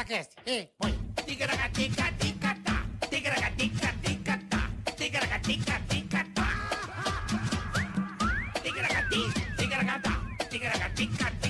Ticaracast. Ei, põe. Ticaracatica-ticatá. Ticaracatica-ticatá. Ticaracatica-ticatá. Ticaracati, ticaracatá. Ticaracatica-ticatá.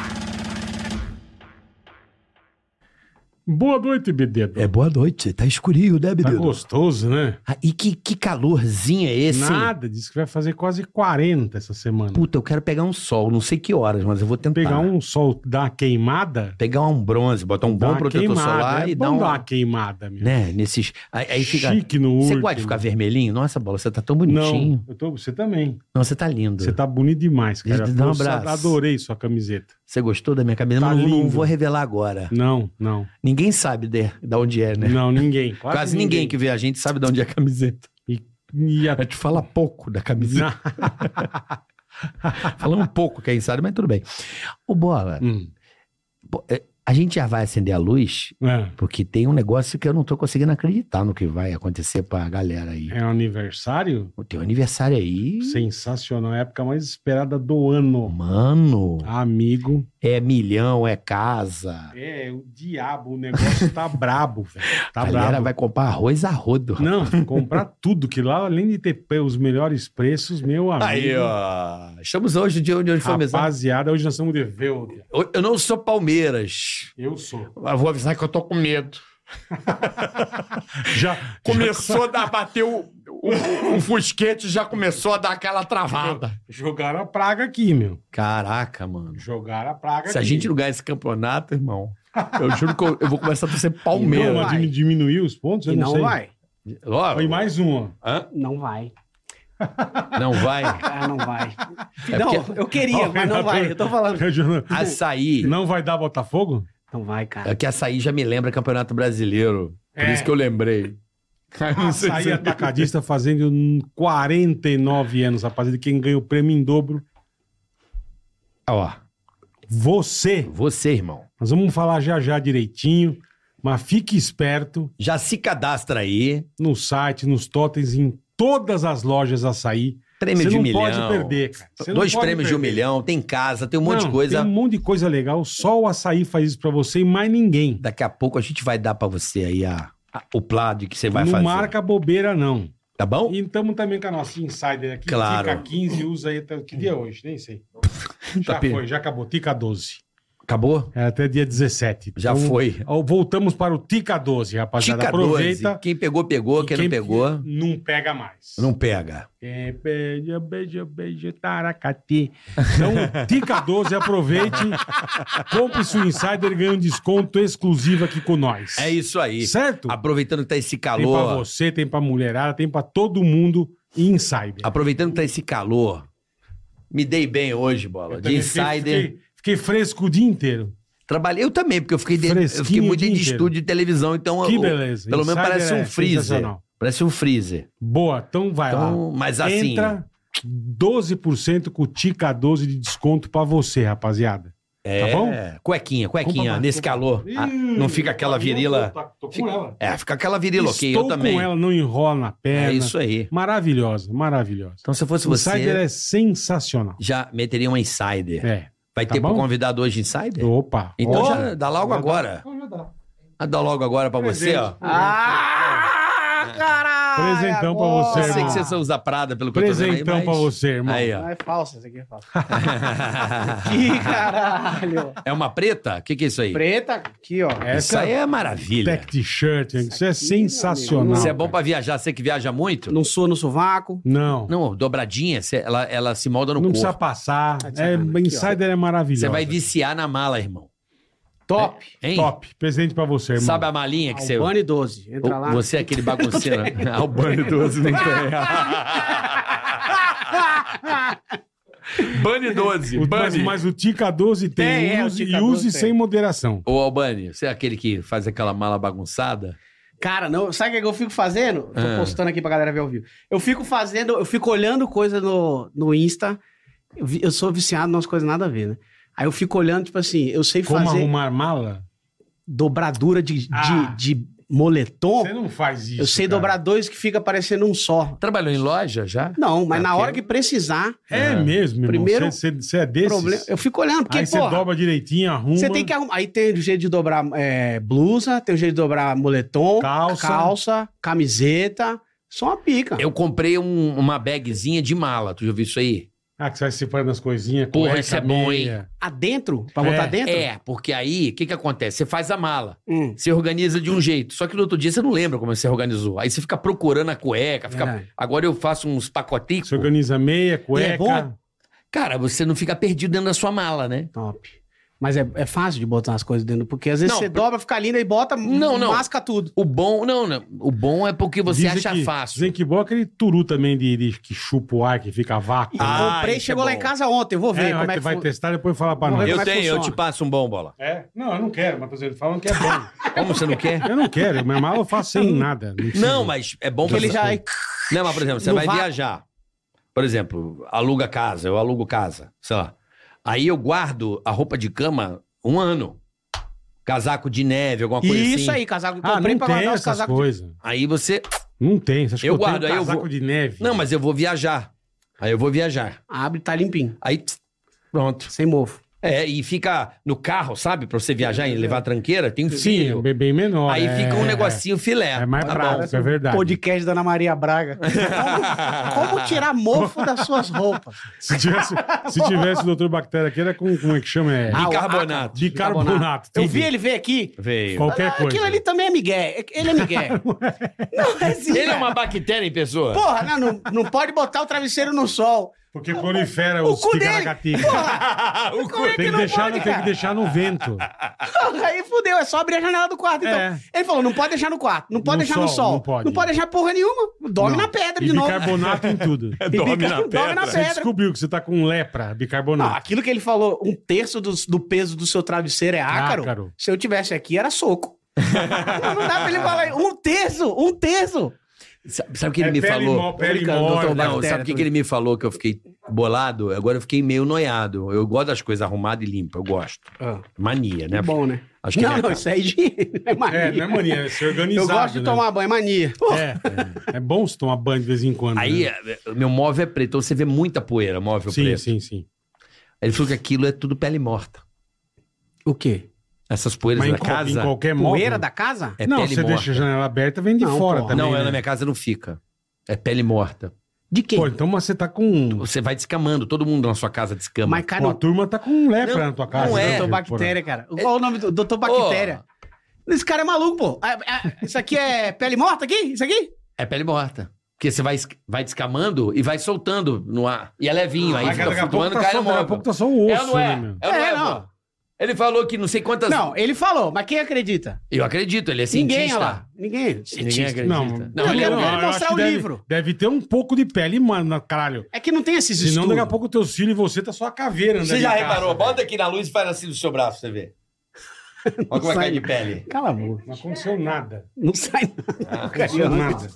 Boa noite, Bededo. É, boa noite. Tá escurinho, né, Tá Bededo? gostoso, né? Ah, e que calorzinho é esse? hein? Nada, disse que vai fazer quase 40 essa semana. Puta, eu quero pegar um sol. Não sei que horas, mas eu vou tentar. Pegar um sol, dar uma queimada. Pegar um bronze, botar um Dar bom uma protetor queimada, solar é e bom dar um... dar uma queimada, meu. Né, nesses... Aí fica... Chique no Você último. gosta de ficar vermelhinho? Nossa, Bola, você tá tão bonitinho. Não, você também. Não, você tá lindo. Você tá bonito demais, cara. Dá um Eu abraço. adorei sua camiseta. Você gostou da minha cabeça? Tá não lindo. vou revelar agora. Não. Ninguém sabe de onde é, né? Não, ninguém. Quase ninguém que vê a gente sabe de onde é a camiseta. E a... A gente fala pouco da camiseta. Falando um pouco, quem sabe, mas tudo bem. Ô, Bola, pô, a gente já vai acender a luz, porque tem um negócio que eu não tô conseguindo acreditar no que vai acontecer pra galera aí. É um aniversário? O teu aniversário aí, Sensacional. É a época mais esperada do ano. mano, Amigo. é milhão, é casa. É, o diabo, o negócio tá brabo, velho. Tá A galera brabo. vai comprar arroz a rodo. Não, comprar tudo, que lá, além de ter os melhores preços, meu amigo. Aí, ó. Estamos hoje, de onde foi mesmo? Rapaziada, hoje nós estamos de Velde. Eu não sou Palmeiras. Eu sou. Mas vou avisar que eu tô com medo. Já Começou a bater o fusquete, já começou a dar aquela travada. jogaram a praga aqui, meu. Caraca, mano. Jogaram a praga Se a aqui. gente não ganhar esse campeonato, irmão, eu juro que eu vou começar a torcer Não, Palmeiras. mas diminuiu os pontos? Eu E não não sei. vai. Ó, Foi mais um, ó. hã? Não vai. Não vai? Ah, não vai. É Não, porque- eu queria, mas não vai. Eu tô falando. Açaí. Não vai dar Botafogo? Não vai, cara. É que açaí já me lembra Campeonato Brasileiro. Por É. isso que eu lembrei. Eu não sei Açaí se- atacadista fazendo 49 anos, rapaziada. Quem ganha o prêmio em dobro? Ó, Você. você, irmão. Nós vamos falar já direitinho, mas fique esperto Já se cadastra aí. no site, nos totens, em todas as lojas Açaí. Prêmio Você de não um milhão. pode perder, cara. Você não Dois pode prêmios de perder. $1 milhão. Tem casa, tem um monte de Não, coisa. Tem um monte de coisa legal. Só o Açaí faz isso pra você e mais ninguém. Daqui a pouco a gente vai dar pra você aí o plano que você vai não fazer. marca bobeira, não. Tá bom? E estamos também com a nossa Insider aqui. Claro. Tica 15, usa aí até... Que dia é hoje? Nem sei. Já Tá foi, já acabou. Tica 12. Acabou? É até dia 17. Já foi. Ó, voltamos para o Tica 12, rapaziada. Tica Aproveita. 12. Quem pegou, pegou. E Quem não pegou, Não pega mais. não pega. Quem beija, beija, beija, taracati. Então, Tica 12, aproveite. Compre sua Insider e ganhe um desconto exclusivo aqui com nós. É isso aí. Certo? Aproveitando que tá esse Tem pra calor. você, tem pra mulherada, tem pra todo mundo Insider. Aproveitando que tá esse calor. Me dei bem hoje, Bola. Eu De também Insider. Fiquei fresco o dia inteiro. Trabalhei eu também, porque eu fiquei Fresquinho muito o dia de inteiro. estúdio de televisão, então Que beleza. pelo menos Insider parece um é freezer. sensacional. Parece um freezer. Boa, então vai Então, lá. mas assim, Entra 12% com o Tica 12 de desconto pra você, rapaziada. é, bom? cuequinha, Compra mais, nesse compra calor. mais. Não fica aquela virila. Tô com ela. Fica aquela virila, ok, eu Estou também. com ela, não enrola na perna. É isso aí. Maravilhosa, maravilhosa. Então, se fosse O você, Insider é sensacional. já meteria uma Insider. É. Vai Tá ter pro bom? convidado hoje Insider? Opa. Então Ó, já dá logo agora. Dá logo agora pra você, ó. Ah, caralho! Presentão pra você, Eu sei irmão. que você usa Prada, pelo que eu tô vendo aí, Presentão mas... pra você, irmão. Aí, Não ó. é falsa, essa aqui é falsa. Que caralho! É uma preta? O que é isso aí? Preta, aqui, ó. Isso Essa aí é maravilha. tech t-shirt, isso é sensacional. Isso é bom pra viajar. Você que viaja muito? Não sou no sovaco. Não, Não, dobradinha, ela se molda no não precisa corpo. passar. Tá de É, sacanagem. Aqui, Insider é maravilhoso. Você vai viciar na mala, irmão. Top. Hein? Top. Presente pra você, irmão. Sabe a malinha que você... Albani 12. Entra lá. Você é aquele bagunceiro. Albani 12 não tem. Bunny 12. Mas o Tica 12 tem. Tem, o Use, Tica e use 12 sem tem. moderação. Ô, Albani, você é aquele que faz aquela mala bagunçada? Cara, não, sabe o que eu fico fazendo? Tô Ah. postando aqui pra galera ver ao vivo. Eu fico olhando coisa no Insta. Eu sou viciado nas coisas nada a ver, né? Aí eu fico olhando, tipo assim, eu sei Como fazer arrumar mala? dobradura de moletom, Você não faz isso, eu sei cara. dobrar 2 que fica parecendo um só. Trabalhou em loja já? Não, mas na Porque- hora que precisar, É mesmo, irmão. Primeiro Você é desses? problema, eu fico olhando, porque, Aí você porra, dobra direitinho, arruma. você tem que arrumar. Aí tem o jeito de dobrar blusa, tem o jeito de dobrar moletom, Calça. camiseta. Só uma pica. Eu comprei uma bagzinha de mala. Tu já viu isso aí? Ah, que você vai separando as coisinhas. Porra, cueca, isso é bom, hein? meia. Adentro? Pra É. botar dentro? É, porque aí, o que acontece? Você faz a mala, Hum. você organiza de um jeito, só que no outro dia você não lembra como você organizou. Aí você fica procurando a cueca, Verdade. agora eu faço uns pacoticos. Você organiza meia, cueca. bom? Cara, você não fica perdido dentro da sua mala, né? Top. Mas é fácil de botar as coisas dentro, porque às vezes Não, você dobra, fica linda e bota, Não. masca tudo. O bom, não. O bom é porque você acha fácil. Dizem que bom é aquele turu também que chupa o ar, que fica vácuo. Ah, Comprei, isso chegou é lá bom. em casa ontem, eu vou ver como é que vai fu- testar e depois falar pra Vamos nós. ver Eu como é que tenho, eu funciona. te passo um bom, Bola. É? Não, eu não quero, mas tô dizendo, falam que é bom. Como você não quer? Eu não quero, minha mala eu faço sem nada. precisa. Não, mas é bom Porque ele você- já... Não, mas por exemplo, você No vai vácuo. viajar. Por exemplo, aluga casa, eu alugo casa, sei lá. Aí eu guardo a roupa de cama 1 ano. Casaco de neve, alguma coisa assim. Isso aí, casaco. Ah, Comprei não pra tem guardar os essas casacos. coisas. Aí você... Não tem. Você acha que Eu tenho guardo, aí eu casaco vou- de neve? Não, mas eu vou viajar. Aí eu vou viajar. Abre, tá limpinho. Aí, pronto. Sem mofo. É, e fica no carro, sabe? Pra você viajar e levar a tranqueira, tem um Sim, fio. é bem menor. Aí fica um negocinho filé. É mais Tá prático, bom. é verdade. Podcast da Ana Maria Braga. Como tirar mofo das suas roupas? Se tivesse o doutor Bactéria aqui, era com, como é que chama? É, Bicarbonato. bicarbonato. Eu tudo. vi ele ver aqui. Veio. Qualquer coisa. Aquilo ali também é migué. Ele é migué. Não, é assim, Ele é cara. uma bactéria em pessoa? Porra, não pode botar o travesseiro no sol. Porque prolifera O os cu dele. ticaracatica. Como é Tem que, não deixar, pode, tem que cara? deixar no vento. Aí fudeu, é só abrir a janela do quarto. Então. É. Ele falou: não pode deixar no quarto, não pode No deixar no sol, sol. não pode. deixar porra nenhuma. Dorme Não. na pedra E de novo. bicarbonato em tudo. Dorme na Dorme pedra. na Você pedra. descobriu que você tá com lepra, Não, bicarbonato. aquilo que ele falou, 1/3 do peso do seu travesseiro é ácaro. Ácaro. Se eu tivesse aqui, era soco. não dá pra ele falar 1/3. Sabe o que ele me pele falou? pele brincando, morta. doutor Não, Bactéria sabe o que ele me falou que eu fiquei bolado? Agora eu fiquei meio noiado. Eu gosto das coisas arrumadas e limpas, eu gosto. Mania, né? É bom, né? Acho que não, é minha isso aí é mania. É, não é mania, é ser organizado. Eu gosto de né? tomar banho, é mania. Pô, É bom se tomar banho de vez em quando. Aí, né? meu móvel é preto, então você vê muita poeira, móvel Sim, preto. sim. Ele falou que aquilo é tudo pele morta. O quê? Essas poeiras Mas da em casa qualquer móvel. Poeira da casa? é não, pele você morta. deixa a janela aberta, vem de Não, fora porra. também. Não, né? na minha casa não fica. É pele morta. De quê? Pô, então mas você tá com. Você vai descamando, todo mundo na sua casa descama. Mas, cara, Pô, a turma tá com lepra Não, na tua casa. não é. né, Doutor porra? Bactéria, cara. Qual é o nome do Doutor Bactéria? Esse cara é maluco, pô. Isso aqui é pele morta aqui? Isso aqui? É pele morta. Porque você vai descamando e vai soltando no ar. E é levinho, aí Mas fica daqui a pouco flutuando tá e cai só- no daqui a móvel. pouco tá só o osso, É ou não é? né, meu? É ou não é, não. vô? Ele falou que não sei quantas... Não, ele falou, mas quem acredita? Eu acredito, ele é cientista. Ninguém, olha lá. Ninguém. Ninguém acredita. Não, Não, ele eu é... quero eu mostrar acho que o deve- livro. Deve ter um pouco de pele, mano, caralho. É que não tem esses Senão estudos. daqui a pouco o teu filho e você tá só a caveira andando Você já em casa, reparou? velho. Bota aqui na luz e faz assim do seu braço, pra você ver. Olha como é que é de pele. Cala a boca. Não aconteceu nada. Não sai nada. Não aconteceu nada.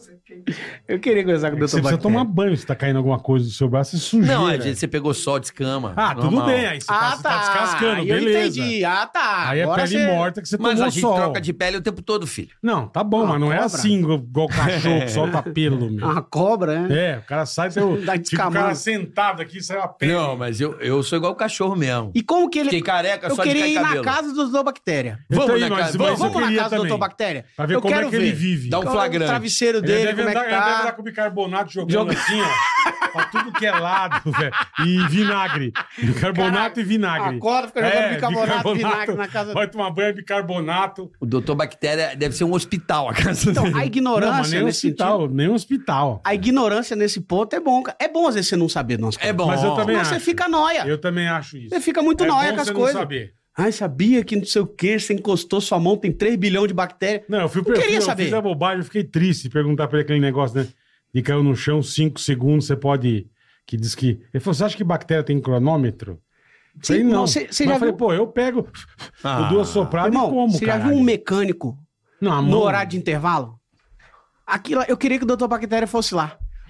Eu queria conversar com o É que Dr. você precisa Bactéria. tomar banho se tá caindo alguma coisa do seu braço, você sujeira. Não, gente, você pegou sol, descama. Ah, tudo normal. bem, aí você tá descascando, Eu beleza. entendi. Ah, tá. Aí é Agora pele você- morta que você Mas tomou a gente sol. troca de pele o tempo todo, filho. Não, tá bom, mas não é cobra. assim igual cachorro que solta pelo, meu. Uma cobra, né? É, o cara sai, fica o descamando. cara sentado aqui, sai a pele. Não, mas eu sou igual o cachorro mesmo. E como que ele... Fiquei careca Eu só de queria cair ir na cabelo. casa do Dr. Bactéria. Eu tô Vamos aí, na mas- casa, mas eu Vamos na queria casa do também. Dr. Bactéria. Pra ver Eu como é quero que ele ver. vive. Dá um Qual é flagrante. o travesseiro Ele dele, deve como é andar, que ele deve andar tá. com bicarbonato jogando assim, ó. Pra tudo que é lado, velho. E vinagre. Bicarbonato e vinagre. Acorda, fica jogando bicarbonato e vinagre na casa. Vai tomar banho, bicarbonato. O doutor Bactéria deve ser um hospital a casa Então, dele. a Não, mas ignorância nem nesse hospital, sentido... nem hospital. A ignorância nesse ponto é bom, cara. É bom às vezes você não saber das coisas. É bom. Mas eu também Senão acho. você fica nóia. Eu também acho isso. Você fica muito É nóia bom com as você coisas. não saber. Ai, sabia que não sei o que, você encostou sua mão, tem 3 bilhões de bactérias. Não, eu queria eu saber. fiz a bobagem, eu fiquei triste de perguntar pra ele aquele negócio, né? De caiu no chão 5 segundos, você pode... Que diz que... Ele falou, você acha que bactéria tem cronômetro? Sim, Falei, não. não, você Mas já eu falei, viu- pô, eu pego... Eu dou a soprada Irmão, e como, você já caralho. viu um mecânico Não, a no mão- horário de intervalo? Aquilo, eu queria que o Dr. Bactéria fosse lá.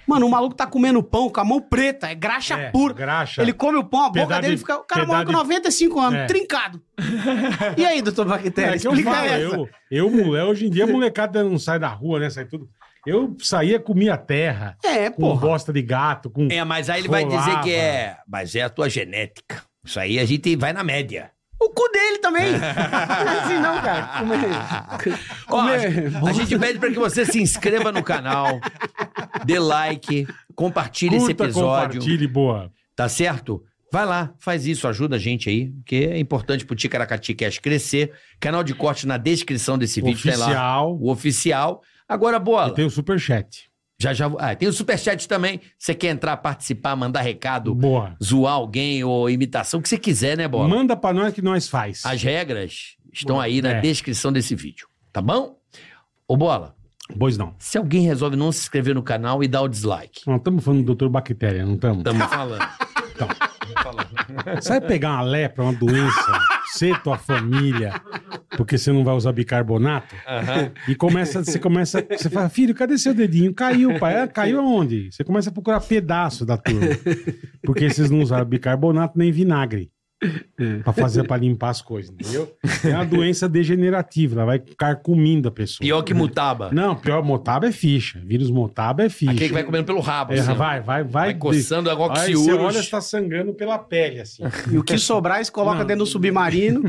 Mano, o maluco tá comendo pão com a mão preta, é graxa pura. Graxa. Ele come o pão, a boca Pedaço dele de- fica... O cara pedaço mora com de- 95 anos, trincado. E aí, doutor Bactéria, É que eu explica falo, essa. mulher, hoje em dia a molecada não sai da rua, né? Sai tudo. Eu saía, comia terra, com Porra. bosta de gato, com... Mas aí ele vai dizer rolava. que mas é a tua genética. Isso aí a gente vai na média. O cu dele também. Não é assim não, cara. Ó, a gente pede pra que você se inscreva no canal, dê like, compartilhe esse Curta, episódio, compartilhe, boa. tá certo? Vai lá, faz isso, ajuda a gente aí, que é importante pro Ticaracati Cash crescer. Canal de corte na descrição desse vídeo, tem lá Oficial. o oficial. Agora, Bola, E tem o superchat. já. Tem o superchat também. Você quer entrar, participar, mandar recado, Boa. zoar alguém ou imitação, o que você quiser, né, Bola? Manda pra nós que nós faz. As regras estão aí na É. descrição desse vídeo, tá bom? Ô, Bola, Pois não. se alguém resolve não se inscrever no canal e dar o dislike, Nós estamos falando do Dr. Bactéria, não estamos? estamos falando. Você vai pegar uma lepra, uma doença, você, tua família, porque você não vai usar bicarbonato, e você fala, filho, cadê seu dedinho? Caiu, pai. Caiu aonde? Você começa a procurar pedaço da turma, porque vocês não usaram bicarbonato nem vinagre pra limpar as coisas, entendeu? É uma doença degenerativa, ela vai carcomindo a pessoa. Pior que mutaba. Não, pior, motaba é ficha. Vírus motaba é ficha. Aquele que vai comendo pelo rabo, É, assim. vai coçando a Aí você goxiúros. olha, está sangrando pela pele, assim. E o que sobrar, eles colocam Não. dentro do submarino.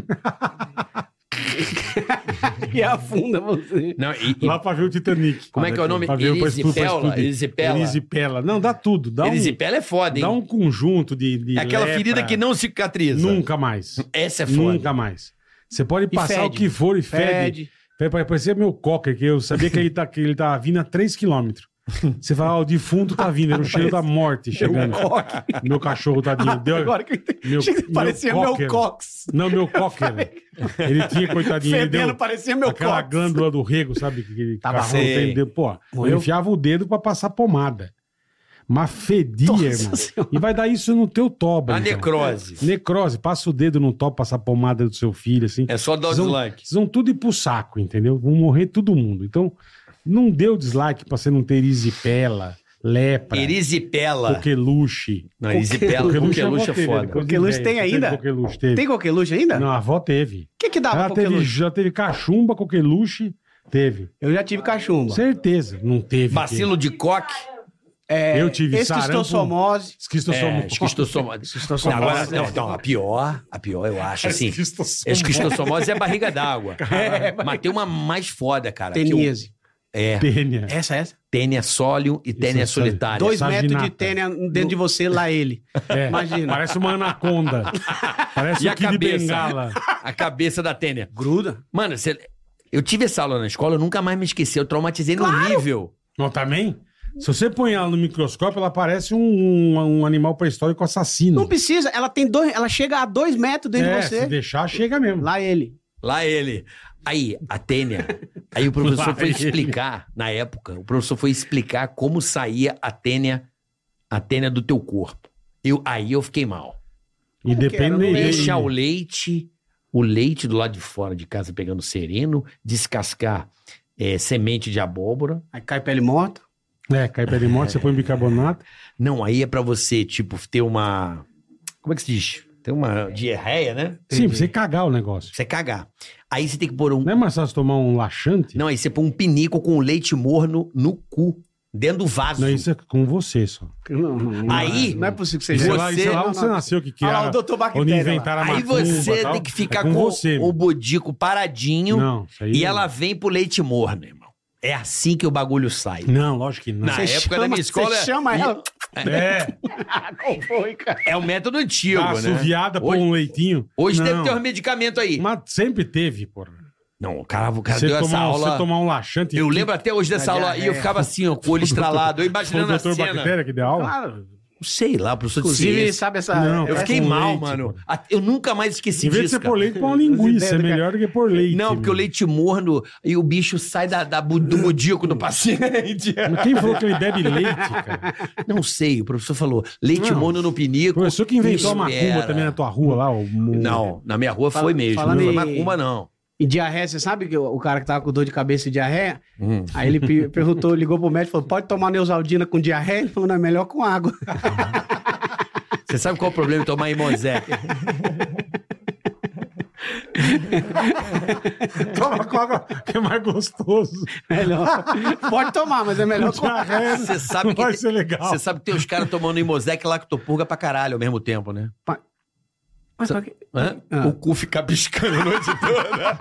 E afunda você. Não, Lá pra ver o Titanic. Como é que é o nome? Pra ver, pra Erisipela? explodir. Erisipela? Erisipela. Não, dá tudo. Erisipela é foda, hein? Dá um conjunto de É aquela lepra. ferida que não cicatriza. Nunca mais. Essa é foda. Nunca mais. Você pode passar fede. o que for e fede. Parecia meu cocker, que eu sabia que ele tava vindo a 3 quilômetros. Você fala, o defunto tá vindo, era o cheiro da morte chegando. Meu cachorro tadinho. Deu, Agora que eu entendi. meu- Achei que parecia meu cocker. cox. Não, meu cocker. Ele tinha, coitadinho, ele Fedendo, deu parecia meu aquela cox. glândula do rego, sabe? Que ele Tava cachorro ruim. tem, pô, Morreu? ele enfiava o dedo pra passar pomada. Mas fedia, Nossa irmão. Senhora. E vai dar isso no teu toba. A então. necrose. Necrose. Passa o dedo no toba, passa a pomada do seu filho, assim. É só dar o Vocês vão- dislike. Vocês vão tudo ir pro saco, entendeu? Vão morrer todo mundo. Então, não dê o dislike pra você não ter erisipela, lepra, Erisipela. coqueluche. Não, erisipela. Coqueluche a Coqueluche avó é teve, foda. depois Coqueluche de tem velho. ainda? Coqueluche teve. Tem coqueluche ainda? Não, a avó teve. O que dá Ela pra teve, coqueluche? já teve cachumba, coqueluche, teve. Eu já tive cachumba. Certeza, não teve. Bacilo de coque. Eu tive Esquistossomose. Esquistossomose. Esquistossomose. Não, agora, não, a pior eu acho, assim. Esquistossomose. Esquistossomose é a barriga d'água. Mas tem uma mais foda, cara. que eu- Teníase. Tênia. Essa. Tênia sólium e tênia Isso, sabe? solitária. 2 Saginata. metros de tênia dentro de você, lá ele. É, Imagina. Parece uma anaconda. Parece E o a Kid cabeça? Bengala. A cabeça da tênia. Gruda. Mano, eu tive essa aula na escola, eu nunca mais me esqueci. Eu traumatizei no nível. Não, também? Se você põe ela no microscópio, ela parece um animal pré-histórico assassino. Não precisa, ela chega a 2 metros dentro de se você. deixar, chega mesmo. Lá ele. Lá ele. Aí, a tênia. Aí o professor Lá foi ele. explicar, na época, o professor foi explicar como saía a tênia do teu corpo. Aí eu fiquei mal. E Como que era? depende... Eu não lembro. Deixar o leite do lado de fora de casa pegando sereno, descascar semente de abóbora. Aí cai pele morta. cai pé de morte, você põe bicarbonato. Não, aí é pra você, tipo, ter uma... Como é que se diz? Ter uma diarreia, né? Sim, pra você cagar o negócio. Você cagar. Aí você tem que pôr um... Não é mais fácil tomar um laxante? Não, aí você põe um pinico com leite morno no cu, dentro do vaso. Não, isso é com você só. Não, Aí, não é possível que Isso seja. é lá, isso é lá onde você nasceu, que Olha lá, criaram, o doutor onde Bactéria. inventaram a Aí macumba você e tal. tem que ficar É com você, o bodico paradinho Não, isso aí e não. ela vem pro leite morno, irmão. É assim que o bagulho sai. Não, lógico que não. Na época da minha escola... Você chama ela. É, Qual foi, cara? É o método antigo, tá né? assoviada, põe Hoje- um leitinho. Hoje Não, deve ter uns medicamentos aí. Mas sempre teve, porra. Não, o cara Você deu essa tomar, aula... você tomar um laxante... Eu lembro até hoje dessa aula e eu ficava assim, ó, com o olho estralado, eu Foi o imaginando a doutor cena. Bactéria que deu aula? Claro. Sei lá, professor de Inclusive, ciência. sabe essa... Não, Eu cara, fiquei com mal, leite, mano. pô. Eu nunca mais esqueci Em vez de disso, você cara. pôr leite, põe uma linguiça. É ideias do melhor do que pôr leite. Não, porque o leite morno e o bicho sai do budico do paciente. Mas quem falou que ele bebe leite, cara? Não sei, o professor falou leite Não. morno no O pinico. professor que inventou a espera. macumba também na tua rua lá. Não, na minha rua foi Fala- mesmo. falando Não foi em- macumba, não. E diarreia, você sabe que o cara que tava com dor de cabeça e diarreia? Aí ele perguntou, ligou pro médico, falou, pode tomar Neosaldina com diarreia? Ele falou, não, é melhor com água. Você sabe qual é o problema de tomar Imosec? Toma com água, que é mais gostoso. Melhor. Pode tomar, mas é melhor com água. Diarreia Você sabe não que vai ser legal. Você sabe que tem os caras tomando Imosec e lactopurga pra caralho ao mesmo tempo, né? Mas pra quê? Hã? Ah. O cu fica piscando a noite toda.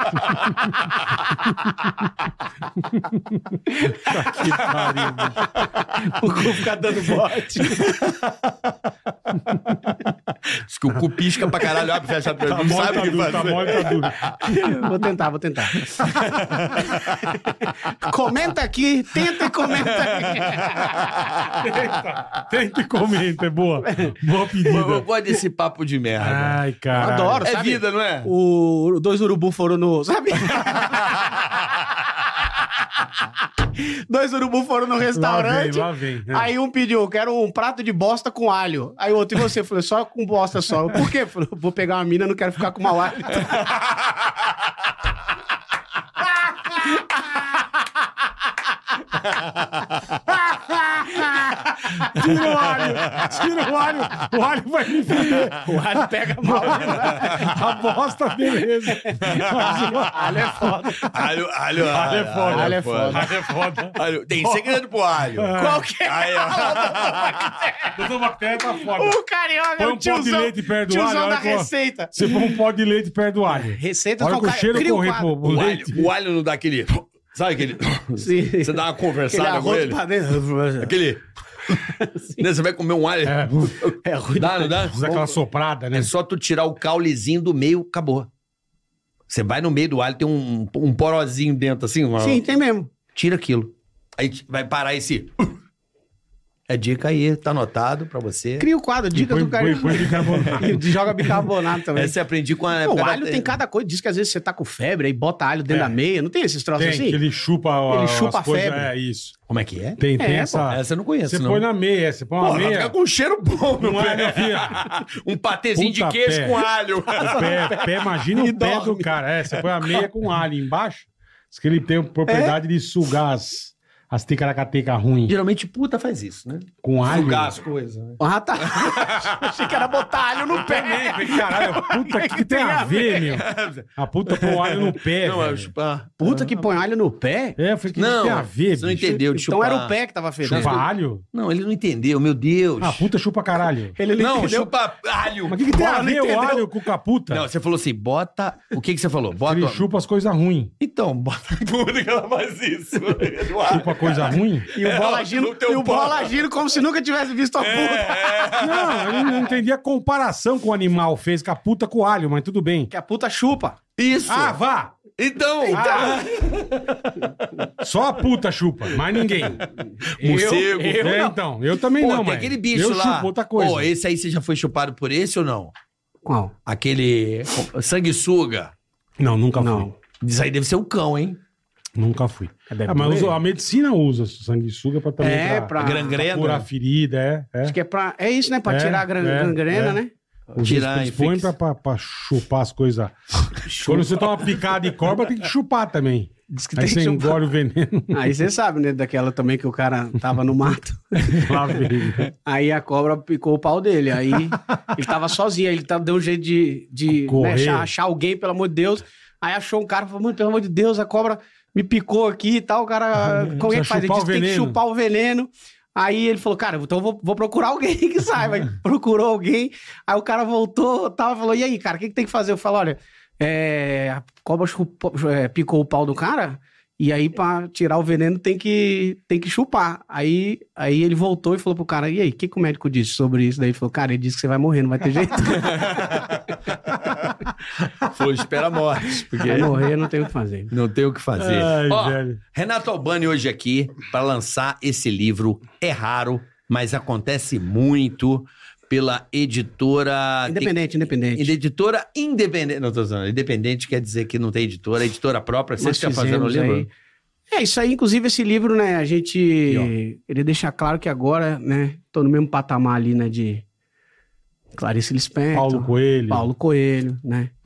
Que pariu, bicho. O cu fica dando bote. Diz que o cu pisca pra caralho, abre, fecha a Tá não mole, sabe o que tá fazer. mole, tá duro. Vou tentar. Comenta aqui, tenta e comenta aqui. Tenta e comenta, é boa. Boa Eu pedida. gosto desse papo de merda. Ai, caralho. Adoro, É sabe? vida, não é? O dois urubu foram no... Sabe? Dois urubu foram no restaurante. Lá vem. Aí um pediu, quero um prato de bosta com alho. Aí o outro, e você? Eu falei, só com bosta só. Por quê? Eu falei, vou pegar uma mina, não quero ficar com mau hálito. Tira o alho vai me fuder. O alho pega mal. A bosta, beleza. Alho é foda. Alho é foda. Alho é foda. Alho é foda. Alho. Tem segredo pro alho. Qual que é? Aí, ó. Doutor Bactéria tá foda. O carioca Põe é um o pó de tiozão, leite perto do tiozão alho, da olha que- receita. Você põe um pó de leite perto do alho. Receitas Olha com que o cheiro cria um correr quadro. pro leite. O alho não dá aquele... Sabe aquele... Sim. Você dá uma Aquele conversada com arroto ele? pra dentro. Aquele... Né, você vai comer um alho... É, É ruim. Dá, não dá? usa aquela soprada, né? É só tu tirar o caulezinho do meio, acabou. Você vai no meio do alho, tem um porozinho dentro, assim. Sim, tem mesmo. Tira aquilo. Aí vai parar esse... É dica aí, tá anotado pra você. Cria o quadro, dica Põe- do carioca. põe bicarbonato. E joga bicarbonato também. Essa eu aprendi com a... Não, o época alho da- tem cada coisa. Diz que às vezes você tá com febre, aí bota alho dentro É. da meia. Não tem esses troços Tem, assim? que ele chupa, Ele as chupa a coisas. febre. É isso. Como é que é? Tem É, essa. Essa eu não conheço, Você não. põe na meia, você põe uma Pô, vai meia. ficar com um cheiro bom no Não é, pé. meu filho. Um patezinho de Puta queijo pé. com alho. O pé, imagina E o pé dorme. do cara. É, você põe a meia com alho embaixo. Diz que ele tem a propriedade de sugar as ticaracatecas ruins Geralmente puta faz isso, né? com alho. Sugar as coisas, né? Ah, tá. Achei que era botar alho no pé. Caralho, puta, que tem a ver, meu? A puta põe alho no pé, Não, velho. é chupar. Puta que põe alho no pé? É, eu falei, que Não, tem a ver, você não bicho? entendeu de Então chupar. era o pé que tava fedendo. Chupa alho? Não, ele não entendeu, meu Deus. Ah, puta chupa caralho. Ele não, Não, entendeu. chupa alho. Mas o que tem a Não ver o entendeu. alho com caputa? Não, você falou assim, bota... O que você falou? Bota... Ele chupa as coisas ruins. Então, bota puta que ela faz isso. Chupa coisa ruim? E o bola agindo, no teu e o pau. bola agindo como se nunca tivesse visto a puta. Não, eu não entendi a comparação que o animal fez com a puta com o alho, mas tudo bem. Que a puta chupa. Isso. Ah, vá! Então. Só a puta chupa, mais ninguém. Morcego. É, então, eu também Pô, não, tem mas aquele bicho eu lá. chupo outra coisa. Pô, esse aí você já foi chupado por esse ou não? Qual? Aquele sanguessuga. Não, nunca Não. fui. Isso aí deve ser o cão, hein? Nunca fui. Deve Ah, mas doer. a medicina usa sanguessuga pra também É, pra pra- Gangrena. curar ferida, é. Acho que é pra... É isso, né? Pra É, tirar a gangrena, é. né? Tirar Eles põem infecção. pra chupar as coisas. Quando você toma picada de cobra, tem que chupar também. Diz que Aí tem você que chupar. engole o veneno. Aí você sabe, né? Daquela também que o cara tava no mato. Lá vem. Aí a cobra picou o pau dele. Aí ele tava sozinho. Aí ele deu um jeito de Correr. né, achar alguém, pelo amor de Deus. Aí achou um cara e falou, mano, pelo amor de Deus, a cobra me picou aqui e tal. O cara, como é que Precisa faz? Ele chupar disse o que tem que veneno. chupar o veneno. Aí ele falou, cara, então eu vou procurar alguém que saiba. Aí procurou alguém. Aí o cara voltou, tal, falou, e aí, cara, o que tem que fazer? Eu falo, olha, a cobra picou o pau do cara. E aí, pra tirar o veneno, tem que chupar. Aí ele voltou e falou pro cara, e aí, o que o médico disse sobre isso? Daí ele falou, cara, ele disse que você vai morrer, não vai ter jeito. Foi, espera a morte. Porque Vai morrer, não tem o que fazer. não tem o que fazer. Ai, Ó, velho. Renato Albani hoje aqui para lançar esse livro. É raro, mas acontece muito pela editora... Independente. Editora independente. Não, tô falando. Independente quer dizer que não tem editora. Editora própria. Você Nós está fazendo o fizemos livro? aí. É, isso aí, inclusive, esse livro, né, a gente queria deixar claro que agora, né, tô no mesmo patamar ali, né, de Clarice Lispector, Paulo Coelho. Paulo Coelho, né, É,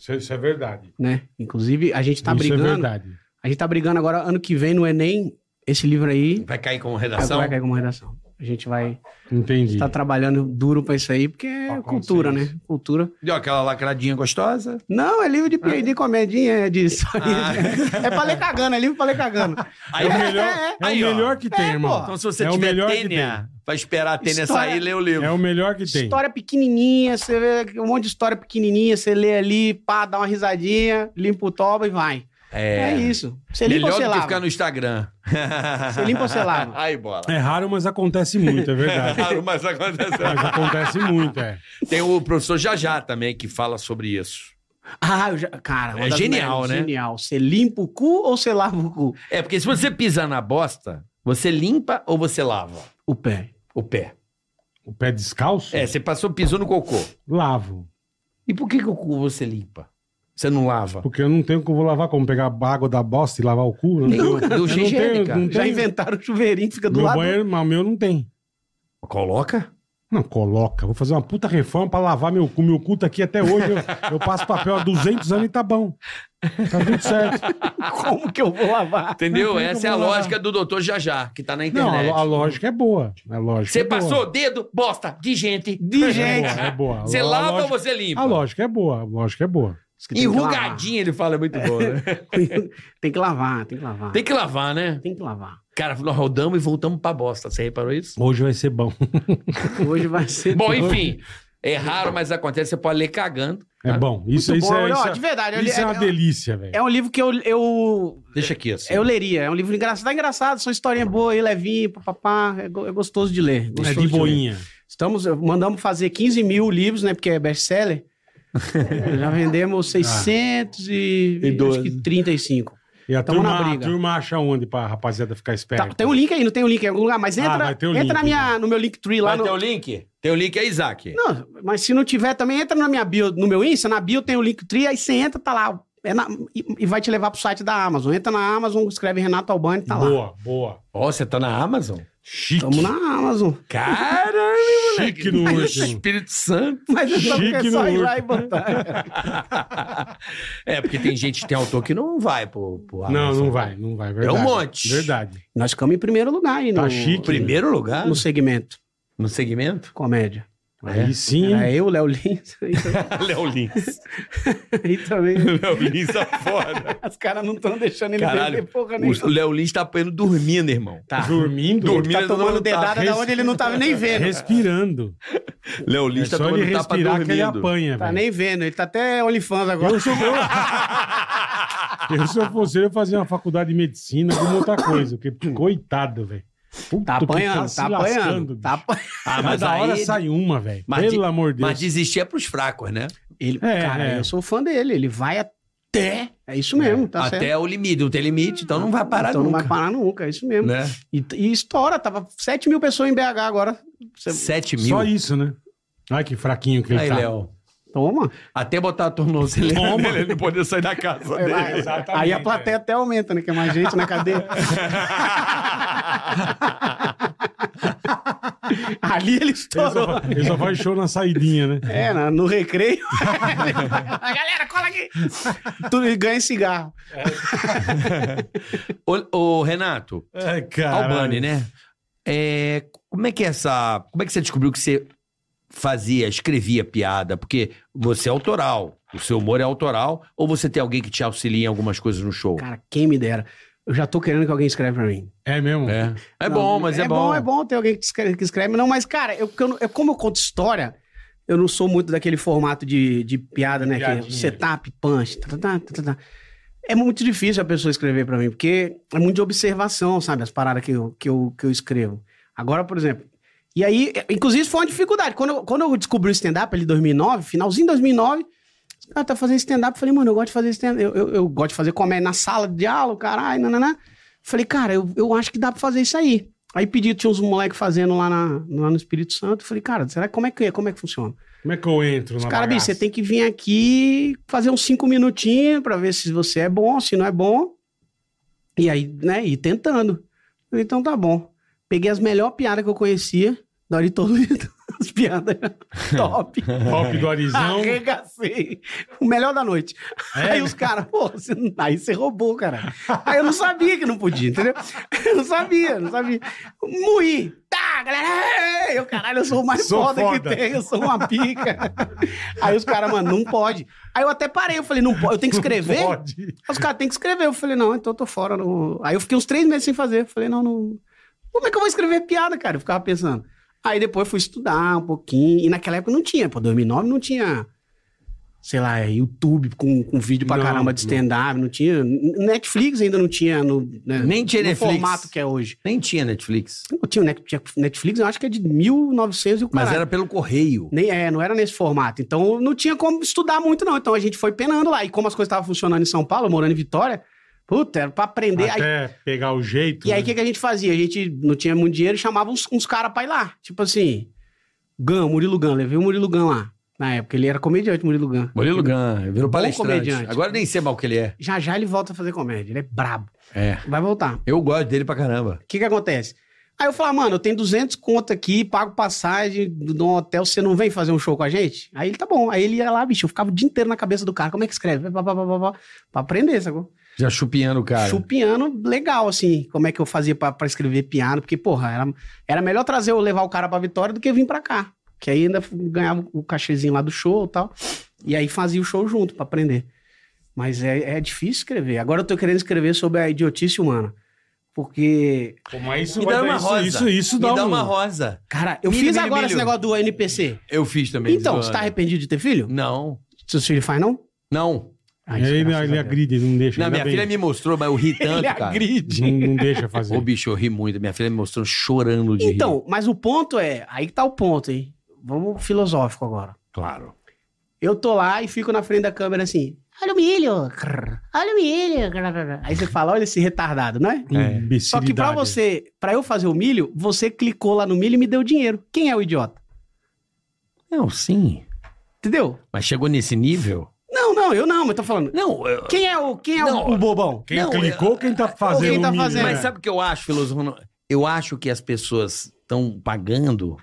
Isso é verdade. né? Inclusive, a gente tá Isso brigando. é verdade. A gente tá brigando agora, ano que vem, no Enem, esse livro aí Vai cair como vai redação? cair como redação. A gente vai Entendi. estar trabalhando duro pra isso aí, porque é Pra cultura, né? consciência. Cultura. Deu aquela lacradinha gostosa? Não, é livro de comedinha, é de história. É pra ler cagando, é livro pra ler cagando. Aí, É o melhor, Aí, o ó. melhor que tem, irmão. Então, se você É o tiver melhor que tênia, vai esperar a tênia História- sair e ler o livro. É o melhor que tem. História pequenininha, você vê um monte de história pequenininha, você lê ali, pá, dá uma risadinha, limpa o toba e vai. É isso. Você limpa ou Melhor você do que lava? ficar no Instagram. Você limpa ou você lava? Aí, bola. É raro, mas acontece muito, é verdade. Claro, mas acontece. Mas acontece muito, é. Tem o professor Jajá também, que fala sobre isso. Ah, cara, uma É das genial, melhores, né? Genial. Você limpa o cu ou você lava o cu? É, porque se você pisar na bosta, você limpa ou você lava O pé. o pé? O pé descalço? É, você pisou no cocô. Lavo. E por que o cu você limpa? Você não lava? Porque eu não tenho como vou lavar, como pegar a água da bosta e lavar o cu. Eu não tenho- Tem eu ducha não tenho- higiênica. não Já tenho- inventaram o chuveirinho que fica do Meu lado. banheiro, mas o meu não tem. Coloca? Não, coloca. Vou fazer uma puta reforma pra lavar meu cu. Meu cu tá aqui até hoje. Eu passo papel há 200 anos e tá bom. Tá tudo certo. Como que eu vou lavar? Entendeu? Não, Essa é a como lavar? lógica do doutor Jajá, que tá na Não, internet. a lógica é boa. A lógica Você é boa. passou o dedo, bosta, de gente. De É gente. boa, é boa. Você A lava ou lógica- você limpa? A lógica é boa. A lógica é boa. Diz que tem que lavar. Enrugadinho, ele fala, é muito bom, né? Tem que lavar, tem que lavar. Tem que lavar, né? Tem que lavar. Cara, nós rodamos e voltamos pra bosta. Você reparou isso? Hoje vai ser bom. Hoje vai ser... Bom, enfim. É raro, mas acontece. Você pode ler cagando. É bom. Isso, Muito isso bom. é, Não, isso é, de verdade. isso é uma delícia, velho. É um livro que eu Deixa aqui, assim. leria. É um livro engraçado. Tá engraçado, são historinhas boas, levinho, papapá. É gostoso de ler. É Gostoso de ler. boinha. Mandamos fazer 15 mil livros, né? Porque é best-seller. Já vendemos 635. E a Tamo na turma, briga. a turma acha onde pra rapaziada ficar esperta? Tá, tem um link aí, não tem um link em algum lugar, mas entra, vai ter o entra link, na minha, no meu Linktree lá Vai no... ter o link? Tem o link aí, Isaac. Não, mas se não tiver também, entra na minha bio, no meu Insta, na bio tem o Linktree, aí você entra, tá lá, e vai te levar pro site da Amazon. Entra na Amazon, escreve Renato Albani, tá lá. Boa, boa. Ó, você tá na Amazon? Chique. Tamo na Amazon. Caralho, moleque. Chique no último. Espírito Santo. Mas é só, Chique é só no ir lá último. e botar. É, porque tem gente, tem autor que não vai pro Não, Amazon. não vai, verdade. É um monte. Verdade. Nós ficamos em primeiro lugar aí Tá no, chique. Primeiro lugar? no segmento, No segmento? comédia. Aí sim. Era eu, Léo Lins, Léo Lins. e também Léo Lins tá foda. os caras não estão deixando ele Caralho, vender porra o nenhuma. Léo Lins tá apanhando dormindo, irmão. Tá. Dormindo, Dormindo. Tá ele tomando não tá dedada da onde ele não tava nem vendo. respirando. Léo É Lins tá só ele tomando tapa respirar que ele dormindo. apanha, Tá velho. nem vendo, ele tá até OnlyFans agora. Se eu fosse ele, eu fazia uma faculdade de medicina, alguma outra coisa. Porque, coitado, velho. Puta Tá que apanhando, se tá apanhando. lascando, Tá bicho. apanhando. Ah, mas Cada hora aí... sai uma, velho. Mas Pelo de- amor de Deus. Mas desistir é pros fracos, né? Ele, É, cara, é. eu sou fã dele. Ele vai até. É isso mesmo, tá Até certo. o limite. Não tem limite, então não vai parar Então nunca. não vai parar nunca, é isso mesmo. Né? E estoura, tava 7 mil pessoas em BH agora. Você... 7 mil. Só isso, né? Ai, que fraquinho que ele Aí, tá. Léo. Toma. Até botar a tornozeleira Toma. nele, ele não poder sair da casa dele. Aí a plateia até aumenta, né? Que é mais gente na cadeia. Ali ele estourou. Ele só faz show na saidinha, né? É, no recreio. A galera, cola aqui. Tudo e ganha cigarro. Ô, Renato, Ai, cara. Albani, né? Como é que você descobriu que você escrevia piada? Porque você é autoral, o seu humor é autoral, ou você tem alguém que te auxilia em algumas coisas no show? Cara, quem me dera. Eu já tô querendo que alguém escreve pra mim. É mesmo? É Não, bom, mas é bom. É bom ter alguém que escreve. Não, mas, cara, como eu conto história, eu não sou muito daquele formato de piada, né? Que é Piadinha. setup, punch, É muito difícil a pessoa escrever pra mim, porque é muito de observação, sabe? As paradas que eu escrevo. Agora, por exemplo... E aí, inclusive, isso foi uma dificuldade. Quando eu descobri o stand-up ali em 2009, finalzinho de 2009... Cara, tá fazendo stand-up. Falei, mano, eu gosto de fazer stand-up. Eu gosto de fazer comédia na sala de diálogo, caralho, nananã. Falei, cara, eu acho que dá pra fazer isso aí. Aí pedi, tinha uns moleques fazendo lá no Espírito Santo. Falei, cara, será como é que funciona? Como é que eu entro na Cara, bicho, bagaça? você tem que vir aqui fazer uns 5 minutinhos pra ver se você é bom, se não é bom. E aí, né, ir tentando. Falei, então tá bom. Peguei as melhores piadas que eu conhecia, da Aurito Lito. As piadas top. Top do Arizão. Arregacei. O melhor da noite. É? Aí os caras, pô, aí você roubou, cara. Aí eu não sabia que não podia, entendeu? Eu não sabia. Moí. Tá, galera. Eu, caralho, eu sou o mais Sou foda foda. que tem. Eu sou uma pica. Aí os caras, mano, não pode. Aí eu até parei. Eu falei, não pode. Eu tenho que escrever? Não pode. Aí os caras têm que escrever. Eu falei, não, então eu tô fora. Não... Aí eu fiquei uns 3 meses sem fazer. Eu falei, não... Como é que eu vou escrever piada, cara? Eu ficava pensando. Aí depois fui estudar um pouquinho. E naquela época não tinha. Pô, 2009 não tinha, sei lá, YouTube com vídeo pra Não, caramba de stand-up. Não tinha. Netflix ainda não tinha Nem tinha no Netflix. formato que é hoje. Nem tinha Netflix. Não tinha Netflix, eu acho que é de 1900 e o Mas caralho. era pelo correio. Não era nesse formato. Então não tinha como estudar muito, não. Então a gente foi penando lá. E como as coisas estavam funcionando em São Paulo, morando em Vitória, puta, era pra aprender. Até pegar o jeito. E aí, o né? que a gente fazia? A gente não tinha muito dinheiro e chamava uns caras pra ir lá. Tipo assim, Murilo Gun. Levei o Murilo Gun lá. Na época, ele era comediante, Murilo Gun. Murilo Gun, virou Bom palestrante. comediante. Agora nem sei mal o que ele é. Já ele volta a fazer comédia. Ele é brabo. É. Vai voltar. Eu gosto dele pra caramba. O que acontece? Aí eu falei, mano, eu tenho 200 conto aqui, pago passagem de um hotel, você não vem fazer um show com a gente? Aí ele, tá bom. Aí ele ia lá, bicho, eu ficava o dia inteiro na cabeça do cara. Como é que escreve? Pra aprender, sacou? Já chupiando o cara. Chupiano legal, assim, como é que eu fazia pra escrever piano, porque, porra, era melhor levar o cara pra Vitória do que vir pra cá, que aí ainda ganhava o cachezinho lá do show e tal, e aí fazia o show junto pra aprender. Mas é difícil escrever. Agora eu tô querendo escrever sobre a idiotice humana, porque, Pô, mas isso Me vai dá dar uma rosa. Isso Me dá dá um... uma rosa. cara, eu Milho, fiz milho, agora milho. esse negócio do NPC. Eu fiz também. Então, zoando. você tá arrependido de ter filho? Não. Seus filhos fazem, não? Não. Ah, isso, Ele, graças a ele Deus. agride, ele não deixa. Não, ainda minha bem. filha me mostrou, mas eu ri tanto, Ele cara. agride. Não deixa fazer. Ô, bicho, eu ri muito. Minha filha me mostrou chorando de rir. Então, mas o ponto é, aí que tá o ponto, hein? Vamos filosófico agora. Claro. Eu tô lá e fico na frente da câmera assim, olha o milho, crr, olha o milho. Crr. Aí você fala, olha esse retardado, não é? Imbecilidade. Só que pra eu fazer o milho, você clicou lá no milho e me deu dinheiro. Quem é o idiota? Não, sim. Entendeu? Mas chegou nesse nível? Não, eu não, mas tô falando. Não, Quem é Não, o bobão? Quem Não, clicou, quem tá fazendo quem tá o milho, fazendo. Mas né? sabe o que eu acho, filosofando? Eu acho que as pessoas estão pagando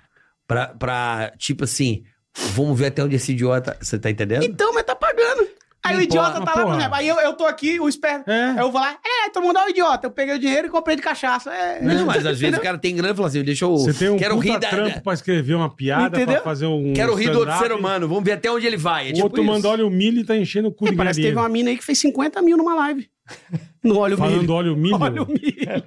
pra, tipo assim, vamos ver até onde esse idiota... Você tá entendendo? Então, mas tá pagando. Aí Não o idiota importa, tá lá, por porra. exemplo. Aí eu tô aqui, o esperto. É. Aí eu vou lá, todo mundo é o idiota. Eu peguei o dinheiro e comprei de cachaça. Não, mas às vezes o cara tem grana e fala assim, deixa eu... Você tem um quero puta rir trampo pra escrever uma piada, Entendeu? pra fazer um Quero rir do outro stand-up. ser humano, vamos ver até onde ele vai. É O tipo outro isso. manda olha o milho e tá enchendo o cu de Parece que teve galinha. uma mina aí que fez 50 mil numa live. No Olha o Falando Milho. olha o milho. Olha o milho.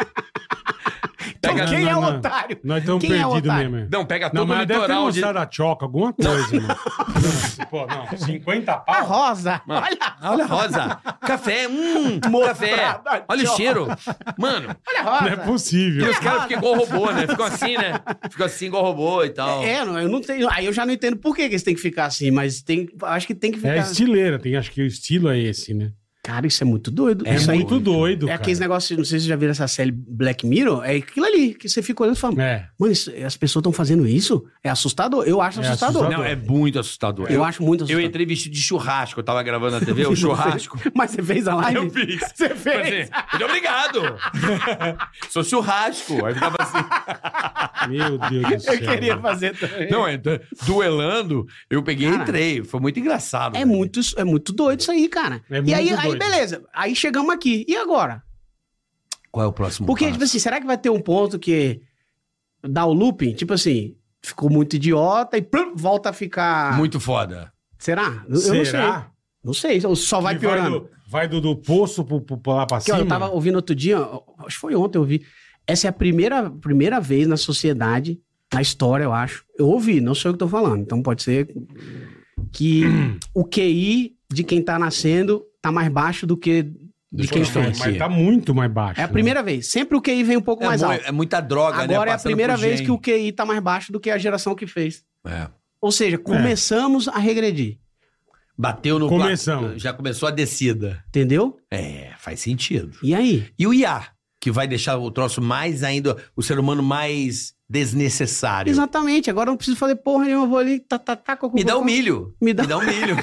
Então, Pega- quem é o não. otário? Nós estamos Quem é o perdidos otário? mesmo. Não, pega Não, todo o mas deve ter litoral de... mostrado a choca, alguma coisa, mano. Não, pô, não, 50 A pau? rosa. Mano, Olha, olha a rosa. Café, café. Olha o cheiro. Mano, olha a rosa. Não é possível. e os caras ficam igual robô, né? Ficam assim, né? Ficam assim igual robô e tal. Eu não tenho. Aí eu já não entendo por que eles têm que ficar assim, mas acho que tem que É ficar. estileira, acho que o estilo é esse, né? Cara, isso é muito doido. É isso aí muito doido, é cara. aqueles negócios, não sei se vocês já viram essa série Black Mirror, é aquilo ali, que você fica olhando e fala, É. mano, as pessoas estão fazendo isso? É assustador. Eu acho É assustador. assustador. Não, é muito assustador. Eu acho muito Eu assustador. entrei vestido de churrasco. Eu tava gravando na TV, o churrasco. Mas você fez a live? Eu fiz. Você Tipo fez? assim, muito obrigado. Sou churrasco. Aí ficava assim. Meu Deus do céu. Eu queria fazer também. Não, duelando, eu peguei e Cara, entrei. Foi muito engraçado. É velho. muito doido isso aí, cara. É E aí, muito doido. beleza. Aí chegamos aqui. E agora? Qual é o próximo Porque, passo? tipo assim, será que vai ter um ponto que dá o looping? Tipo assim, ficou muito idiota e plum, volta a ficar... Muito foda. Será? Eu não sei. Será? Não sei. Ou só vai Que piorando. Vai do poço lá pra Porque, cima? ó, eu tava ouvindo outro dia, acho que foi ontem eu ouvi. Essa é a primeira vez na sociedade, na história, eu acho. Eu ouvi, não sou eu que tô falando. Então pode ser que o QI de quem tá nascendo tá mais baixo do que de quem Pô, fez. Mas tá muito mais baixo. É a né? primeira vez. Sempre o QI vem um pouco mais alto. É muita droga, né? Agora é a Passando primeira por vez gene. que o QI tá mais baixo do que a geração que fez. É. Ou seja, começamos a regredir. Bateu no... Começamos. Já começou a descida. Entendeu? É, faz sentido. E aí? E o IA, que vai deixar o troço mais ainda, o ser humano mais desnecessário. Exatamente. Agora eu não preciso fazer porra nenhuma. Eu vou ali, Me dá um milho. Me dá um milho.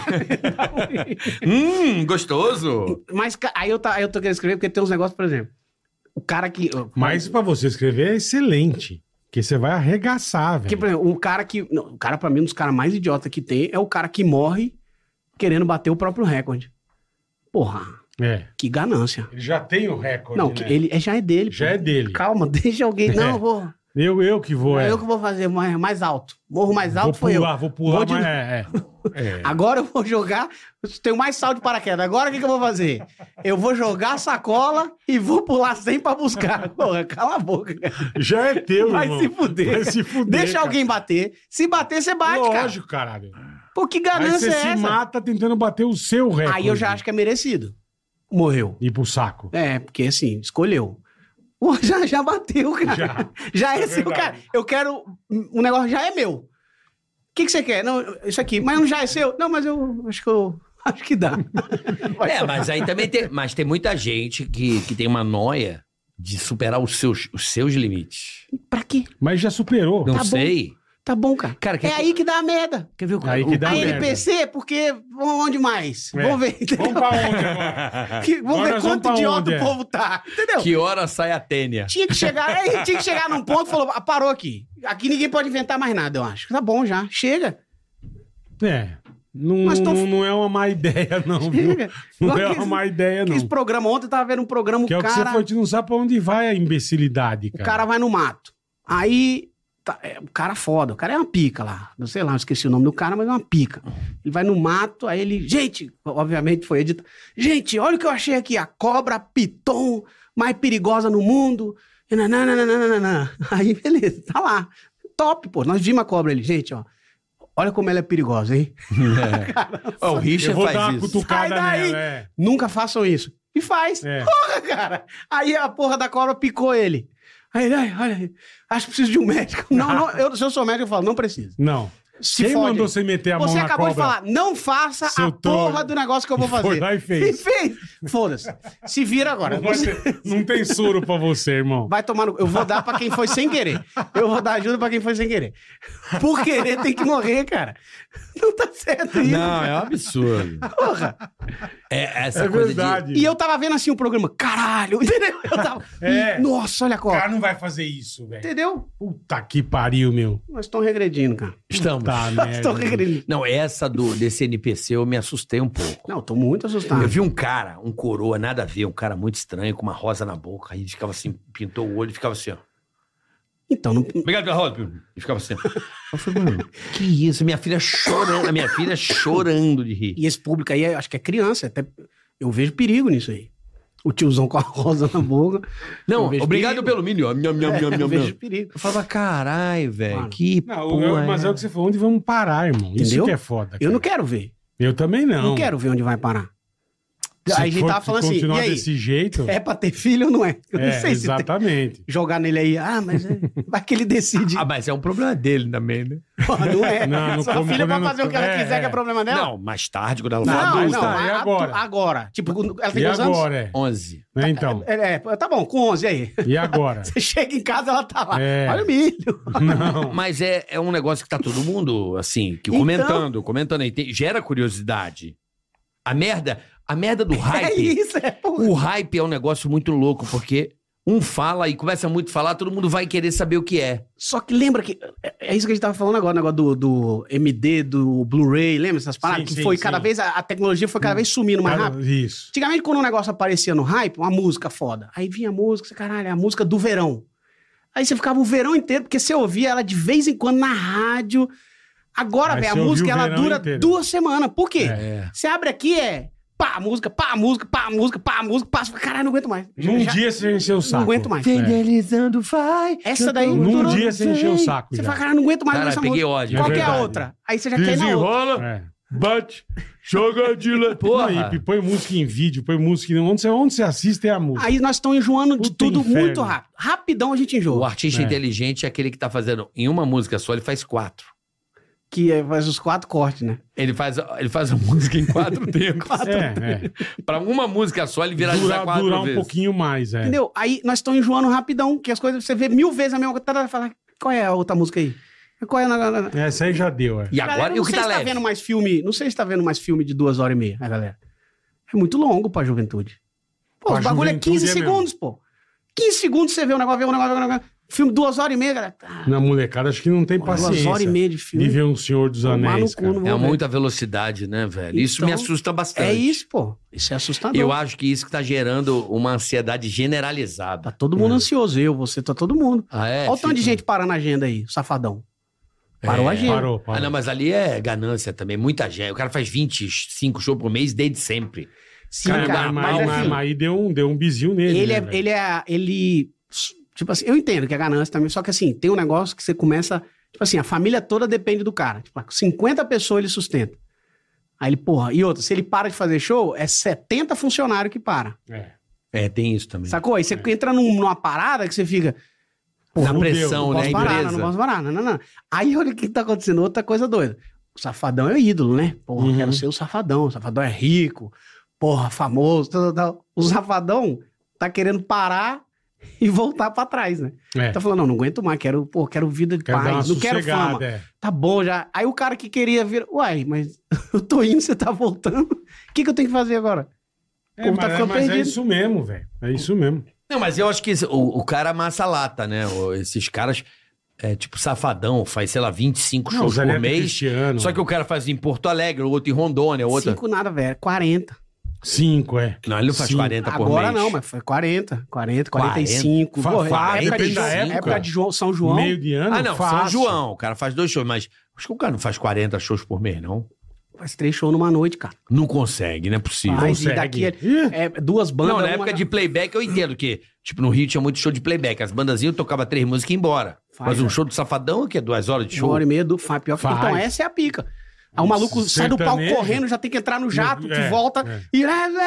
Gostoso. Mas aí eu tô querendo escrever porque tem uns negócios, por exemplo. O cara que. Mas pra você escrever é excelente. Porque você vai arregaçar, Porque, velho. por exemplo, o cara, pra mim, um dos caras mais idiotas que tem é o cara que morre querendo bater o próprio recorde. Porra, É. que ganância. Ele já tem o recorde, Não, né? que ele já é dele. Já pô. é dele. Calma, deixa alguém. Não, eu vou. Eu que vou, É eu que vou fazer mais alto. Morro mais alto foi eu. Vou pular, Vou de- mas é. Agora eu vou jogar. Tenho mais salto de paraquedas. Agora o que eu vou fazer? Eu vou jogar a sacola e vou pular sem pra buscar. Porra, cala a boca, cara. Já é teu, Vai irmão. se fuder. Vai cara. se fuder, Deixa cara. alguém bater. Se bater, você bate, cara. Lógico, caralho. Pô, que Aí ganância você é se essa? mata tentando bater o seu recorde. Aí eu já acho que é merecido. Morreu. Ir pro saco. É, porque assim, escolheu. Pô, já bateu, cara. Já é seu, verdade. cara. Eu quero. O negócio já é meu. O que você quer? Não, isso aqui. Mas não já é seu? Não, mas eu acho que dá. Mas aí também tem muita gente que tem uma noia de superar os seus limites. Pra quê? Mas já superou. Não Tá bom. sei. Tá bom, cara. Cara, é aí que dá a merda. Quer ver o Aí que dá A merda. NPC, porque onde mais? É. Vamos ver. Vamos pra onde agora? Vamos Agora ver nós vamos quanto pra idiota onde, o povo tá. Entendeu? Que hora sai a tênia? Tinha que chegar num ponto e falou: parou aqui. Aqui ninguém pode inventar mais nada, eu acho. Tá bom já. Chega. É. Não, Mas tô- não é uma má ideia, não, viu? Chega. Não Igual é aqueles- uma má ideia, não. Aqueles programas, ontem eu tava vendo um programa, Que é o que você foi, tu não sabe pra onde vai a imbecilidade, o cara. cara vai no mato. Aí, o cara foda, o cara é uma pica lá. Não sei lá, eu esqueci o nome do cara, mas é uma pica. Ele vai no mato, aí ele, gente, obviamente foi editado. Gente, olha o que eu achei aqui, a cobra piton mais perigosa no mundo. E nananana. Aí, beleza, tá lá. Top, pô, nós vimos a cobra ali, gente, ó. Olha como ela é perigosa, hein? Ó, o Eu Richard vou dar faz uma isso. cutucada Sai daí. nela, é. Nunca façam isso. E faz. É. Porra, cara. Aí a porra da cobra picou ele. Aí ele, ai, olha, acho que preciso de um médico. Não, se eu sou médico, eu falo, não preciso. Não. Se Quem fode. mandou você meter a mão Você na acabou cobra? de falar, não faça Seu a porra troll. do negócio que eu vou fazer. Foi lá e fez. E fez. Foda-se. Se vira agora. Não, vai Você ter- não tem soro pra você, irmão. vai tomar no... Eu vou dar pra quem foi sem querer. Eu vou dar ajuda pra quem foi sem querer. Por querer tem que morrer, cara. Não tá certo isso. Não, é um absurdo. Porra. Essa É coisa verdade. E eu tava vendo assim o programa, caralho, entendeu? Eu tava, É. nossa, olha a O cobra. cara não vai fazer isso, velho. Entendeu? Puta que pariu, meu. Nós estamos regredindo, cara. Estamos. Tá, Nós merda. estamos regredindo. Não, essa desse NPC eu me assustei um pouco. Não, eu tô muito assustado. Eu vi um cara, um coroa, nada a ver, um cara muito estranho, com uma rosa na boca. Aí ele ficava assim, pintou o olho e ficava assim, ó. Então, não... Obrigado pela rosa. E ficava assim. Eu falei, mano, que isso? Minha filha chorando, a minha filha chorando de rir. E esse público aí, acho que é criança. Até... Eu vejo perigo nisso aí. O tiozão com a rosa na boca. Não, Eu vejo obrigado perigo. pelo milho. Eu vejo perigo. Eu falava, caralho, velho, Mano. que Não, porra. mas é o que você falou, onde vamos parar, irmão? Isso Entendeu? que é foda. Eu não cara. quero ver. Eu também não. Não quero ver onde vai parar. Se Aí a gente for tava falando assim, continuar e aí? desse jeito... É pra ter filho ou não é? Eu não sei se tem... exatamente. jogar nele aí. Mas vai que ele decide. Ah, mas é um problema dele também, né? Porra, não é. Não, não Sua como filha quando pode fazer o que ela quiser, que é problema dela. Não, mais tarde, quando ela Não, for mas adulta. tá, e agora? Agora. Tipo, ela tem E quantos anos? agora, é? 11. Né, então? Tá bom, com 11 aí. E agora? Você chega em casa, ela tá lá. É. Olha o milho. Não. Mas é um negócio que tá todo mundo, assim, que Então- comentando aí, gera curiosidade. A merda do É hype, isso, porra. o hype é um negócio muito louco, porque um fala e começa muito a falar, todo mundo vai querer saber o que é. Só que lembra que... É isso que a gente tava falando agora, o negócio do MD, do Blu-ray, lembra essas paradas? Sim, Que sim, foi sim. cada vez... A tecnologia foi cada vez sumindo mais rápido. Isso. Antigamente, quando um negócio aparecia no hype, uma música foda. Aí vinha a música, você, caralho, é a música do verão. Aí você ficava o verão inteiro, porque você ouvia ela de vez em quando na rádio. Agora, Aí velho, a você ouviu música, o ela verão dura inteiro. 2 semanas. Por quê? É. Você abre aqui, pá, música, pá, música, pá, música, pá, música, pá. Caralho, não aguento mais. Num Já- dia você encheu o saco. Não aguento mais. Fidelizando vai. Essa daí... Num dia você encheu o saco. Você já. fala, caralho, não aguento mais Cara, essa peguei música. ódio. Qual É que é a verdade. outra? Aí você já quer ir na outra. Desenrola, É. bate, joga de lá. Porra. Não, e põe música em vídeo, põe música... Onde você assiste é a música. Aí nós estamos enjoando de Puta tudo inferno. muito rápido. Rapidão a gente O enjoa. artista É. inteligente é aquele que tá fazendo em uma música só, ele faz 4. Que faz os 4 cortes, né? Ele faz a música em 4 tempos. Pra uma música só, ele viraliza 4 Durar um vezes. pouquinho mais, é. Entendeu? Aí nós estamos enjoando rapidão, que as coisas, você vê 1000 vezes a mesma coisa, fala, qual é a outra música aí? Qual é a... Essa aí já deu, é. E agora, Galera, e o não que sei tá se tá leve? vendo mais filme, não sei se tá vendo mais filme de 2h30, né, galera? É muito longo pra juventude. Pô, Pra os bagulho é juventude 15 é segundos, pô. 15 segundos você vê o negócio, Filme 2h30, galera. Na molecada, acho que não tem paciência. 2h30 de filme. De ver um Senhor dos Tomar no Anéis, cu, não cara. vou ver. muita velocidade, né, velho? Isso Então, me assusta bastante. É isso, pô. Isso é assustador. Eu acho que isso que tá gerando uma ansiedade generalizada. Tá todo mundo ansioso. Você, tá todo mundo. Ah, é? Olha o tanto de gente parando a agenda aí, safadão. Parou a agenda. Parou. Ah, não, mas ali é ganância também, muita gente. O cara faz 25 shows por mês desde sempre. Sim, Cara, cara, mas assim, aí deu um bizil nele. ele, né, ele, tipo assim, eu entendo que é ganância também, só que assim, tem um negócio que você começa, tipo assim, a família toda depende do cara. Tipo, 50 pessoas ele sustenta. Aí ele, porra, e outra, se ele para de fazer show, é 70 funcionários que para. É, tem isso também. Sacou? Aí você entra numa parada que você fica, Na Fudeu, pressão, não né? posso A parar, empresa. não posso parar, não. Aí olha o que tá acontecendo, outra coisa doida. O Safadão é o ídolo, né? Porra, Uhum. quero ser o Safadão é rico, porra, famoso, tal. O Safadão tá querendo parar e voltar pra trás, né? É. Tá falando, não aguento mais, quero vida de Quero dar uma paz, não quero sossegada, fama. é. Tá bom já. Aí o cara que queria vir, uai, mas eu tô indo, você tá voltando, o que eu tenho que fazer agora? É, Como tá ficando mas é perdido. isso mesmo, velho. É isso mesmo. Não, mas eu acho que o cara amassa lata, né? Esses caras, tipo, Safadão, faz, sei lá, 25 Não, shows Zé por Neto mês. Cristiano. Só que o cara faz em Porto Alegre, o outro em Rondônia, o outro... 5 nada, velho, 40. 5, é. Não, ele não faz 40 por mês. Agora não, mas foi 40, 45. Fa- Porra, fa- época depende de, da época. época de São João. Meio de ano, Ah, não, São fácil. João. O cara faz 2 shows, mas acho que o cara não faz 40 shows por mês, não. Faz 3 shows numa noite, cara. Não consegue, não é possível. Faz, e consegue. daqui Ih. é 2 bandas. Não, na uma- época de playback eu entendo que, tipo, no Rio tinha muito show de playback. As bandazinhas tocava 3 músicas e ia embora. Faz, Mas um é. show do Safadão, que é 2 horas de show. 1h30 do faz. Pior que, Faz. então, essa é a pica. Aí o maluco sai do palco Sertanejo. correndo, já tem que entrar no jato, que É, volta. é. E.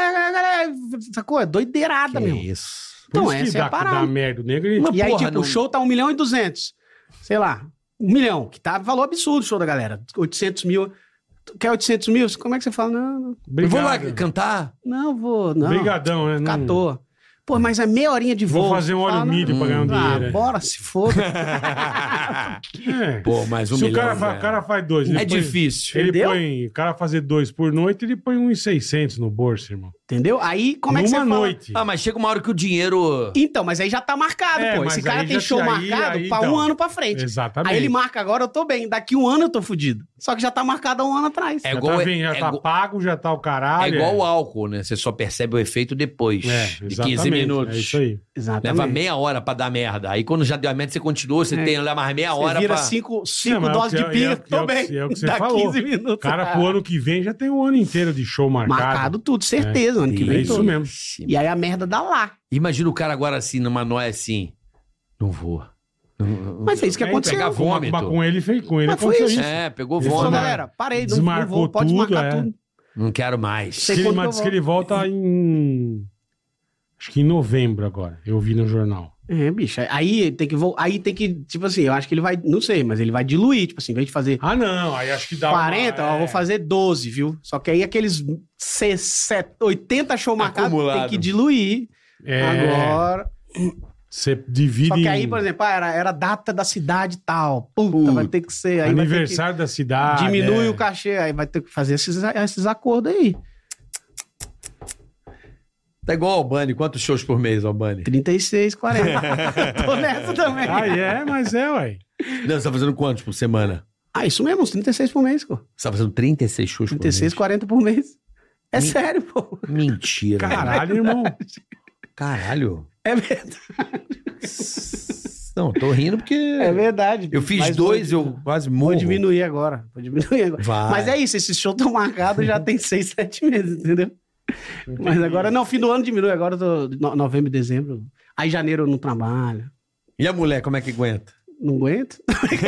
Sacou? É doideirada, Que meu. isso. Por Então, isso que essa é a dá parada. merda. O negro, ele... Mas, E aí, porra, tipo, não- o show tá 1.200.000. Sei lá, 1 milhão, que tá valor absurdo o show da galera. 800 mil. Quer 800 mil? Como é que você fala? Não, Eu vou lá Obrigado. cantar. não vou, não. Brigadão, né? Não- Catou. Pô, mas é meia horinha de voo. Vou fazer um óleo Fala, mídio pra ganhar um dinheiro. bora, se foda. É. Pô, mais 1 Se milhão. o cara faz 2. É difícil. Ele Entendeu? põe... O cara fazer 2 por noite, ele põe 1.600 no bolso, irmão. Entendeu? Aí, como é que você Numa fala? noite. Ah, mas chega uma hora que o dinheiro... Então, mas aí já tá marcado, É, pô. mas Esse cara aí tem já- show aí- marcado aí, pra então. 1 ano pra frente. Exatamente. Aí ele marca agora, eu tô bem. Daqui 1 ano eu tô fudido. Só que já tá marcado há 1 ano atrás. É Já igual- tá, já é tá igual- pago, já tá o É caralho. igual o álcool, né? Você só percebe o efeito depois de 15 exatamente, minutos. É isso aí. Exatamente. Leva meia hora pra dar merda. Aí quando já deu a merda, você continua, você tem leva mais meia Você hora vira pra... 5 Não, mas doses é de o que- pinga, é tô o que- bem. é o que você Dá falou. 15 minutos. O cara pro ano que vem já tem um ano inteiro de show marcado. Marcado tudo, certeza, ano que vem É isso todo. mesmo. E aí a merda dá lá. Imagina o cara agora assim, numa noia assim. Não vou. Mas é isso que É, aconteceu. pegar vômito. Mas com ele Mas foi aconteceu isso. isso. É, pegou Ele Falou, falou, vômito. galera, parei, não Desmarcou vou, pode tudo, desmarcar é. tudo. Não quero mais. Sei Diz que ele- quando mas que eu diz que ele volta em... Acho que em novembro agora. Eu vi no jornal. É, bicho, aí tem que, tipo assim, eu acho que ele vai, não sei, mas ele vai diluir, tipo assim, em vez de fazer Ah, não. Aí acho que dá 40, uma... ó, eu vou fazer 12, viu? Só que aí aqueles 80 show marcados Acumulado. tem que diluir. Agora. Você divide Só que aí, em por exemplo, era data da cidade tal. Puta, vai ter que ser. Aí aniversário da cidade. vai ter que diminui é. o cachê, aí vai ter que fazer esses acordos aí. Tá igual o Albani. Quantos shows por mês, Albani? 36, 40. Tô nessa também. Ah, mas é, ué. Não, você tá fazendo quantos por semana? Ah, isso mesmo, uns 36 por mês, pô. Você tá fazendo 36 shows 36, por 40 por mês. É sério, pô. mês? Mentira. Caralho, irmão. Caralho. É verdade. Não, tô rindo porque... É verdade. Eu fiz Mas 2, vou- eu quase morro. Vou diminuir agora. Vai. Mas é isso, esses shows estão marcados já tem 6, 7 meses, entendeu? Mas agora, não, fim do ano diminui. Agora eu tô novembro, dezembro. Aí janeiro eu não trabalho. E a mulher, como é que aguenta? Não aguento.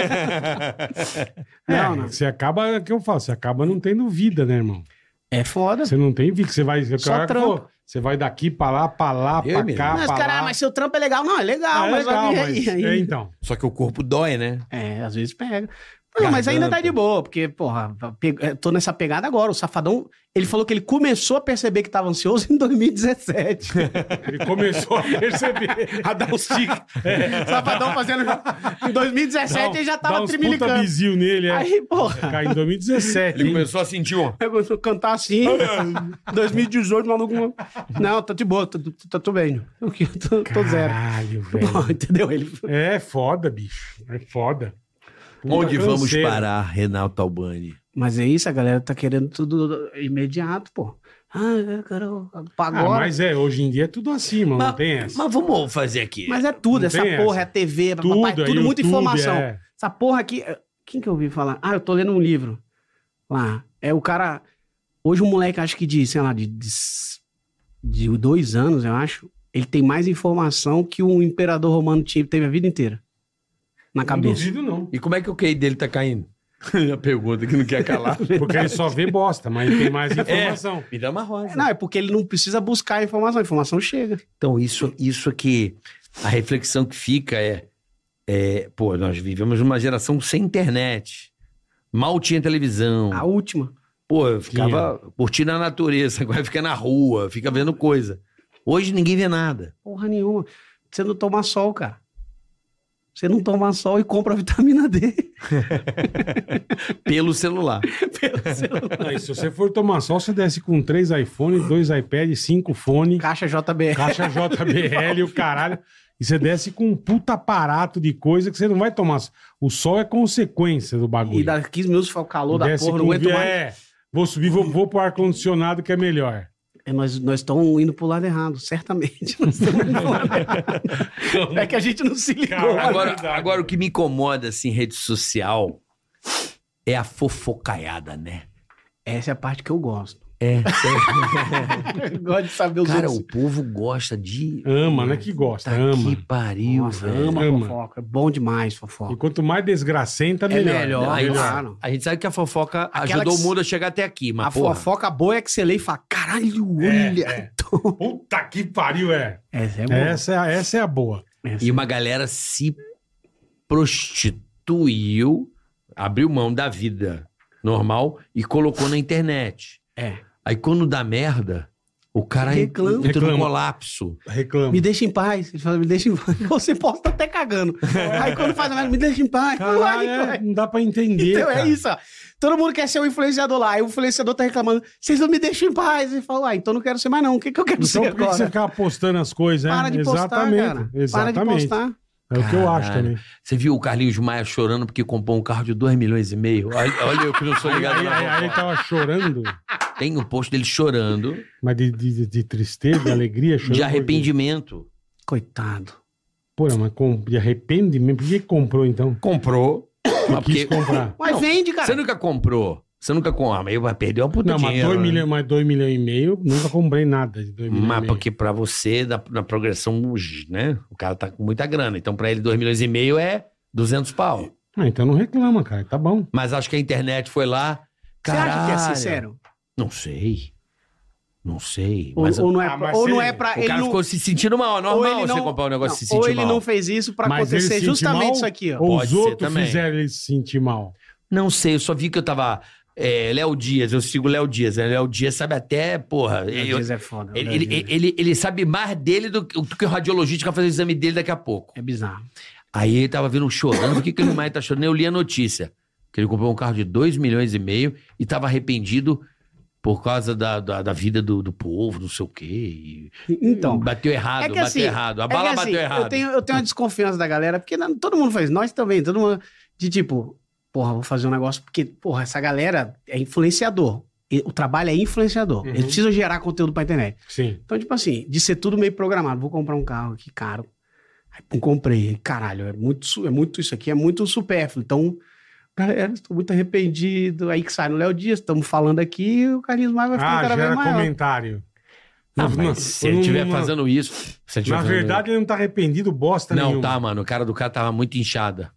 É, Não, não. você acaba, é o que eu falo, você acaba não tendo vida, né, irmão? É foda. Você não tem vida, você vai... Só trampo. Você vai daqui pra lá, Eu pra mesmo. cá, Mas, pra cara, lá. mas seu trampo é legal. Não, é legal, É mas legal, olha mas... aí. É, então. Só que o corpo dói, né? É, às vezes pega. Não, mas ainda tá garganta. de boa, porque, porra, tô nessa pegada agora. O Safadão, ele falou que ele começou a perceber que tava ansioso em 2017. Ele começou a perceber. A dar uns tiques. Safadão fazendo... Em 2017 ele já Dá tava uns trimilicando. puta bizil nele, Aí, porra, Cai em 2017. Ele hein? começou a sentir um... eu começou a cantar assim. 2018, maluco... Não, tá de boa, tá tudo bem. Tô zero. Caralho, velho. Entendeu? Ele... É foda, bicho. É foda. Puta Onde vamos canseira. parar, Renato Albani? Mas é isso, a galera tá querendo tudo imediato, pô. Eu quero Ah, agora. mas hoje em dia é tudo assim, mano. Não tem essa. Mas vamos fazer aqui. Mas é tudo, Não essa tem porra, essa. é TV, Tudo, papai, é tudo muita YouTube, informação. é. Essa porra aqui. Quem que eu ouvi falar? Eu tô lendo um livro lá. É o cara. Hoje um moleque, acho que sei lá, de 2 anos, eu acho. Ele tem mais informação que o imperador romano teve a vida inteira. Na Não cabeça. duvido, não. E como é que o QI dele tá caindo? A pergunta que não quer calar. Porque ele só vê bosta, mas ele tem mais informação. Me dá uma rosa. Não, é porque ele não precisa buscar a informação chega. Então, isso aqui, a reflexão que fica pô, nós vivemos numa geração sem internet. Mal tinha televisão. A última. Pô, eu ficava curtindo a natureza, agora fica na rua, fica vendo coisa. Hoje ninguém vê nada. Porra nenhuma. Você não toma sol, cara. Você não toma sol e compra vitamina D. Pelo celular. Pelo celular. Não, e se você for tomar sol, você desce com 3 iPhones, 2 iPads, 5 fones, Caixa JBL. caixa JBL e o caralho. E você desce com um puta aparato de coisa que você não vai tomar. O sol é consequência do bagulho. E dá 15 minutos foi o calor da Desce porra, não com aguento mais. Vou subir, vou pro ar-condicionado que é melhor. Nós estamos indo pro lado errado, certamente. Nós estamos indo pro lado errado. É que a gente não se ligou. Caralho. Agora o que me incomoda, assim, em rede social, é a fofocaiada, né? Essa é a parte que eu gosto. É. Eu gosto de saber os Cara, outros. o povo gosta de... Ama, não é que gosta, Tá ama. que pariu, Nossa, velho. ama Ama. fofoca. É bom demais fofoca. E quanto mais desgracenta, É melhor. melhor. A gente, Claro. a gente sabe que a fofoca Aquela ajudou que o mundo a chegar até aqui, mas A porra... fofoca boa é que você lê e fala, caralho, olha. Puta que pariu, é. Essa é boa. Essa é a boa. E uma galera se prostituiu, abriu mão da vida normal e colocou na internet. É. Aí quando dá merda, o cara Reclama. entra no Reclama. colapso. Reclama. Me deixa em paz. Ele fala, me deixa em paz. Você posta até cagando. Aí quando faz a merda, me deixa em paz. Caralho, Vai. não dá pra entender, Então cara. é isso, ó. Todo mundo quer ser o influenciador lá. Aí o influenciador tá reclamando, vocês não me deixam em paz. Ele fala, então não quero ser mais não. O que eu quero Então ser por que que agora? você ficava postando as coisas, Para de postar, Exatamente. cara. Exatamente. Para de postar. É o que eu acho Caralho. também. Você viu o Carlinhos Maia chorando porque comprou um carro de 2,5 milhões? Olha eu que não sou ligado na Aí ele fofoca. tava chorando, Tem um post dele chorando mas de tristeza, de alegria, chorando. de arrependimento. Coitado. Pô, mas de arrependimento? Por que comprou então? Comprou. Mas Quis porque... comprar. Mas Não, vende, cara. Você nunca comprou. Você nunca comprou. Mas vai perder uma puta Não, mas dinheiro. 2 milhões e meio, nunca comprei nada de 2 milhões e Mas meio. porque pra você, na progressão, né? O cara tá com muita grana. Então pra ele 2,5 milhões é 200 pau. Ah, então não reclama, cara. Tá bom. Mas acho que a internet foi lá. Você acha que é Caralho. sincero? Não sei. Não sei. Ou, Mas ou não é, Ah, mas ou se não ele- é pra o ele cara não... ficou se sentindo mal. ou Normal ele você não- comprar um negócio e se Ou sentir ele mal. não fez isso pra Mas ele acontecer se sentir justamente mal, isso aqui, ó. Ou Pode os ser outros também. fizeram ele se sentir mal. Não sei, eu só vi que eu tava... Léo Dias, eu sigo Léo Dias. Né? Léo Dias sabe até, porra... Dias é foda. Ele sabe mais dele do que o radiologista que vai fazer o exame dele daqui a pouco. É bizarro. Aí ele tava vendo chorando. Por que o Maia tá chorando? Eu li a notícia. Que ele comprou um carro de 2,5 milhões e tava arrependido por causa da vida do povo, não sei o quê. Então, Bateu errado, é que bateu assim, errado. A é bala que, bateu assim, errado. Eu tenho uma desconfiança da galera, porque todo mundo faz, nós também, todo mundo, de tipo, porra, vou fazer um negócio, porque, porra, essa galera é influenciador. O trabalho é influenciador. Uhum. Eles precisam gerar conteúdo pra internet. Sim. Então, tipo assim, de ser tudo meio programado, vou comprar um carro aqui caro. Aí, pum, comprei. Aí, caralho, é muito isso aqui, é muito supérfluo. Então, galera, estou muito arrependido. Aí que sai no Léo Dias, estamos falando aqui e o Carlinhos Maia vai ficando cada vez gera maior. comentário. Não, Não, mas se ele não, estiver não, fazendo isso... Se ele tiver Na fazendo verdade, ele não tá arrependido bosta isso... Não, nenhuma. tá, mano. O cara do cara tava muito inchada.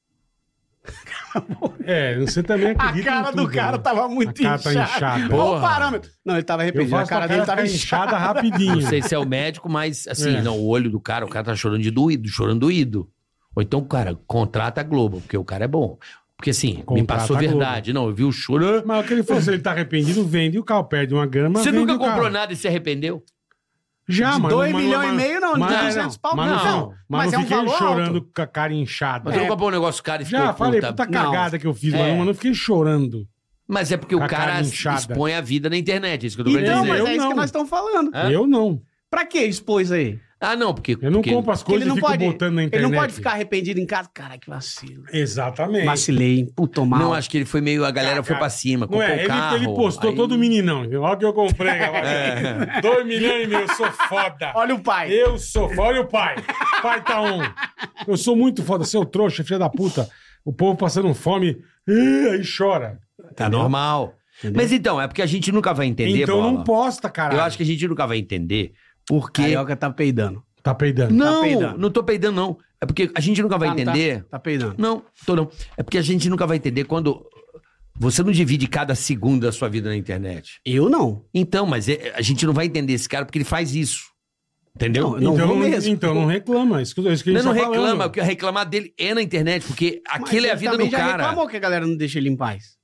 É, você também A acredita cara em do tudo, cara né? tava muito A cara tá inchada. Olha o Porra. parâmetro. Não, ele tava Eu arrependido. A faço cara dele tava ficar inchada. inchada rapidinho. Não sei se é o médico, mas assim, É. não, o olho do cara tá chorando de doído, chorando doído. Ou então, cara, contrata a Globo, porque o cara é bom. Porque assim, me Contrata passou a Globo. verdade. Não, eu vi o choro. Mas o que ele falou, se ele tá arrependido, vende o carro, perde uma grama, Você vende nunca o carro. comprou nada e se arrependeu? Já, mas... 2 mas- milhões e mas- meio, não. De mas- 200 pau, mas não. Mas Mas não é um fiquei valor chorando alto. com a cara inchada. Mas tu não comprou um negócio caro e ficou Já falei, puta. puta cagada que eu fiz, É. mas não fiquei chorando. Mas é porque Com o a cara cara inchada. expõe a vida na internet, é isso que eu tô querendo Então, dizer. mas Eu é isso não. que nós estamos falando. Hã? Eu não. Pra que expôs aí? Ah, não, porque... Eu não porque... compro as Porque coisas e fico botando na ele internet. não pode ficar arrependido em casa. Cara, que vacilo. Exatamente. Vacilei, hein? Puto mal. Não, acho que ele foi meio... A galera foi pra cima, Não comprou é, um carro. ele postou aí- todo meninão. Olha o que eu comprei, galera. 2 milhões e meio, eu sou foda. Olha o pai. Eu sou foda. Olha o pai. O pai tá on. Eu sou muito foda. Seu trouxa, filha da puta. O povo passando fome. Aí chora. Tá normal. Mas então, é porque a gente nunca vai entender, Então Bola. não posta, caralho. Eu acho que a gente nunca vai entender porque... Carioca tá peidando. Tá peidando. Não, peidando. não tô peidando, não. É porque a gente nunca vai Não entender... Tá peidando. Não, tô não. É porque a gente nunca vai entender quando... Você não divide cada segundo da sua vida na internet. Eu não. Então, mas a gente não vai entender esse cara porque ele faz isso. Entendeu? Não, Então, vou mesmo. então não reclama. Isso que a gente Não, não tá reclama, falando. porque reclamar dele é na internet, porque Mas aquilo é a ele vida também do já cara. reclamou que a galera não deixa ele em paz.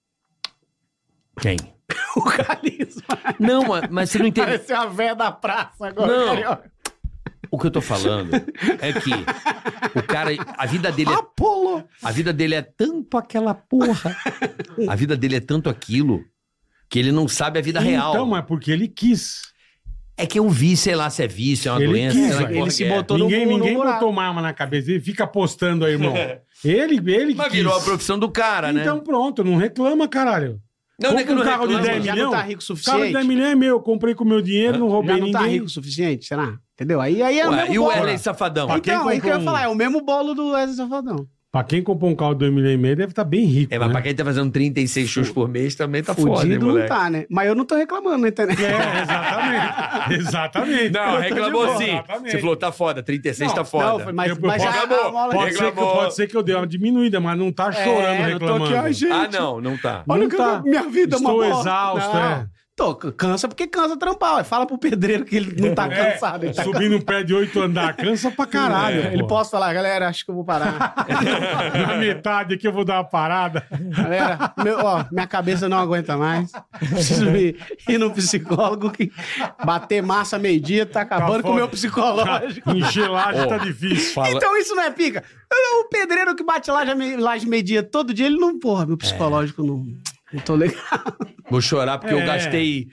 Quem? O Carisma. Não, mas você não entende. Pareceu a véia da praça agora, Não. Carioca. O que eu tô falando é que o cara, a vida dele é, Apolo. a vida dele é tanto aquela porra. A vida dele é tanto aquilo que ele não sabe a vida real. Então, mas porque ele quis. É que eu vi, sei lá, se é vício, é uma Ele doença, quis, sei lá que velho. porra Ele se que é. botou Ninguém no buraco. botou uma arma na cabeça. Ele fica postando aí, irmão. Ele Mas quis. virou a profissão do cara, né? Então pronto, não reclama, caralho. Não, é que Compra eu não um carro de reclamo. 10 Já milhões. não tá rico o O carro de suficiente? 10 milhões é meu. Eu comprei com o meu dinheiro, não roubei Já não ninguém. tá rico o suficiente, será? Entendeu? Aí é o Ué, mesmo e o bolo. Wesley Safadão? Pra quem Então, aí que eu ia comprou falar, é o mesmo bolo do Wesley Safadão. Pra quem comprou um carro de 2 milhões e meio, deve estar bem rico. É, mas né? pra quem tá fazendo 36 shows por mês também tá foda, hein, Fudido não moleque? tá, né? Mas eu não tô reclamando na internet. É, exatamente. Exatamente. Não, reclamou Tá de sim. boa, exatamente. Você falou, tá foda, 36 tá foda. Não, foi- mas Eu- já reclamou. a mola- Pode ser que eu dei uma diminuída, mas não tá chorando, eu tô aqui, reclamando. ai, gente. Ah, não tá. Olha Não o que tá. minha vida é uma Estou bosta. exausto, Não. é. Tô, cansa porque cansa trampar. Ué. Fala pro pedreiro que ele não tá cansado. Ele tá Subir num pé de 8 andar, cansa pra caralho. Ele pô. pode falar, galera, acho que eu vou parar. Na metade aqui eu vou dar uma parada. Galera, minha cabeça não aguenta mais. Preciso ir no psicólogo que bater massa meio-dia tá acabando com o meu psicológico. Encher laje Ó, tá difícil. fala- Então isso não é pica. O pedreiro que bate laje meio-dia todo dia, ele não, porra, meu psicológico não tô legal. Vou chorar porque É. eu gastei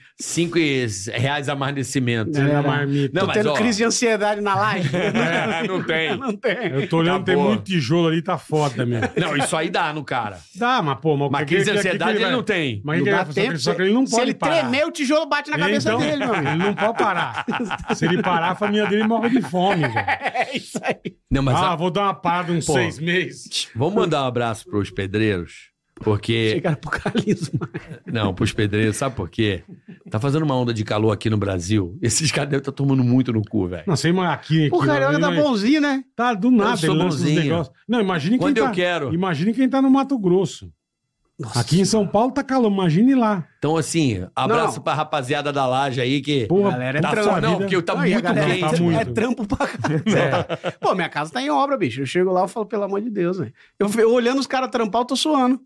R$5 a mais nesse cimento. É da marmita. Não, Tô mas, tendo ó, crise de ansiedade na laje. não tem. Não tem. Eu tô olhando, tem Acabou. muito tijolo ali, tá foda mesmo. Não, isso aí dá no cara. Dá, mas pô, Mas crise de ansiedade ele não tem. Mas Não ele dá vai fazer, tempo. só que ele não Se pode ele parar. tremer, o tijolo bate na cabeça Então, dele, meu amigo. ele não pode parar. Se ele parar, a família dele morre de fome, velho. É isso aí. Não, mas Vou dar uma parada uns Pô. 6 meses. vamos mandar um abraço pros pedreiros. Porque. Chegaram pro Carlismo. Não, pros pedreiros, sabe por quê? Tá fazendo uma onda de calor aqui no Brasil. Esses caras devem estar tomando muito no cu, velho. Não, sei, mas aqui. O Carioca tá bonzinho, né? Tá do nada, sou ele lança uns bonzinho. negócios. Não, imagine quem Quando eu tá. quero. Imagine quem tá no Mato Grosso. Aqui em São Paulo tá calor, imagine lá. Então, assim, abraço Não. pra rapaziada da laje aí que. Porra, Galera, é tá trampo. só, não, vida- porque tá Não, e a muito galera quente. tá muito. É trampo pra caralho. Pô, minha casa tá em obra, bicho. Eu chego lá e falo, pelo amor de Deus, velho. Eu olhando os caras trampar, eu tô suando.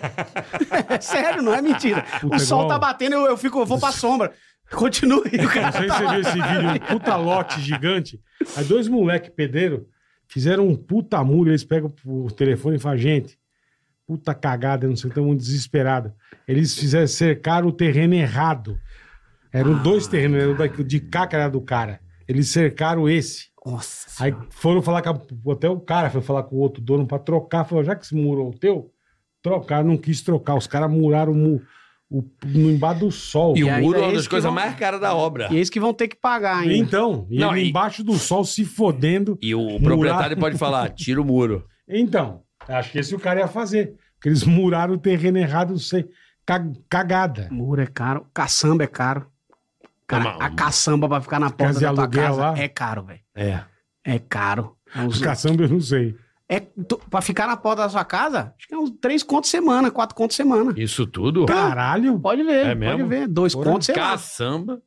É sério, não é mentira. Puta, O sol igual- tá batendo, eu vou pra sombra. Continue. O Não cara sei se você viu esse vídeo, um puta lote gigante. Aí 2 moleque pedreiro fizeram um puta muro. Eles pegam o telefone e falam, gente, puta cagada, não sei, estamos desesperados. Eles cercaram o terreno errado. Eram 2 terrenos, era o de cá que era do cara. Eles cercaram esse. Nossa. Aí foram falar com até o cara foi falar com o outro dono pra trocar. Falou, já que esse muro é o teu, trocar, não quis trocar. Os caras muraram no embaixo do sol. E o ainda muro é uma esse das que coisas vão- mais caras da obra. E eles que vão ter que pagar ainda. Então, e Não, ele e- embaixo do sol se fodendo. E o proprietário pode falar, tira o muro. Então, acho que esse o cara ia fazer. Porque eles muraram o terreno errado, sem cagada. Muro é caro, caçamba é caro. Cara, Não, a caçamba pra ficar na porta casa de da tua aluguel casa lá? é caro, velho. É. É caro. Os caçamba eu não sei. Pra ficar na porta da sua casa, acho que é uns 3 contos semana, 4 contos semana. Isso tudo? Caralho. Pode ver, É mesmo? pode ver. 2 contos, sei lá. Caçamba.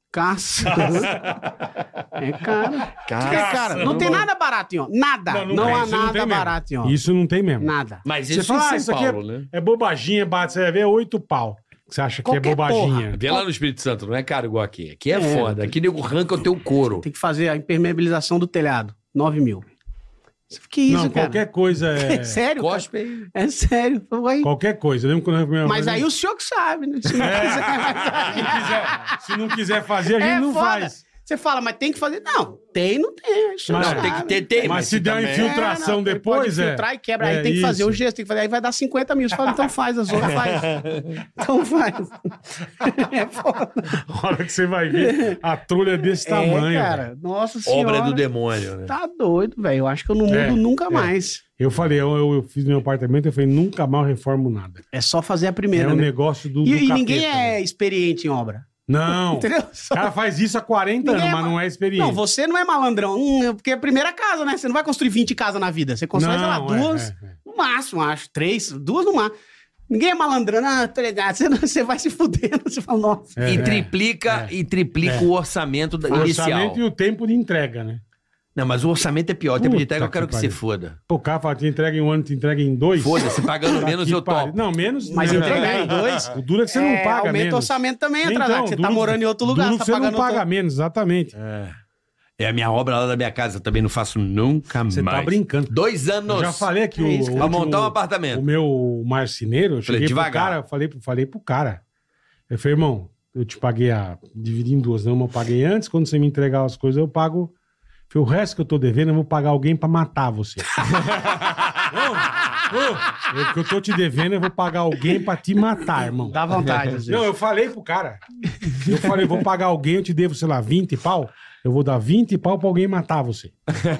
É cara. Não tem nada barato, ó. Nada. Não Não tem, há isso não nada tem mesmo. barato, ó. Isso não tem mesmo. Nada. Mas Você isso fala, em isso São aqui Paulo, né? é bobaginha, bate, você vai ver 8 pau. Você acha que Qualquer é bobaginha. Vê lá no Espírito Santo, não é caro igual aqui. Aqui é É. foda. Aqui nego arranca o teu couro. Tem que fazer a impermeabilização do telhado. 9 mil. Que isso, Não, cara? qualquer coisa é... É sério, cara? Cospe aí. É sério. Aí... Qualquer coisa. Eu lembro quando eu minha Mas mãe- aí o senhor que sabe, né? Se não Se não quiser fazer, a gente É não foda. faz. Você fala, mas tem que fazer. Não, não tem. Mas- Não, tem que ter, tem. Mas se der uma também- infiltração Ele depois, pode filtrar e quebra. Aí é tem que fazer o isso. gesso, tem que fazer. Aí vai dar 50 mil. Você fala, então faz, a zona faz. Então faz. É foda. A hora que você vai ver, a trulha é desse tamanho. cara. velho. Nossa senhora. Obra do demônio, né? Tá doido, velho. Eu acho que eu não mudo nunca mais. Eu falei, eu fiz meu apartamento, eu falei, nunca mais eu reformo nada. É só fazer a É primeira, um né? negócio do E capeta, ninguém é né? experiente em obra. Não. Entendeu? O cara faz isso há 40 anos, Ninguém é mas ma- não é experiente. Não, você não é malandrão. Porque é a primeira casa, né? Você não vai construir 20 casas na vida. Você constrói, sei lá, Não, 2, no máximo, acho. 3, 2 no máximo. Ninguém é malandrão. Ah, tô ligado. Você vai se fudendo. Você fala, nossa. É, E triplica o orçamento o inicial. orçamento e o tempo de entrega, né? Não, mas o orçamento é pior. O tempo de Puta entrega eu quero que que você pariu. foda. Pô, o cara fala, te entrega em um ano, te entrega em 2. Foda-se, pagando menos Que eu pariu. topo. Não, menos... Mas não, entregar em 2. O duro é que você não paga aumenta menos. o orçamento também, Então, atrasado. Você tá duro- morando em outro lugar, duro você que tá você não pagando paga outro... menos, exatamente. É a minha obra lá da minha casa, eu também não faço nunca Você mais. tá brincando. 2 Eu anos. já falei aqui, É isso, o Pra último- montar um o apartamento. meu marceneiro, eu Falei, cheguei pro devagar. cara, eu falei pro cara. Eu falei, irmão, eu te paguei dividi em 2, não, eu paguei antes, quando você me entregar as coisas, eu pago. Falei, o resto que eu tô devendo, eu vou pagar alguém pra matar você. O que eu tô te devendo, eu vou pagar alguém pra te matar, irmão. Dá vontade, às vezes. Não, eu falei pro cara. Eu falei, vou pagar alguém, eu te devo, sei lá, 20 pau. Eu vou dar 20 pau pra alguém matar você.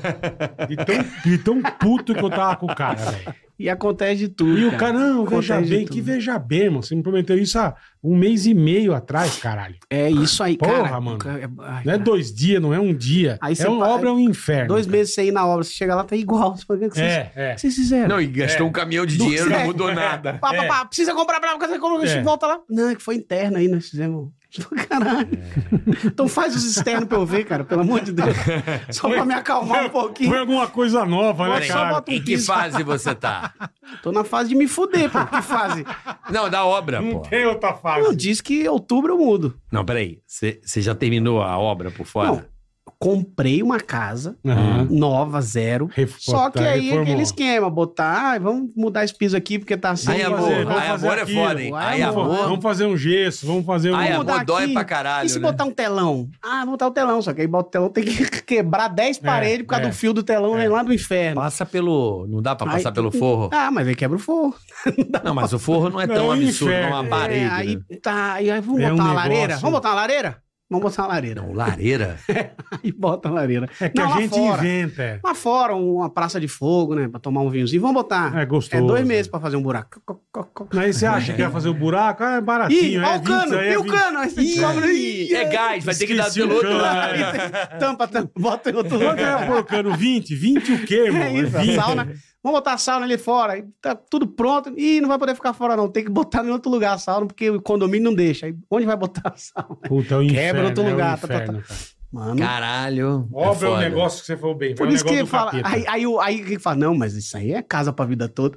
De tão puto que eu tava com o cara, velho. E acontece de tudo. E o cara, não, veja Acontece de bem, tudo. que veja bem, irmão. Você me prometeu isso há 1 mês e meio atrás, caralho. É isso aí, Porra, cara. mano. Ai, Não é 2 dias, não é um dia. Aí você uma pa- obra, é um inferno. 2 cara. meses você ir na obra, você chega lá, tá igual. Você fala, o que vocês, É. o que vocês fizeram? Não, e gastou um caminhão de dinheiro, não mudou nada. Pá, precisa comprar pra casa, É. volta lá. Não, é que foi interno aí, nós fizemos. Caralho. Então faz os externos pra eu ver, cara, pelo amor de Deus. Só pra me acalmar um pouquinho. Foi alguma coisa nova, né, Peraí, só cara? bota um Em que piso. fase você tá? Tô na fase de me fuder, pô. Que fase? Não, da obra, Não pô. tem outra fase. Eu disse que em outubro eu mudo. Não, peraí. Você já terminou a obra por fora? Não. Comprei uma casa Aham. nova, 0. Só que aí reformou. aquele esquema, botar, vamos mudar esse piso aqui porque tá assim. Aí, Vamos amor, fazer- vamos aí, fazer amor é aquilo. foda, hein? Ai, Aí, amor. amor. Vamos fazer um gesso, vamos fazer um... Ai, Vamos amor, mudar dói aqui. pra caralho, E se né? botar um telão? Ah, vamos botar o telão, só que aí bota o telão, tem que quebrar 10 paredes por causa é. do fio do telão vem lá do inferno. Passa pelo... Não dá pra Aí passar pelo tem- forro? Ah, mas aí quebra o forro. Não, mas o forro não é tão Não, absurdo, inferno. não é uma parede, aí né? tá, aí vamos É botar um uma lareira? negócio- Vamos botar uma lareira? Vamos botar uma lareira. Não, lareira? Aí bota a lareira. É que Não, a lá gente fora. inventa. É. Lá fora, uma praça de fogo, né? Pra tomar um vinhozinho. Vamos botar. É gostoso. É 2 meses pra fazer um buraco. Aí você acha que vai fazer o buraco? Ah, é Ih, baratinho. olha é o cano, 20, aí é e o 20. cano? Aí você descobre. Ih, É gás, vai ter que dar Esqueci pelo o outro cano, lado. né? Tampa, bota em outro Quanto lugar. é por cano? 20? 20 o quê, irmão? É isso, a 20. sauna. Vamos botar a sauna ali fora. Aí tá tudo pronto. Ih, não vai poder ficar fora, não. Tem que botar em outro lugar a sauna, porque o condomínio não deixa. Aí onde vai botar a sauna? Puta, é o inferno. Quebra outro é o lugar, inferno, cara. Mano. Caralho. Obra é um foda. negócio que você falou bem. Por é um isso que negócio do fala. capeta. Aí que fala, não, mas isso aí é casa pra vida toda.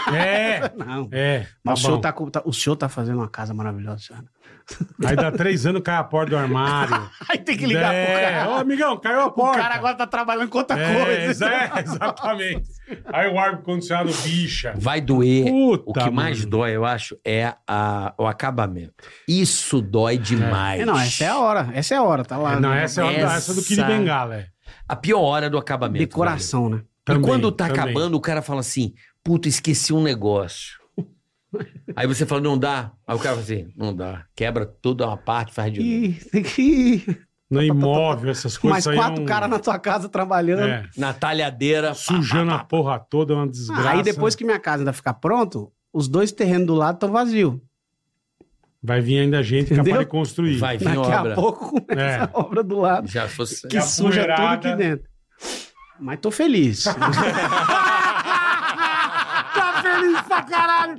É, Não. é. Mas Tá o bom. senhor tá fazendo uma casa maravilhosa, senhora. Aí dá 3 anos, cai a porta do armário. Aí tem que ligar pro cara. Ô, amigão, caiu a O porta. cara agora tá trabalhando com outra É, coisa. exatamente. Aí o ar-condicionado bicha. Vai doer. Puta, O que mais mano. dói, eu acho, é o acabamento. Isso dói demais. Não, essa é a hora. Essa é a hora, tá lá. Não, essa é essa do Kid Bengala. É. A pior hora do acabamento. Decoração, né? velho. Também, e quando tá também. acabando, o cara fala assim, puta, esqueci um negócio. Aí você fala, não dá. Aí o cara fala assim, não dá. Quebra toda uma parte, faz de novo. Ih, tem que... No imóvel, essas coisas Mais aí 4 é um... caras na tua casa trabalhando. É, Na talhadeira. sujando a porra toda, é uma desgraça. Aí depois que minha casa ainda ficar pronto, os 2 terrenos do lado estão vazios. Vai vir ainda gente capaz Entendeu? de construir. Vai vir Daqui obra. a pouco começa É. a obra do lado. Já fosse... Que a suja tudo poeirada. aqui dentro. Mas tô feliz. feliz pra caralho.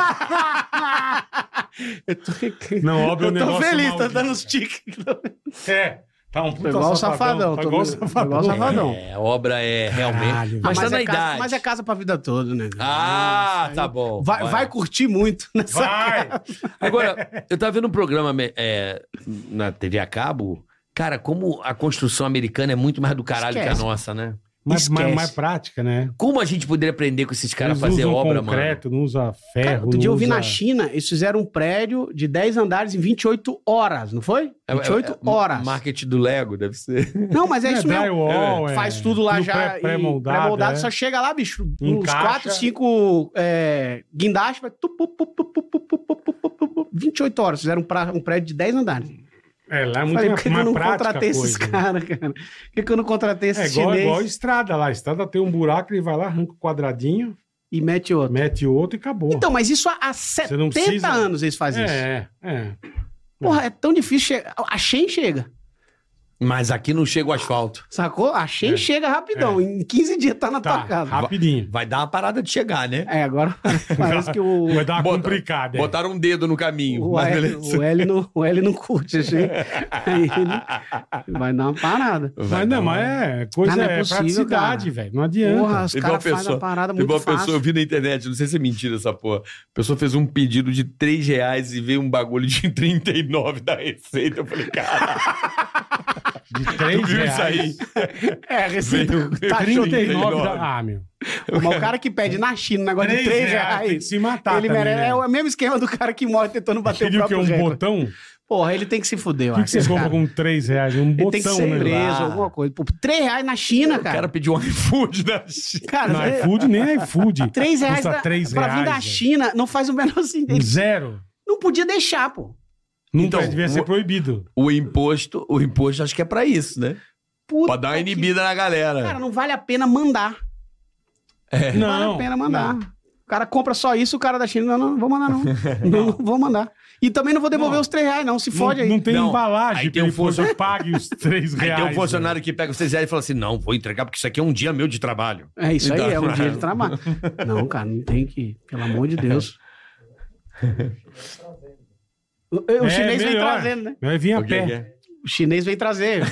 Não, óbvio, eu tô feliz, tô dando os tiques. É. Tá um puta Igual o Safadão. Tá igual o Safadão. Igual o Safadão. A obra é realmente... Caralho, mas tá na é casa, idade. mas é casa pra vida toda, né? Ah, tá bom. Vai curtir muito nessa Vai! casa. Agora, eu tava vendo um programa na TV a cabo. Cara, como a construção americana é muito mais do caralho Esquece. que a nossa, né? Mais prática, né? Como a gente poderia aprender com esses caras a Eles fazer usam obra, concreto, não usa ferro. Cara, outro dia eu vi não na usa- China, eles fizeram um prédio de 10 andares em 28 horas, não foi? 28 horas. Marketing do Lego, deve ser. Não, mas é isso mesmo. drywall, é. Faz tudo lá Tudo já pré-moldado, pré-moldado, é. só chega lá, bicho, uns Encaixa. 4, 5 guindastes, vai 28 horas, fizeram um prédio de 10 andares. É, lá é muito Falei, por que eu mais não prática contratei a esses coisa. caras, cara? Por que eu não contratei É esses igual chineses estrada lá. A estrada tem um buraco, ele vai lá, arranca o quadradinho, e mete outro? mete outro e acabou. Então, mas isso há Você não 70 precisa- anos eles fazem isso. É. Porra, é tão difícil chegar. A Shen chega. Mas aqui não chega o asfalto. Sacou? A Shen chega rapidão. Em 15 dias tá na tua Tá, casa. rapidinho. Vai dar uma parada de chegar, né? É, agora parece que o, Vai dar uma Bota- complicada. Botaram um dedo no caminho. o, mas L, beleza. o L não curte, assim. Aí ele vai dar uma parada. Mas não, mas é coisa, Não é é possível, praticidade, cara. velho. Não adianta. Porra, os Igual caras fazem pessoa- a parada Teve muito uma pessoa, fácil. eu vi na internet, não sei se é mentira essa porra. A pessoa fez um pedido de R$3 e veio um bagulho de 39 da Receita. Eu falei, cara, De tu 3 viu isso reais. aí? É, a receita tá 39 39. Ah, meu. Mas o cara que pede na China um negócio de 3 Tem que reais, se matar ele também, merece. né? É o mesmo esquema do cara que morre tentando bater Aquele o que é próprio um recorde. botão? Porra, ele tem que se fuder, eu O que acho. você esse compra cara. com 3 reais? Um Ele botão, tem que ser né? preso, Ah. alguma coisa. Pô, 3 reais na China, O cara cara. pediu um iFood da China. Cara, Não, iFood nem iFood. 3 reais Custa 3 pra vir da reais, China não faz o menor sentido. Ele Zero. não podia deixar, pô. Nunca Então, devia ser proibido. O imposto acho que é pra isso, né? Puta Pra dar uma que- inibida na galera. Cara, não vale a pena mandar. Não vale a pena mandar. O cara compra só isso, o cara da China, não vou mandar não. Não vou mandar. E também não vou devolver Não. os 3 reais não, se fode aí. Não tem Não, embalagem aí tem pra um ele funcionário- você pague os 3 Aí reais. tem um funcionário que pega os R$6 e fala assim, não, vou entregar porque isso aqui é um dia meu de trabalho. É isso aí, Então- é um dia de trabalho. Não, cara, não tem que, pelo amor de Deus. O chinês vem melhor. trazendo, né? Vai vir a O que pé. que é? O chinês vem trazer.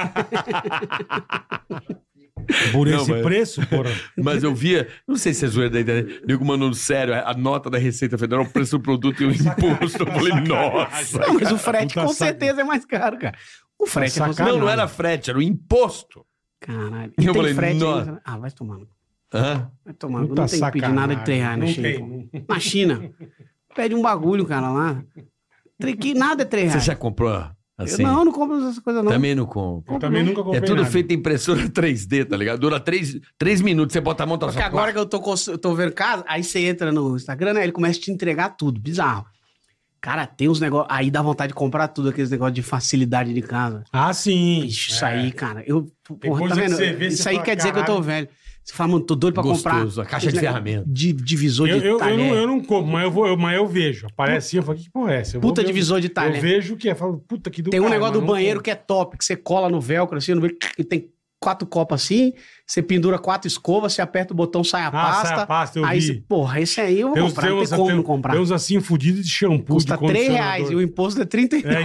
Por Não, esse mas- preço, porra. Mas eu via, não sei se é zoeira da internet, nego mandando sério, a nota da Receita Federal, o preço do produto e o imposto. Eu falei, nossa. Não, mas o frete Puta com saca- certeza é mais caro, cara. O frete é sacanagem. Não, não era frete, era o imposto. Caralho. Eu E tem falei, frete nossa. ainda. Ah, vai tomando. Hã? Vai tomando. Puta Não tem que pedir nada de 3 reais na Não China. tem. pô. Na China. Pede um bagulho, cara, lá. Que nada é 3 Você reais. já comprou assim? Eu não compro essas coisas, não. Também não compro. Eu também nunca comprei É tudo nada. feito em impressora 3D, tá ligado? Dura 3 minutos, você bota a mão, tá Porque só... agora que eu tô vendo casa, aí você entra no Instagram, né? Ele começa a te entregar tudo. Bizarro. Cara, tem uns negócios. Aí dá vontade de comprar tudo, aqueles negócios de facilidade de casa. Ah, sim. Vixe, isso É. aí, cara. Porra, coisa tá que vendo? você vê, Isso você aí fala, quer dizer que eu tô caralho. velho. Você fala, mano, tô doido pra comprar. Gostoso, a caixa de esse negócio ferramenta. De divisor de talher. Eu não compro, mas eu vejo. Aparece assim, eu falo, que porra é essa? Eu Puta vou ver- divisor de Eu talher. vejo o que é. Falo, puta que do Tem um caralho, negócio mas do não banheiro compro. que é top, que você cola no velcro, assim, e tem 4 copas assim, você pendura 4 escovas, você aperta o botão, sai a pasta. sai a pasta, eu aí vi. você, porra, esse aí eu vou comprar, não tem como não comprar. Tem uns assim fudidos de shampoo, Custa de 3 condicionador. reais e o imposto é 39.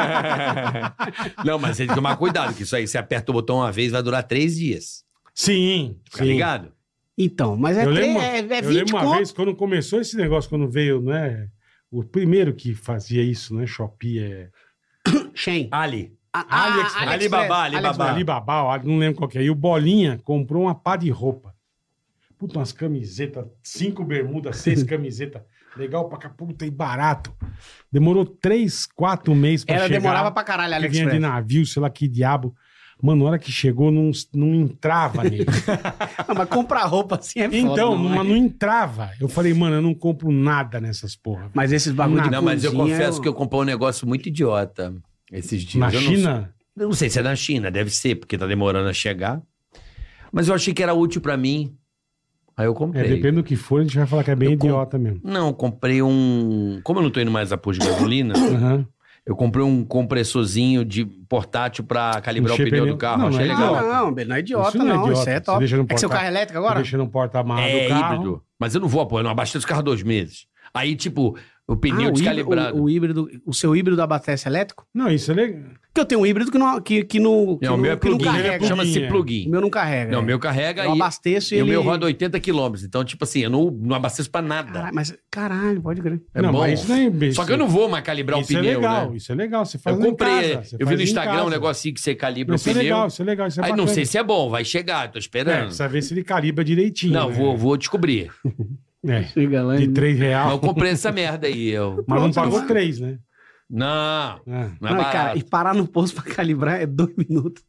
Não, mas você tem que tomar cuidado, que isso aí, você aperta o botão uma vez, vai durar 3 dias. Sim, Tá sim. ligado? Então, mas é, Eu lembro, é eu 20 lembro uma conto. vez, quando começou esse negócio, quando veio, né? O primeiro que fazia isso, né? Shopee é... Shein. Ali. AliExpress. Alibaba. Alibaba, ó, não lembro qual que é. E o Bolinha comprou uma pá de roupa. Puta, umas camisetas, 5 bermudas, 6 camisetas. Legal pra cá, puta, e barato. Demorou 3, 4 meses pra Ela chegar. demorava pra caralho, que vinha de AliExpress. navio, sei lá que diabo. Mano, na hora que chegou, não entrava nele. Não, mas comprar roupa assim é foda. Então, não, mas é? não entrava. Eu falei, mano, eu não compro nada nessas porra. Mas esses bagulho de Não, mas eu cozinha, confesso que eu comprei um negócio muito idiota esses dias. Na Eu não China, Eu não sei se é na China, deve ser, porque tá demorando a chegar. Mas eu achei que era útil pra mim. Aí eu comprei. depende do que for, a gente vai falar que é bem Eu idiota mesmo. Não, comprei um... Como eu não tô indo mais a pôr de gasolina, Aham. Eu comprei um compressorzinho de portátil pra calibrar o Encher pneu pneu. do carro. Não, Achei não é legal. idiota. Não, não é idiota, Isso não é não. idiota. Isso é Você top. deixa no É que seu porta- carro é elétrico agora? Deixa no porta-malas É do carro. híbrido. Mas eu não vou, pô. Eu não abasteço o carro 2 meses. Aí, tipo, o pneu o descalibrado. o seu híbrido abastece elétrico? Não, isso é legal. Porque eu tenho um híbrido que não, que não, que Não, o meu é que não plugin. carrega. Chama-se é. O plugin. meu não carrega. Não, o é. meu carrega Eu e... abasteço E o ele... meu roda 80 km. Então, tipo assim, eu não abasteço pra nada. Caralho, mas, caralho, pode crer. É não, bom. mas isso não é... Só que eu não vou mais calibrar o Isso pneu, é legal, né? isso é legal. Você faz Eu lá em comprei, casa, você eu vi faz no em Instagram casa. um negocinho que você calibra Isso o é pneu. legal, isso é legal. Isso é Aí não bacana. sei se é bom, vai chegar, tô É, esperando. precisa ver se ele calibra direitinho. Não, né? vou descobrir. É, Chega lá de e... R$3. Mas eu comprei essa merda aí. Mas não pagou 3, né? Não, É. não é Não, barato. cara, e parar no posto pra calibrar é 2 minutos.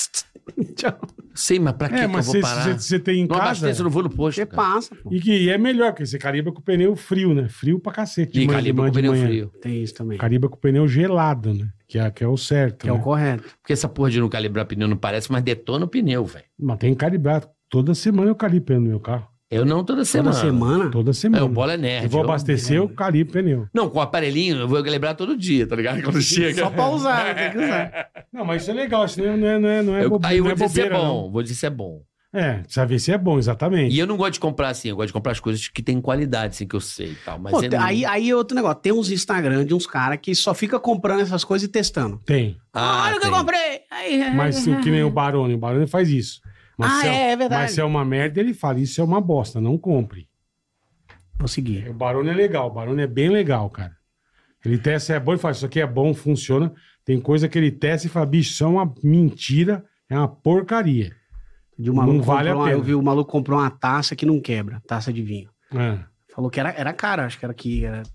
Tchau. Sei, mas pra que, É, que eu mas vou parar? você tem em Não casa... abasteço, eu não vou no posto, Você cara. passa, pô. E é melhor, porque você calibra com o pneu frio, né? Frio pra cacete. E de calibra manhã com de pneu manhã. frio. Tem isso também. Calibra com o pneu gelado, né? Que é o certo. Que é né? o correto. Porque essa porra de não calibrar pneu não parece, mas detona o pneu, velho. Mas tem que calibrar. Toda semana eu calibro pneu no meu carro. Eu não toda semana. Toda semana? Toda semana. É, o bola é nerd. Eu vou eu- abastecer, eu calibro pneu. Não, com o aparelhinho eu vou calibrar todo dia, tá ligado? Quando chega. Só pra usar, tem que usar. Não, mas isso é legal. Isso não é, Aí eu não vou é dizer se é bobeira, bom. não. Vou dizer se é bom. É, precisa ver se é bom, exatamente. E eu não gosto de comprar assim, eu gosto de comprar as coisas que tem qualidade, assim, que eu sei e tal. Mas Pô, é aí é outro negócio. Tem uns Instagram de uns caras que só fica comprando essas coisas e testando. Tem. Olha o que eu tem. comprei! Aí, Mas que nem o Barone faz isso. Mas Ah, se é verdade. Mas se é uma merda, ele fala, isso é uma bosta, não compre. Vou seguir. O Barone é legal, o Barone é bem legal, cara. Ele testa se é bom e fala, isso aqui é bom, funciona. Tem coisa que ele testa e fala, bicho, isso é uma mentira, é uma porcaria. De um maluco Não vale a comprou pena. Eu vi o maluco comprou uma taça que não quebra, taça de vinho. É. Falou que era caro, acho que era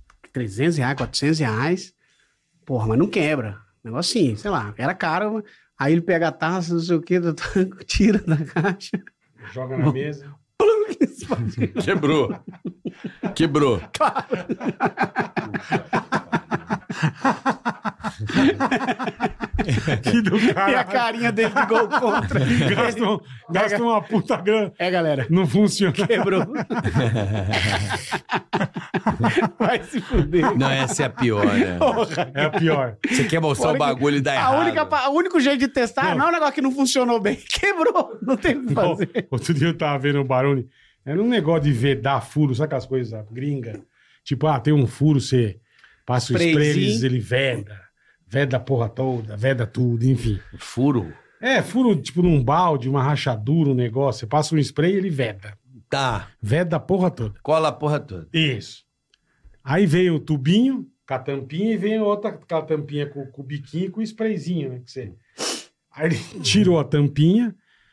R$300, R$400. Porra, mas não quebra. Negócio assim, sei lá, era caro. Aí ele pega a taça, não sei o que, tira da caixa. Joga na mesa. Quebrou. Quebrou. Que do E a cara. carinha dele de gol contra. Gasta uma puta grana. É, galera. Não funciona. Quebrou. Vai se fuder. Não, essa é a pior, né? É a pior. Você quer mostrar o bagulho e dá errado. O único jeito de testar não é um negócio que não funcionou bem. Quebrou. Não tem o que Não, fazer. outro dia eu tava vendo o Barone. Era um negócio de vedar furo, sabe aquelas coisas gringa? Tipo, tem um furo, você passa o spray, Sprayzinho. ele veda. Veda a porra toda, veda tudo, enfim. Furo? É, furo tipo num balde, uma rachadura, um negócio. Você passa um spray e ele veda. Tá. Veda a porra toda. Cola a porra toda. Isso. Aí vem o tubinho com a tampinha e vem outra com a tampinha com o biquinho e com o sprayzinho, né? Que você... Aí ele tirou a tampinha,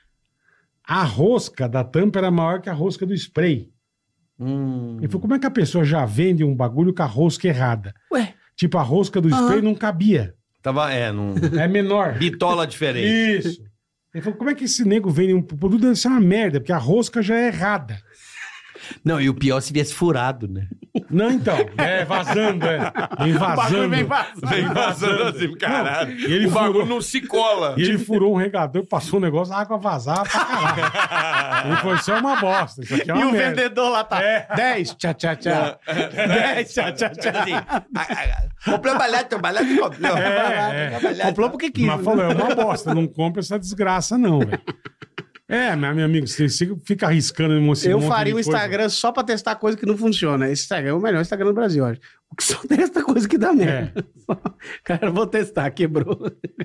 a rosca da tampa era maior que a rosca do spray. Ele falou, como é que a pessoa já vende um bagulho com a rosca errada? Ué. Tipo, a rosca do spray não cabia. Tava, num... É menor. Bitola diferente. Isso. Ele falou, como é que esse nego vende um produto? Deve ser uma merda, porque a rosca já é errada. Não, e o pior se viesse furado, né? Não, então. É vazando, é. Vem vazando. Vem vazando assim, caralho. E ele furou, não se cola. e ele furou um regador, passou um negócio, a água vazava pra caralho. Ele falou, isso é uma bosta, isso aqui é E uma o merda. vendedor lá tá. É. 10, tchá, tchá, tchá. 10, tchá, tchá, tchá. Comprou barato comprou. Comprou porque quis. Mas né? falou, é uma bosta, não compra essa desgraça não, velho. É, meu amigo, você fica arriscando esse Eu monte faria de um coisa. Instagram só pra testar coisa que não funciona. Esse Instagram é o melhor Instagram do Brasil, eu acho. O que só testa coisa que dá merda. Cara, eu vou testar, quebrou.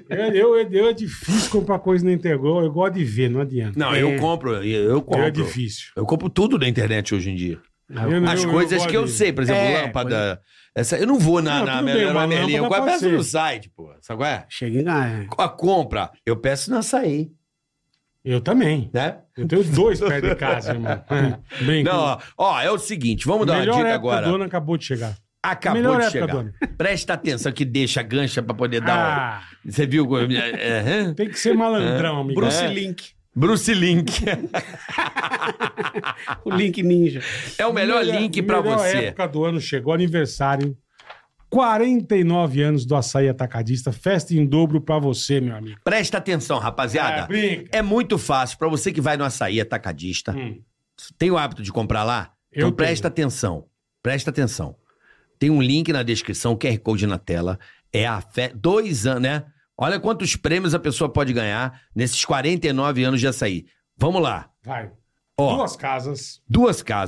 É difícil comprar coisa na internet. Eu gosto de ver, não adianta. Não, eu compro. É difícil. Eu compro tudo da internet hoje em dia. As coisas gosto que eu de- sei, por exemplo, lâmpada. Essa, eu não vou Não, na tudo bem, uma Merlin, eu lâmpada peço pode no ser. site, pô. Sabe qual é? Chega em casa. A compra, eu peço na açaí, Eu também. né? Eu tenho 2 perto de casa, irmão. É, bem, Não, ó, é o seguinte, vamos dar uma melhor dica época agora. do ano acabou de chegar. Acabou melhor de época chegar. do ano. Presta atenção que deixa a gancha pra poder dar. Ah, Você viu? tem que ser malandrão, amigo. Bruce É. Link. Bruce Link. O Link Ninja. É o melhor link pra melhor você. época do ano chegou, aniversário. 49 anos do Açaí Atacadista. Festa em dobro pra você, meu amigo. Presta atenção, rapaziada. Brinca. É muito fácil pra você que vai no açaí atacadista. Tem o hábito de comprar lá? Eu Então presta atenção. Presta atenção. Tem um link na descrição, QR Code na tela. É a festa. 2 anos, né? Olha quantos prêmios a pessoa pode ganhar nesses 49 anos de açaí. Vamos lá. Vai. Ó, 2 casas.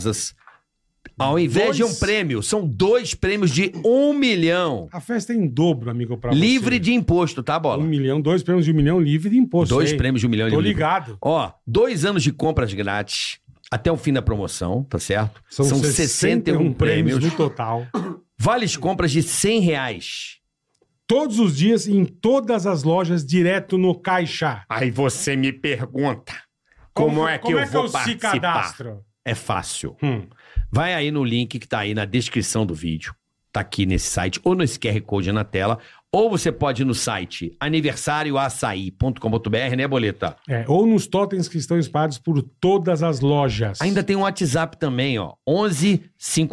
Ao invés de um 2. prêmio, são 2 prêmios de 1 milhão. A festa é em dobro, amigo, pra Livre você. de imposto, tá, Bola? 1 milhão, 2 prêmios de 1 milhão livre de imposto. 2 sei. prêmios de 1 milhão Tô livre. ligado. Ó, 2 anos de compras grátis até o fim da promoção, tá certo? São 61 prêmios no total. Vales compras de R$100. Todos os dias, em todas as lojas, direto no caixa. Aí você me pergunta, Como é que eu se cadastro? É fácil. Vai aí no link que tá aí na descrição do vídeo. Tá aqui nesse site, ou nesse QR Code na tela. Ou você pode ir no site aniversarioaçaí.com.br, né, Boleta? Ou nos totens que estão espalhados por todas as lojas. Ainda tem um WhatsApp também, ó. 11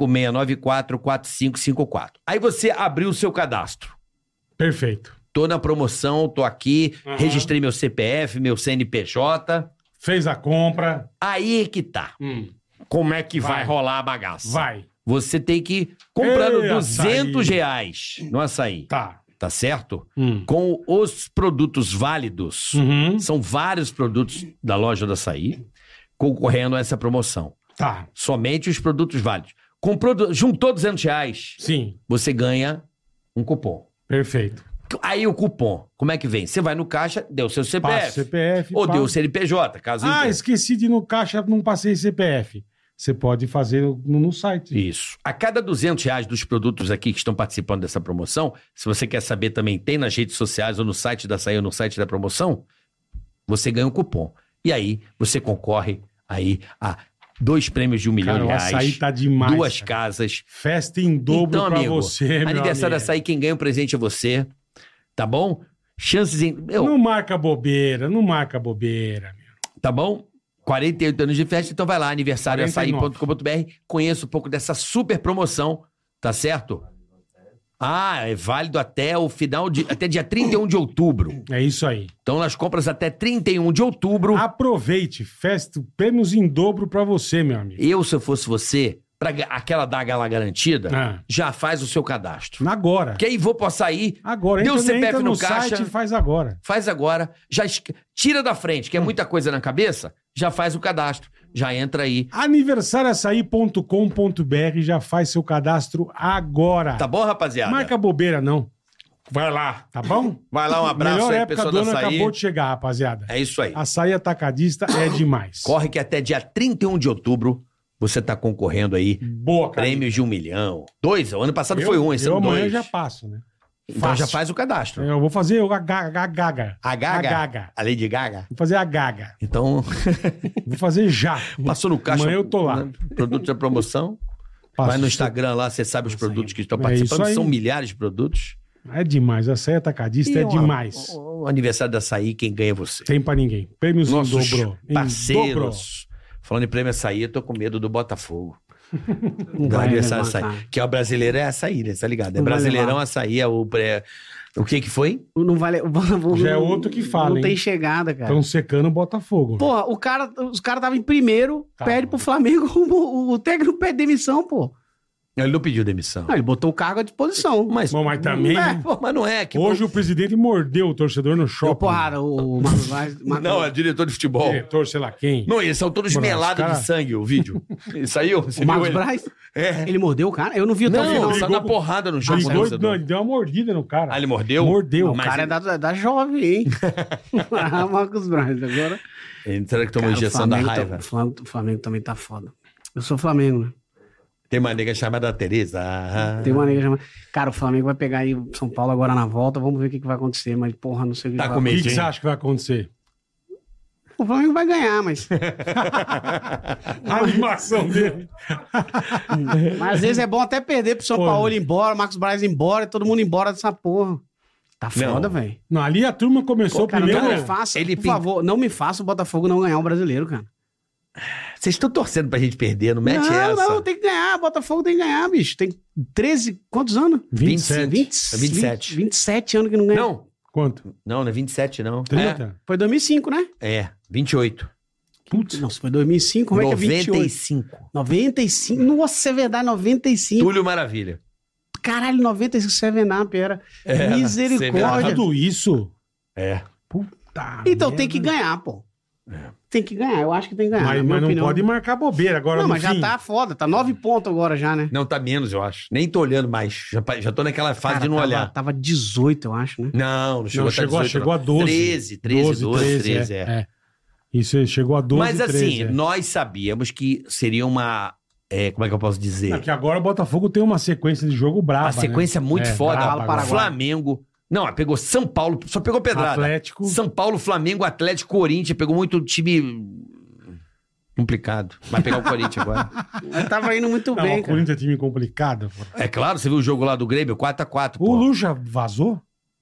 5694 4554. Aí você abriu o seu cadastro. Perfeito. Tô na promoção, tô aqui, registrei meu CPF, meu CNPJ. Fez a compra. Aí é que tá. Como é que vai rolar a bagaça? Vai. Você tem que ir comprando Ei, R$200 no açaí. Tá. Tá certo? Com os produtos válidos. São vários produtos da loja do açaí concorrendo a essa promoção. Tá. Somente os produtos válidos. Juntou R$200, Sim. você ganha um cupom. Perfeito. Aí o cupom, como é que vem? Você vai no caixa, deu seu CPF. Passa CPF. Ou pá. deu o CNPJ, caso Esqueci de ir no caixa, não passei CPF. Você pode fazer no site. Isso. A cada R$200 dos produtos aqui que estão participando dessa promoção, se você quer saber também, tem nas redes sociais ou no site da Açaí ou no site da promoção, você ganha um cupom. E aí, você concorre aí a 2 prêmios de R$1 milhão. O açaí tá demais. 2 cara. casas. Festa em dobro Então, pra amigo, você, meu aniversário da amigo. Açaí, quem ganha o presente é você. Tá bom? Chances em... Não marca bobeira, não marca bobeira. Meu. Tá bom? 48 anos de festa, então vai lá, 49. aniversarioaçaí.com.br, conheça um pouco dessa super promoção, tá certo? É válido até o final até dia 31 de outubro. É isso aí. Então, nas compras até 31 de outubro, Aproveite, festa, prêmios em dobro pra você, meu amigo. se eu fosse você, pra aquela daga lá garantida, já faz o seu cadastro. Agora. Que aí vou pro açaí, Agora. deu o Entra CPF no no caixa, site e faz agora. faz agora, tira da frente, que é muita coisa na cabeça, já faz o cadastro, já entra aí. Aniversarioaçaí.com.br, já faz seu cadastro agora. Tá bom, rapaziada? Marca bobeira, não. Vai lá, tá bom? Vai lá, um abraço Melhor aí, época pessoal do da ano Açaí. acabou de chegar, rapaziada. É isso aí. Açaí atacadista é demais. Corre que até dia 31 de outubro você tá concorrendo aí. Boa, cara. Prêmios de R$1 milhão. 2, o ano passado foi 1, esse eu ano amanhã 2. já passo, né? Então Fácil. já faz o cadastro. Eu vou fazer a gaga. A Gaga? A Gaga. A Lady Gaga? Vou fazer a gaga. Então, Vou fazer já. passou no caixa. Amanhã eu tô lá. Produto da promoção. Passo. Vai no Instagram lá, você sabe os produtos que estão É participando. isso aí. São milhares de produtos. É demais. Açaí atacadista é demais. O aniversário da Açaí, quem ganha é você. Tem pra ninguém. Prêmios Nossos em dobro. Em dobro. parceiros. Falando em prêmio Açaí, eu tô com medo do Botafogo. Não Do vai aniversário levantar. Açaí. Que é o brasileiro é Açaí, né? Tá ligado? É Não vai Brasileirão levar. Açaí, é o pré... O que foi? Não vale. Já é outro que fala, Não hein? tem chegada, cara. Estão secando o Botafogo. Porra, os caras estavam em primeiro, Tá. pede pro Flamengo, o técnico pede demissão, pô. Ele não pediu demissão. Não, ele botou o cargo à disposição. Mas, Bom, mas também, É, né? mas não é que... Hoje o presidente mordeu o torcedor no Deu shopping. porrada, o Marcos Braz. Não, é diretor de futebol. Diretor, sei lá quem. Não, eles são todos Mano, melados os cara- de sangue, o vídeo. Ele saiu? Você O Marcos viu ele? Braz? É. Ele mordeu o cara? Eu não vi até o Não, final. saiu na porrada no jogo. Brigou, torcedor. não, ele deu uma mordida no cara. Ah, ele mordeu? Mordeu. O cara é da jovem, hein? Marcos Braz. Agora. Será que tomou Cara, injeção da o raiva? Flamengo também tá foda. Eu sou Flamengo, né? Tem uma nega chamada Tereza. Tem uma nega chamada. Cara, o Flamengo vai pegar aí o São Paulo agora na volta. Vamos ver o que vai acontecer. Mas, porra, não sei o que Tá vai com O medo. que, que você acha que vai acontecer? O Flamengo vai ganhar, mas. A animação dele. Mas às vezes é bom até perder pro São Pô, Paulo ir embora, Marcos Braz ir embora, e todo mundo embora dessa porra. Tá foda, velho. Não, ali a turma começou Cara, primeiro. não me faça, ele por pin- favor, não me faça o Botafogo não ganhar o brasileiro, cara. Vocês estão torcendo pra gente perder, não mete não, essa. não, tem que ganhar. Botafogo tem que ganhar, bicho. Tem 13, quantos anos? 27. 27. 27 anos que não ganha. Não, Quanto? não é 27, não. 30? Foi 2005, né? É, 28. Putz. Não, se foi 2005, como é que é 28? 95. 95. Nossa, é verdade, 95. Túlio Maravilha. Caralho, 95 7-Up era. Misericórdia. Tudo isso? É. Puta Então merda. tem que ganhar, pô. Tem que ganhar, eu acho que tem que ganhar. na Mas minha não opinião. pode marcar bobeira agora Não, no mas fim. já tá foda, tá 9 pontos agora já, né? Não, tá menos, eu acho. Nem tô olhando mais. Já tô naquela fase Cara, de não olhar. Tava 18, eu acho, né? Não chegou Não, a tá 18, chegou a 12. 13, é. Isso chegou a 12, Mas 13, assim, é. nós sabíamos que seria uma... como é que eu posso dizer? Não, que agora o Botafogo tem uma sequência de jogo braba, A sequência muito foda. braba agora. Flamengo. Não, pegou São Paulo, só pegou pedrada. Atlético. São Paulo, Flamengo, Atlético, Corinthians. Pegou muito time complicado. Vai pegar o Corinthians agora. Tava indo muito Não, bem, o cara. Corinthians é time complicado. Pô. É claro, você viu o jogo lá do Grêmio? 4x4, O pô. Lucha vazou?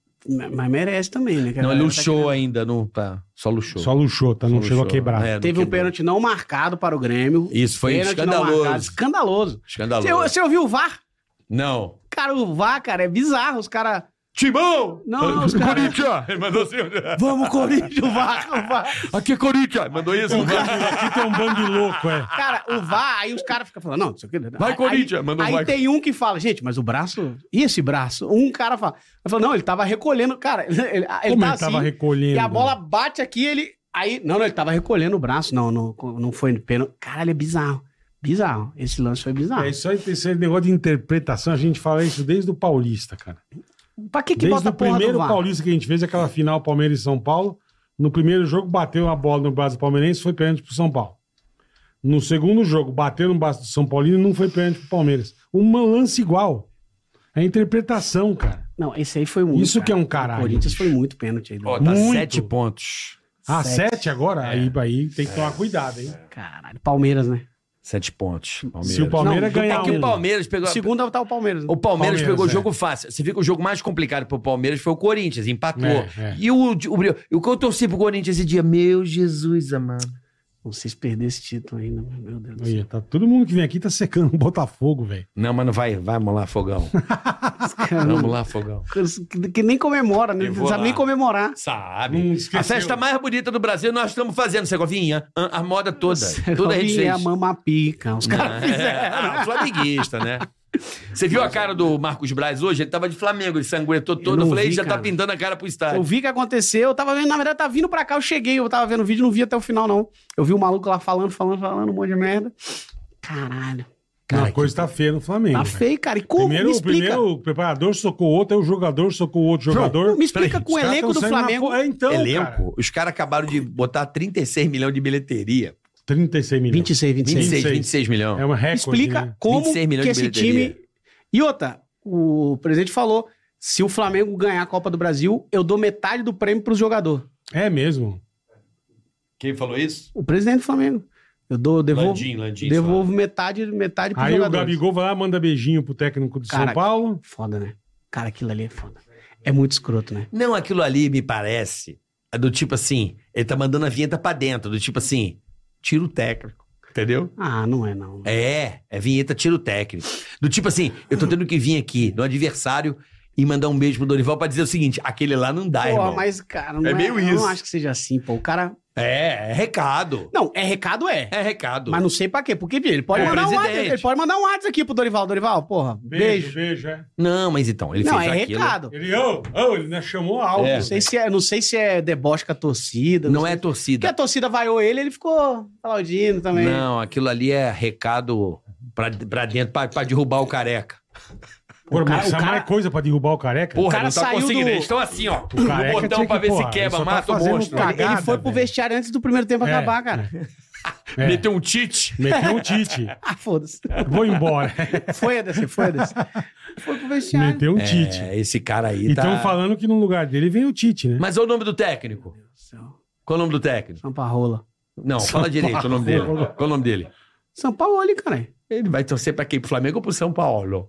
Mas merece também, né? Não, ele Tá luxou querendo- ainda, não tá. Só luxou. Só luxou, tá? Não Só chegou a luxou. quebrar. É, não Teve um quebrou. pênalti não marcado para o Grêmio. Isso foi Pênalti não marcado, escandaloso. escandaloso. Escandaloso. Você ouviu o VAR? Não. Cara, o VAR, cara, é bizarro. Os caras... Timão! Não, os caras... Corinthians! Ele mandou assim. Vamos, Corinthians, o VAR. Aqui é Corinthians! Mandou isso. Aqui tem um bang louco, é. Cara, o VAR, aí os caras ficam falando, não, isso aqui... Vai, Aí- Corinthians, mandou Aí vai. tem um que fala, gente, mas o braço... E esse braço? Um cara fala... Eu falo, não, ele tava recolhendo... Cara, ele Como tá ele assim... tava recolhendo? E a bola bate aqui, ele... Aí... Não, ele tava recolhendo o braço. Não foi no pênalti. Caralho, é bizarro. Bizarro. Esse lance foi bizarro. É isso aí, esse negócio de interpretação, a gente fala isso desde o Paulista, cara. Pra que Desde bota o a porra primeiro do VAR? Paulista que a gente fez, aquela final Palmeiras e São Paulo, no primeiro jogo bateu a bola no braço do palmeirense, foi pênalti pro São Paulo. No segundo jogo, bateu no braço do São Paulino, não foi pênalti pro Palmeiras. Um lance igual. É interpretação, cara. Não, esse aí foi muito. Isso que é um caralho, O Corinthians bicho. foi muito pênalti aí. Ó, tá Muito. 7 pontos. Ah, 7. 7 agora? Aí tem que tomar cuidado, hein? Caralho, Palmeiras, né? 7 pontos. Se o Palmeiras Não, do ganhar É que um... o Palmeiras pegou. Segundo tá o Palmeiras. O Palmeiras pegou o é. jogo fácil. Você viu que o jogo mais complicado pro Palmeiras foi o Corinthians, empatou. É. E o que eu torci pro Corinthians esse dia? Meu Jesus amado. Vocês perderam esse título ainda, meu Deus do Aí, céu. tá, todo mundo que vem aqui tá secando o Botafogo, velho. Não, mas não vai. Vamos lá, Fogão. Vamos lá, Fogão. Que nem comemora, né? Eu Não vou sabe lá. nem comemorar. Sabe? Não A esqueceu. festa mais bonita do Brasil nós estamos fazendo, Segovinha. A moda toda. Toda a gente Segovinha, fez. Mama Pica. Os caras fizeram. Flamenguista, né? Você viu a cara do Marcos Braz hoje? Ele tava de Flamengo, ele sangrentou todo. Eu não falei, vi, já tá cara. pintando a cara pro Eu estádio. vi o que aconteceu, eu tava vendo, na verdade, tá vindo pra cá, eu cheguei, eu tava vendo o vídeo, não vi até o final, não. Eu vi o maluco lá falando, um monte de merda. Caralho. A coisa tá feia no Flamengo. Tá velho. feio, cara. E como? Primeiro, Me explica. primeiro o preparador socou o outro, aí o jogador socou o outro jogador. Me explica Peraí, com o os caras elenco tão do saindo na Flamengo. po- então, Elenco, cara, os caras acabaram de botar 36 milhões de bilheteria. 36 milhões. 26. 26 milhões. É uma recorde, Explica né? como 26 milhões que de esse bilheteria. time... E outra, o presidente falou, se o Flamengo ganhar a Copa do Brasil, eu dou metade do prêmio pros jogadores. É mesmo. Quem falou isso? O presidente do Flamengo. Eu devolvo Landim. metade pros Aí o jogadores. Gabigol vai lá, manda beijinho pro técnico de São Cara, Paulo. Foda, né? Cara, aquilo ali é foda. É muito escroto, né? Não, aquilo ali me parece é do tipo assim, ele tá mandando a vinheta pra dentro, do tipo assim, tira o técnico, entendeu? Ah, não é não. É vinheta tira o técnico. Do tipo assim, eu tô tendo que vir aqui no adversário e mandar um beijo pro Dorival pra dizer o seguinte, aquele lá não dá, Pô, irmão. mas, cara, não É meio eu isso. não acho que seja assim, pô. O cara... É recado. Não, é recado, é. É recado. Mas não sei pra quê. Porque ele pode É, mandar um presidente. WhatsApp. Ele pode mandar um WhatsApp aqui pro Dorival. Dorival, porra, beijo. é. Não, mas então, ele Não, fez é aquilo. recado. Ele, ele né, chamou alto. É. Não sei se é deboche com a torcida. Não sei é se- Porque torcida. a torcida vaiou ele ficou aplaudindo também. Não, aquilo ali é recado pra dentro, pra derrubar o careca. Pô, O cara- mas precisa o cara- mais coisa pra derrubar o careca? Porra, cara não tá saiu conseguindo. do- Eles estão assim, ó. O No careca botão tinha pra que, ver se porra, quebra, ele só tá mata o fazendo monstro. cagada. Ele foi pro velho. vestiário antes do primeiro tempo É. acabar, cara. É. Meteu um tite. Meteu um Tite. Ah, foda-se. Vou embora. Foi, Ederson, foda-se. Foi pro vestiário. Meteu um Tite. É, esse cara aí E estão tá... falando que no lugar dele vem o Tite, né? Mas olha o nome do técnico. Qual é o nome do técnico? São Paulo. Não, fala direito o nome dele. Qual é o nome dele? São Paulo, cara. Ele vai torcer pra quem? Pro Flamengo ou pro São Paulo?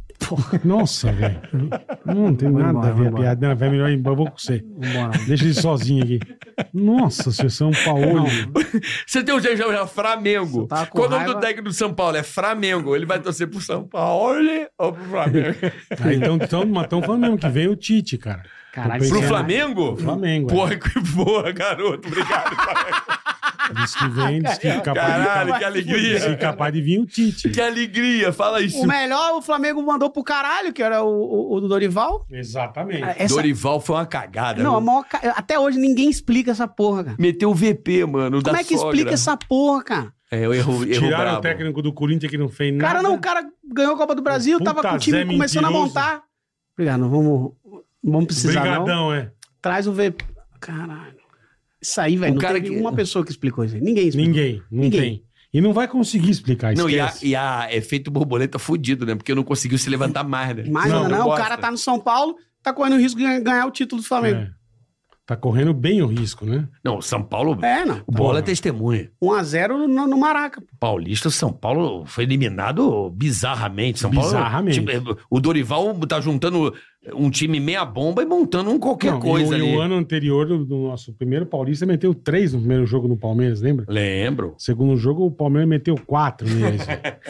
Nossa, velho. Não tem nada embora, a ver a vamos piada. Não, vai melhor ir embora. Eu vou com você. Vambora. Deixa ele sozinho aqui. Nossa, seu São Paulo. Você tem o já Flamengo. Você tá com Qual é o nome raiva? do técnico do São Paulo? É Flamengo. Ele vai torcer pro São Paulo ou pro Flamengo? Aí estão falando mesmo que vem o Tite, cara. Caralho, Tô Pro pensando- Flamengo? Flamengo. é. Porra, que boa, garoto. Obrigado, Flamengo. Diz que vem, diz que Caralho, que alegria. Diz que capaz de vir o Tite. Que alegria, fala isso. O melhor, o Flamengo mandou pro caralho, que era o do Dorival. Exatamente. Dorival foi uma cagada. Não, né? a maior até hoje ninguém explica essa porra, cara. Meteu o VP, mano, Como é que explica essa porra, cara? É, o erro Tiraram brabo. o técnico do Corinthians que não fez nada. Cara, não, o cara ganhou a Copa do Brasil, Puta tava com o time Zé começando a mentiroso. montar. Obrigado, não vamos precisar não. Brigadão, é. Traz o VP. Caralho. Isso aí, velho, O não cara teve que- uma pessoa que explicou isso aí. Ninguém explicou. Ninguém, não Ninguém. tem. E não vai conseguir explicar, Não, esquece. e a efeito borboleta fudido, né? Porque não conseguiu se levantar mais, né? Mais Não, nada não, o bosta. cara tá no São Paulo, tá correndo o risco de ganhar o título do Flamengo. É. Tá correndo bem o risco, né? Não, o São Paulo... É, não. O Bola Porra. é testemunha. 1-0 no Maraca. Paulista, o São Paulo foi eliminado bizarramente. São Paulo, Bizarramente. tipo, o Dorival tá juntando um time meia bomba e montando um qualquer Não, coisa e ali. o ano anterior do nosso primeiro Paulista meteu 3 no primeiro jogo no Palmeiras, lembra? Lembro. Segundo jogo, o Palmeiras meteu 4 neles.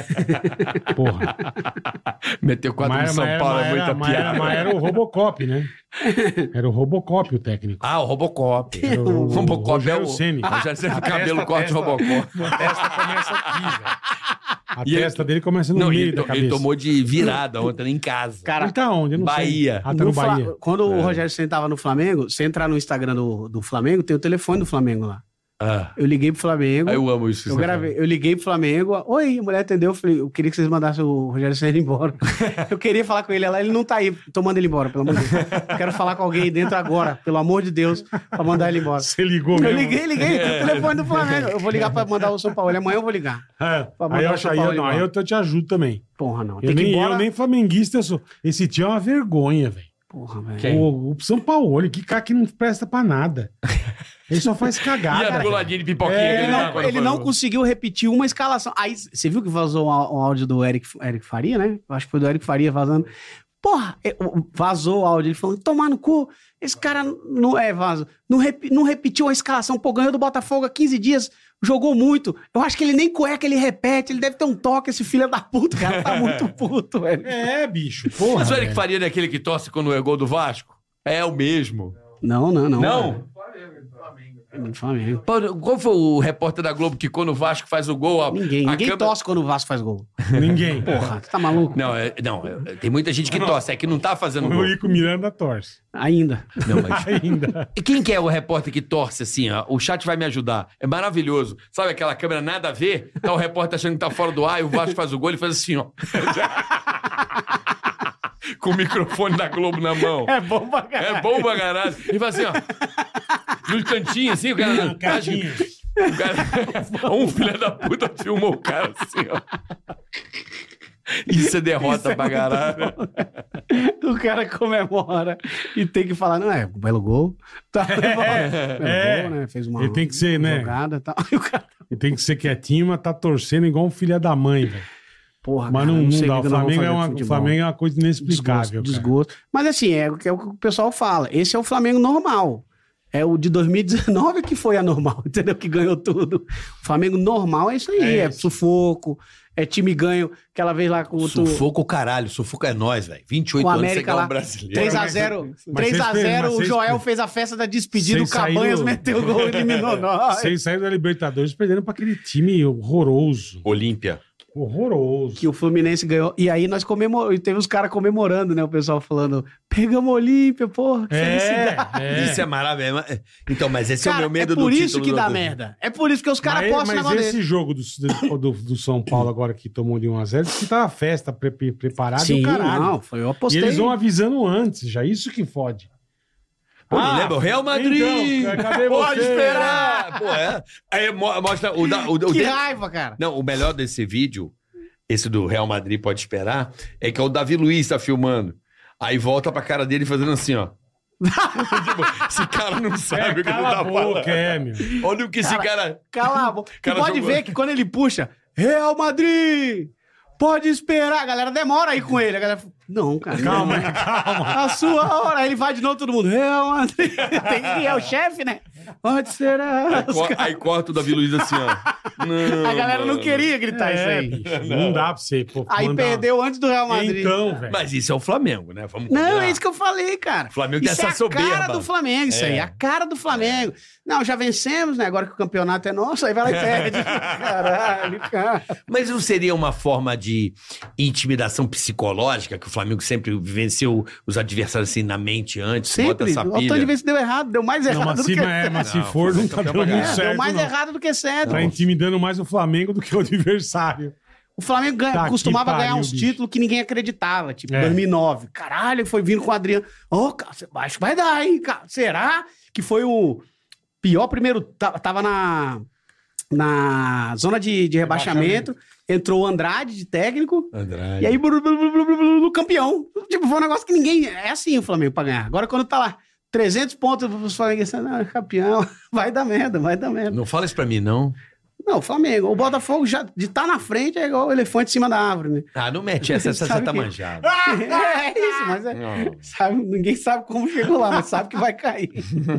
Porra. Meteu 4 no São Paulo, é muita piada. Mas era o Robocop, né? Era o Robocop o técnico. Ah, o Robocop. Era O Robocop é o... Rogério Ceni. O Rogério Ceni, cabelo corte Robocop. A testa começa aqui, velho. A E ele- testa dele começa no Não, meio ele, da cabeça. ele tomou de virada ontem em casa. Cara, Ele tá onde? Eu não sei. Bahia. Ah, tá no Fla- Bahia. Quando o Rogério Ceni tava no Flamengo, você entrar no Instagram do Flamengo, tem o telefone do Flamengo lá. Ah, Eu liguei pro Flamengo. eu amo isso. Eu gravei, eu liguei pro Flamengo. Oi, a mulher atendeu. Eu falei, eu queria que vocês mandassem o Rogério Ceni embora. Eu queria falar com ele. Ele não tá aí. Tô mandando ele embora, pelo amor de Deus. Eu quero falar com alguém aí dentro agora, pelo amor de Deus, pra mandar ele embora. Você ligou Eu mesmo? liguei. Tem o telefone do Flamengo. Eu vou ligar pra mandar o São Paulo. Amanhã eu vou ligar. É. Pra mandar Aí eu o acho, São aí Paulo eu, não, aí embora. eu te ajudo também. Porra, não. Eu Tem que ir nem, embora. eu nem flamenguista eu sou. Esse tio é uma vergonha, velho. Porra, velho. Quem? O São Paulo, que cara que não presta pra nada. Ele só faz cagada. E a velho. boladinha de pipoquinha É, que ele dá quando Ele não foi- conseguiu repetir uma escalação. Aí, você viu que vazou um áudio do Eric Faria, né? Eu acho que foi do Eric Faria vazando. Porra, vazou o áudio. Ele falando, tomar no cu. Esse cara não é vaso. Não repetiu a escalação. Pô, ganhou do Botafogo há 15 dias. Jogou muito. Eu acho que ele nem cueca ele repete. Ele deve ter um toque, esse filho da puta. O cara tá muito puto, velho. É, bicho. Porra. Mas o Eric velho. Faria é aquele que torce quando é gol do Vasco? É o mesmo. Não. Não? Flamengo. Pô, qual foi o repórter da Globo que quando o Vasco faz o gol... Ninguém câmera- torce quando o Vasco faz gol. Ninguém. Porra, tu tá maluco? Não, tem muita gente que torce, é que não tá fazendo O gol. Rico Miranda torce. Ainda. Não, mas... Ainda. E quem que é o repórter que torce assim, ó? O chat vai me ajudar. É maravilhoso. Sabe aquela câmera nada a ver? Tá o repórter achando que tá fora do ar e o Vasco faz o gol, ele faz assim, ó. Com o microfone da Globo na mão. É bom pra caralho. É bom pra caralho. E faz assim, ó. No cantinho, assim, o cara... Cadinho. O cara... Um filho da puta filmou o cara assim, ó. Isso é derrota pra caralho. O cara comemora e tem que falar, não, é um belo gol. Tá, É. gol, né? Fez uma Ele tem que ser, né? jogada e tal. E o cara, Ele tem que ser quietinho, mas tá torcendo igual um filho da mãe, velho. porra, Mas cara, não sei dá. o que O nós vamos Flamengo, fazer de o futebol. Flamengo é uma coisa inexplicável. Desgosto. Mas assim, é o que o pessoal fala. Esse é o Flamengo normal. É o de 2019 que foi anormal, entendeu? Que ganhou tudo. O Flamengo normal é isso aí. É É, isso. sufoco, é time ganho. Aquela vez lá com o Sufoco o caralho. Sufoco é nós, velho. 28 Com a anos América você ganha lá, um brasileiro. 3x0, Mas vocês 3x0, o vocês- Joel fez a festa da despedida, o vocês Cabanhas saíram- meteu o gol e eliminou nós. Vocês saíram da Libertadores perdendo pra aquele time horroroso. Olímpia. Horroroso. Que o Fluminense ganhou. E aí nós comemoramos, e teve os caras comemorando, né? O pessoal falando, pegamos Olímpia, porra, que felicidade. Isso é maravilhoso. Então, mas esse é o Cara, meu medo é do por título. isso que dá merda. É por isso que os caras postam o Mas negócio esse dele. jogo do São Paulo agora que tomou de 1x0, disse que tava festa preparada e Sim, o caralho. não, foi, eu E apostei. eles vão avisando antes, já isso que fode. Pô, não lembra? O Real Madrid! Então, cadê Pode você? esperar! Pô, é. Aí mostra Que raiva, cara. Não, o melhor desse vídeo, esse do Real Madrid pode esperar, é que é o Davi Luiz tá filmando. Aí volta pra cara dele fazendo assim, ó. Tipo, esse cara não sabe o que ele Cala tá a boca, falando. meu. Olha o que esse cara... Cala a boca. Tu Cara, pode jogou. ver que quando ele puxa, Real Madrid, pode esperar. A galera demora aí com ele. A galera, Não, cara. Calma, não. calma. A sua hora. Aí ele vai de novo, todo mundo. Real Madrid. Tem que ir, é o chefe, né? Onde será? Aí corta o Davi Luiz assim, ó. Não, A galera não mano. queria gritar isso aí. Bicho, não dá pra você. Pô, Aí mandar- perdeu antes do Real Madrid. Então, velho. Mas isso é o Flamengo, né? Vamos Não, combinar. é isso que eu falei, cara. O Flamengo tem Isso essa é a cara soberba. do Flamengo, isso aí. A cara do Flamengo. Não, já vencemos, né? Agora que o campeonato é nosso, aí vai lá e perde. Caralho, cara. Mas não seria uma forma de intimidação psicológica que o Flamengo sempre venceu os adversários assim na mente antes? Bota Sempre. essa O tanto de pilha. vezes deu errado. Deu mais Não, errado mas do se, que mas se Não, for, não tá campeão dando pra muito ganhar. certo. Deu mais não. errado do que certo. Tá intimidando mais o Flamengo do que o adversário. O Flamengo Tá, costumava que ganhar pariu, uns bicho. títulos que ninguém acreditava. Tipo, É. 2009. Caralho, foi vindo com o Adriano. Ô, cara, acho que vai dar, hein, cara. Será? Que foi o pior primeiro... Tava na zona de rebaixamento. Entrou o Andrade de técnico. Andrade. E aí, no campeão. Tipo, foi um negócio que ninguém... É assim o Flamengo pra ganhar. Agora, quando tá lá 300 pontos, os flamenguistas, não, é campeão. Vai dar merda, vai dar merda. Não fala isso pra mim, não. Não, o Flamengo. O Botafogo já de estar na frente é igual o elefante em cima da árvore, né? Ah, não mete essa você Sabe tá que- manjado. É isso, mas é... Não. Sabe, ninguém sabe como chegou lá, mas sabe que vai cair.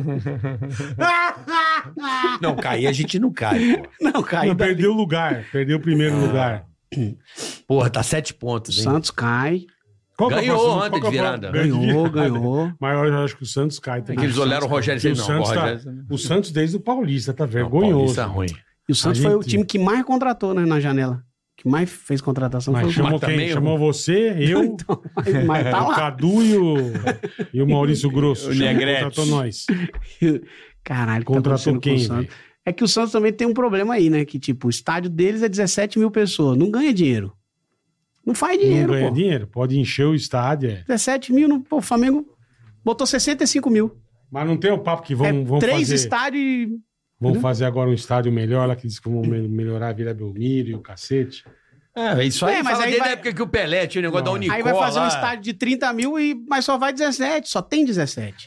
Não, cair a gente não cai, pô. Não, cai. Não, perdeu o lugar. Perdeu o primeiro lugar. Porra, tá 7 pontos, O hein? Santos cai. Qual que é o Ganhou próximo? ontem Qual que é o de virada. próximo? Ganhou, ganhou. Mas eu acho que o Santos cai também. Que eles olharam o Rogério e Porque disseram, não, o Rogério... o Santos desde o Paulista tá Não, vergonhoso. Paulista é ruim. E o Santos A foi o gente- time que mais contratou, né, na janela. Que mais fez contratação. Mas Foi chamou Mas quem? também Chamou você, eu, mas tá o lá. Cadu e o Maurício Grosso. O Chamou, Negrete. contratou nós. Caralho, Contratou tá quem, acontecendo com o velho? Santos? É que o Santos também tem um problema aí, né? Que, tipo, o estádio deles é 17 mil pessoas. Não ganha dinheiro. Não faz Não dinheiro, ganha pô. dinheiro? Pode encher o estádio, é. 17 mil, pô, o Flamengo botou 65 mil. Mas não tem o papo que vão 3 fazer... estádios e... Vão fazer agora um estádio melhor, lá que diz que vão melhorar a Vila Belmiro e o cacete. É, isso aí É, mas fala aí desde vai- a época que o Pelé tinha o negócio da Não, Unicor Aí vai fazer um lá. estádio de 30 mil, mas só vai 17. Só tem 17.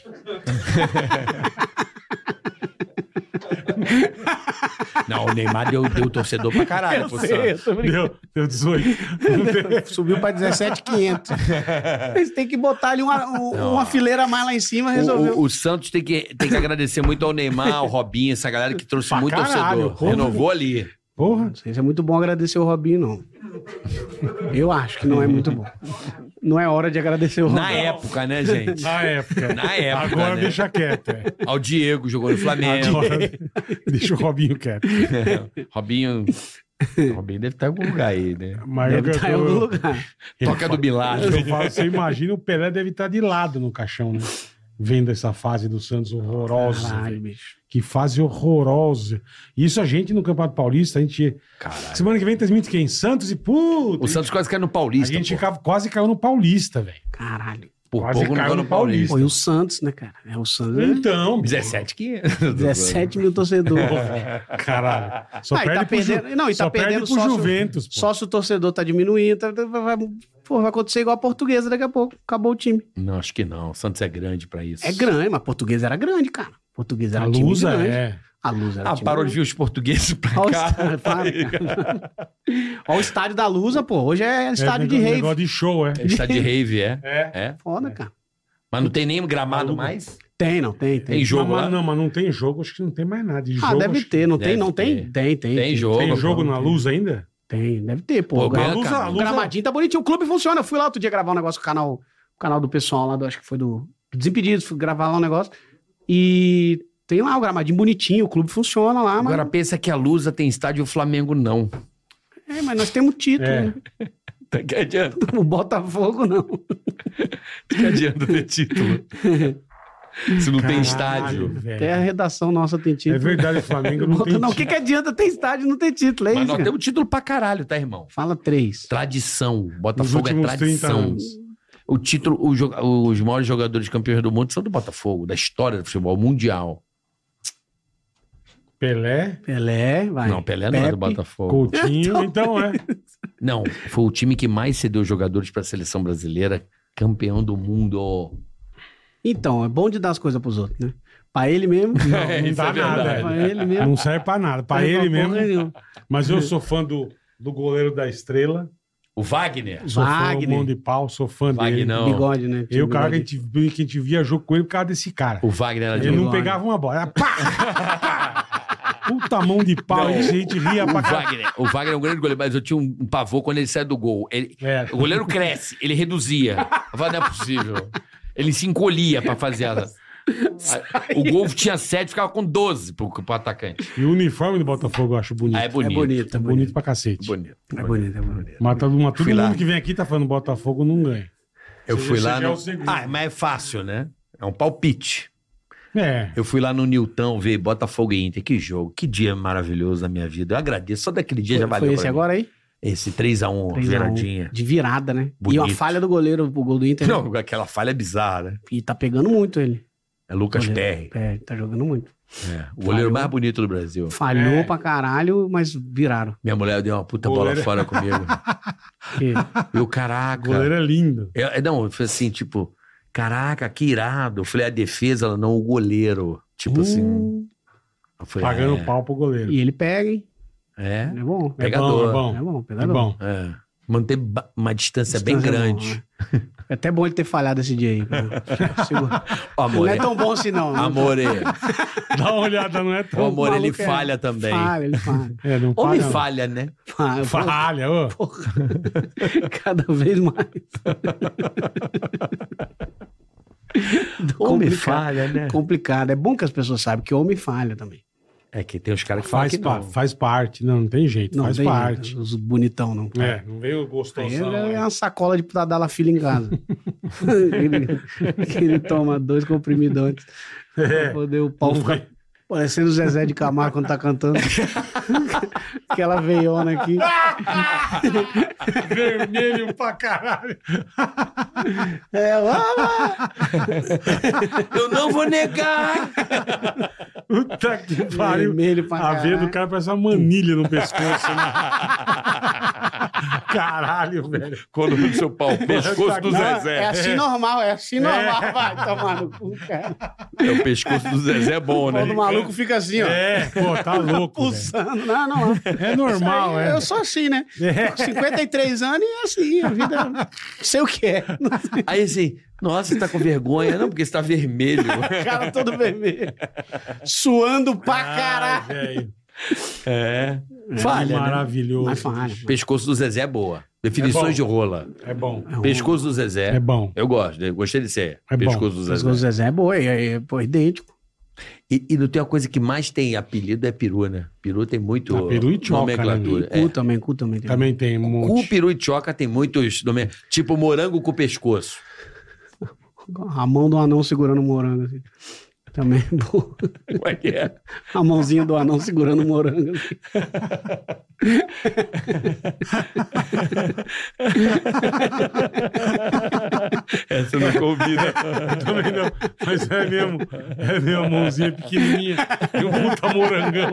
Não, o Neymar deu torcedor pra caralho pro Santos. Deu 18. Subiu pra 17,500. Eles têm que botar ali uma fileira a mais lá em cima, resolveu. O Santos tem que agradecer muito ao Neymar, ao Robinho, essa galera que trouxe Pra muito caralho, torcedor. porra. Renovou ali. Porra. Não sei se é muito bom agradecer o Robinho, não. Eu acho que não é muito bom. Não é hora de agradecer o Robinho. Na época, né, gente? Na época. Na época, Agora né? deixa quieto. É. Ao Diego, jogou no Flamengo. Agora, deixa o Robinho quieto. Robinho deve estar em algum lugar aí, né? Mas Deve eu- estar em eu- algum lugar. Toca do Bilal. eu falo, você imagina, o Pelé deve estar de lado no caixão, né? Vendo essa fase do Santos horrorosa. Caralho, bicho. Que fase horrorosa. Isso a gente no Campeonato Paulista, a gente... Caralho. Semana que vem transmite quem? Santos e puta. O Santos quase caiu no A Paulista. gente pô. quase caiu no Paulista, velho. Caralho. Por quase pouco não caiu caiu no no Paulista. Foi o Santos, né, cara? É o Santos. Então, 17,500. 17 mil torcedores. caralho. Só Ah, e perde tá pro perdendo- não, e tá só perde perdendo pro sócio- Juventus, pô. Sócio torcedor tá diminuindo. Vai acontecer igual a Portuguesa daqui a pouco. Acabou o time. Não, acho que não. O Santos é grande pra isso. É grande, mas a Portuguesa era grande, cara. A Portuguesa A era time Lusa grande. é... A Luz era Ah, time parou de grande. vir os portugueses pra Olha o cá. estádio, para, cara. Olha o estádio da Lusa, pô. Hoje é estádio de negócio, rave. negócio de show, é. É estádio de rave, é? É. É. Foda, cara. Mas não tem nem gramado Maluco. mais? Tem, não tem. Tem jogo mas, lá? não, mas não tem jogo, acho que não tem mais nada. De Ah, jogo, deve acho- ter. Não Deve tem, não ter. tem? Tem jogo. Tem pô. jogo na Luz ainda? Tem, deve ter, pô. Pô, O ganha, Lusa- cara. a o Lusa- gramadinho tá bonitinho. O clube funciona. Eu fui lá outro dia gravar um negócio com o canal do pessoal lá, acho que foi do Desimpedidos. Fui gravar lá um negócio. E tem lá o gramadinho bonitinho. O clube funciona lá, Agora mas... pensa que a Lusa tem estádio e o Flamengo não. É, mas nós temos título. É. Né? Que adianta, O Botafogo, não. que adianta ter título. Se não tem Caralho, estádio. velho. Até a redação nossa tem título. É verdade, o Flamengo não tem Não, o que adianta ter estádio e não ter título? É Mas isso, nós cara. temos título pra caralho, tá, irmão? Fala 3. Tradição. Nos Botafogo é últimos 30 tradição. anos. O título, os maiores jogadores campeões do mundo são do Botafogo, da história do futebol mundial. Pelé, Pelé, vai. Não, Pelé não é do Pepe. Botafogo. Coutinho, então é. Não, foi o time que mais cedeu jogadores pra seleção brasileira, campeão do mundo. Então, é bom de dar as coisas pros outros, né? Pra ele mesmo. Não Isso dá é nada. verdade. Pra É. ele mesmo. Não serve pra nada. Pra Não ele dá mesmo. porra nenhuma. Mas eu sou fã do goleiro da Estrela. O Wagner. Sou fã, Wagner. mão de pau, sou fã dele. Wagner, não. Bigode, né? Eu, o cara que a, Bigode. gente viajou com ele por causa desse cara. O Wagner era de Ele não bigode. pegava uma bola. Era pá! Puta mão de pau, Não. a gente ria pra caralho. O Wagner é um grande goleiro, mas eu tinha um pavor quando ele sai do gol. O goleiro cresce, ele reduzia. Eu falei, não é possível. Ele se encolhia pra fazer o gol tinha 7, ficava com 12 pro atacante. E o uniforme do Botafogo eu acho bonito. Ah, é bonito. É bonito, é Bonito bonito. pra cacete. Bonito. É bonito, é bonito. Mas todo Fui mundo lá. que vem aqui tá falando Botafogo não ganha. Eu fui lá Esse é no... o segundo. Ah, mas é fácil, né? É um palpite. É. Eu fui lá no Nilton ver Botafogo e Inter. Que jogo, que dia maravilhoso na minha vida. Eu agradeço. Só daquele dia já valeu. Foi esse pra mim. agora aí? Esse 3x1, 3 a 1. viradinha. De virada, né? E Bonito. uma falha do goleiro, o gol do Inter. né? Não, aquela falha é bizarra, né? E tá pegando muito ele. É Lucas Goleiro. Perry. É, tá jogando muito. É, o goleiro mais bonito do Brasil. Falhou É. pra caralho, mas viraram. Minha mulher deu uma puta Goleiro. bola fora comigo. Que- Eu, O caraca. goleiro é lindo. Não, eu falei assim, tipo, caraca, que irado. Eu falei, a defesa, ela não, o goleiro. Tipo assim. Eu falei, Pagando pau pro goleiro. E ele pega, hein? É. É bom. É Pegador. bom, É bom, é pegador. bom. É. Manter uma distância bem Distância é bom, grande. né? É até bom ele ter falhado esse dia aí. Segura. O Não amor, é tão bom assim, não. amor, Dá uma olhada, não é o tão... amor ele maluco é- falha também. Falha, ele falha. É, não Homem paga, falha, né? Falha, Falha, ô. cada vez mais. Homem Complicado. falha, né? Complicado. É bom que as pessoas saibam que homem falha também. É que tem os caras que falam Faz, que não. faz parte. Não tem jeito, Não faz tem parte. os bonitão, não. É, não veio Aí gostosão. é aí. uma sacola de pra dar la filha em casa. que ele toma 2 comprimidos antes. Pra poder o pau Não ficar vai- parecendo o Zezé de Camargo quando tá cantando. Aquela veiona aqui. Vermelho pra caralho. É, lá. Eu não vou negar! Puta que pariu. Vermelho pra A veia do caralho. cara parece uma manilha no pescoço, né? Caralho, velho. Quando o seu pau, pescoço do Não, Zezé. é assim normal, é assim normal. Vai tomar no cu, cara. É, o pescoço do Zezé é bom, O né? pau do maluco fica assim, ó. É, pô, tá louco, velho. Pulsando. Não, não. É normal, Isso aí, é. Eu sou assim, né? É. Tô com 53 anos e é assim, a vida. Sei o que é. Aí assim, nossa, você tá com vergonha? Não, porque você tá vermelho. Cara todo vermelho. Suando pra Ai, caralho. velho. É. Que Falha, né? maravilhoso. Mas falha. Pescoço do Zezé é boa. Definições É de rola. É bom. Pescoço do Zezé. É bom. Eu gosto, eu gostei de ser. É bom. Pescoço do Os Zezé. gols do Zezé é boa, pô, idêntico. E não tem uma coisa que mais tem apelido é peru, né? Peru tem muito Ah, peru e choca, nomenclatura. né? É. Cu também tem. Também tem um Cu, monte. peru e choca tem muitos nomes. Tipo morango com pescoço. A mão do anão segurando o morango, assim. Também é bom. Como é que é? A mãozinha do anão segurando o morango. Assim. Essa não combina. Também não. Mas é mesmo. É mesmo, a mãozinha pequenininha. E um puta morangão.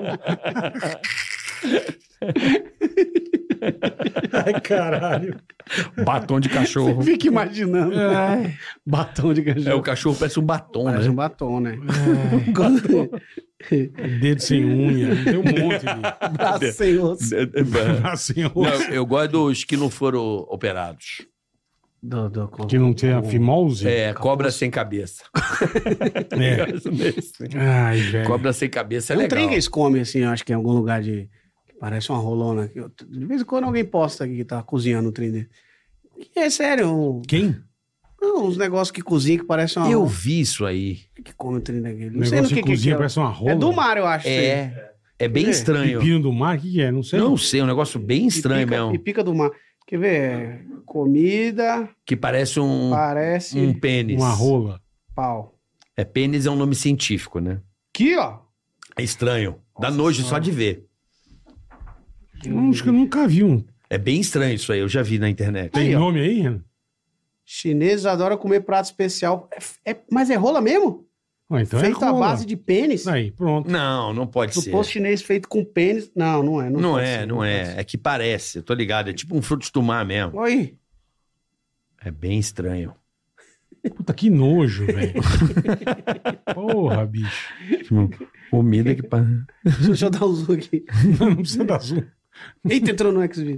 Ai, caralho. Batom de cachorro. Fica imaginando. Batom de cachorro. É, o cachorro parece um batom, Parece né? um batom, né? Quando- Dedo sem unha. Tem um monte de. Braço sem osso. Assim, Não, eu gosto dos que não foram operados. que não tem a fimose. É, cobra sem cabeça. É. Gosto desse. Ai, velho. Cobra sem cabeça é É um legal. trem que eles comem, assim, eu acho que em algum lugar de... que parece uma rolona. De vez em quando alguém posta aqui que tá cozinhando o trem dele. E é sério, Quem? uns negócios que cozinham que parecem uma Eu rola. vi isso aí. Que come o trem daquele. O Não sei no negócio de que cozinha é. parece uma rola. É do mar, eu acho. É bem estranho. Pepino do mar, o que é? Não sei. Não sei, um negócio bem estranho mesmo. E pica do mar. Quer ver? Comida, Que parece um parece pênis. Uma rola. pau. É, pênis é um nome científico, né? Aqui, ó. É estranho. Dá nojo só de ver. Acho que eu nunca vi um. É bem estranho isso aí, eu já vi na internet. Tem Aí, ó. nome aí, Renan? Chineses adoram comer prato especial. Mas é rola mesmo? Ah, então Feito é à rola. base de pênis? Aí, pronto. Não, não pode ser. Suposto chinês feito com pênis. Não, não é. Não pode é, ser, não pode é. ser. É que parece, eu tô ligado. É tipo um fruto do mar mesmo. Olha aí. É bem estranho. Puta, que nojo, velho. Porra, bicho. Comida que... Deixa eu dar um zoom aqui. Não precisa dar zoom. Eita, entrou no X-Video.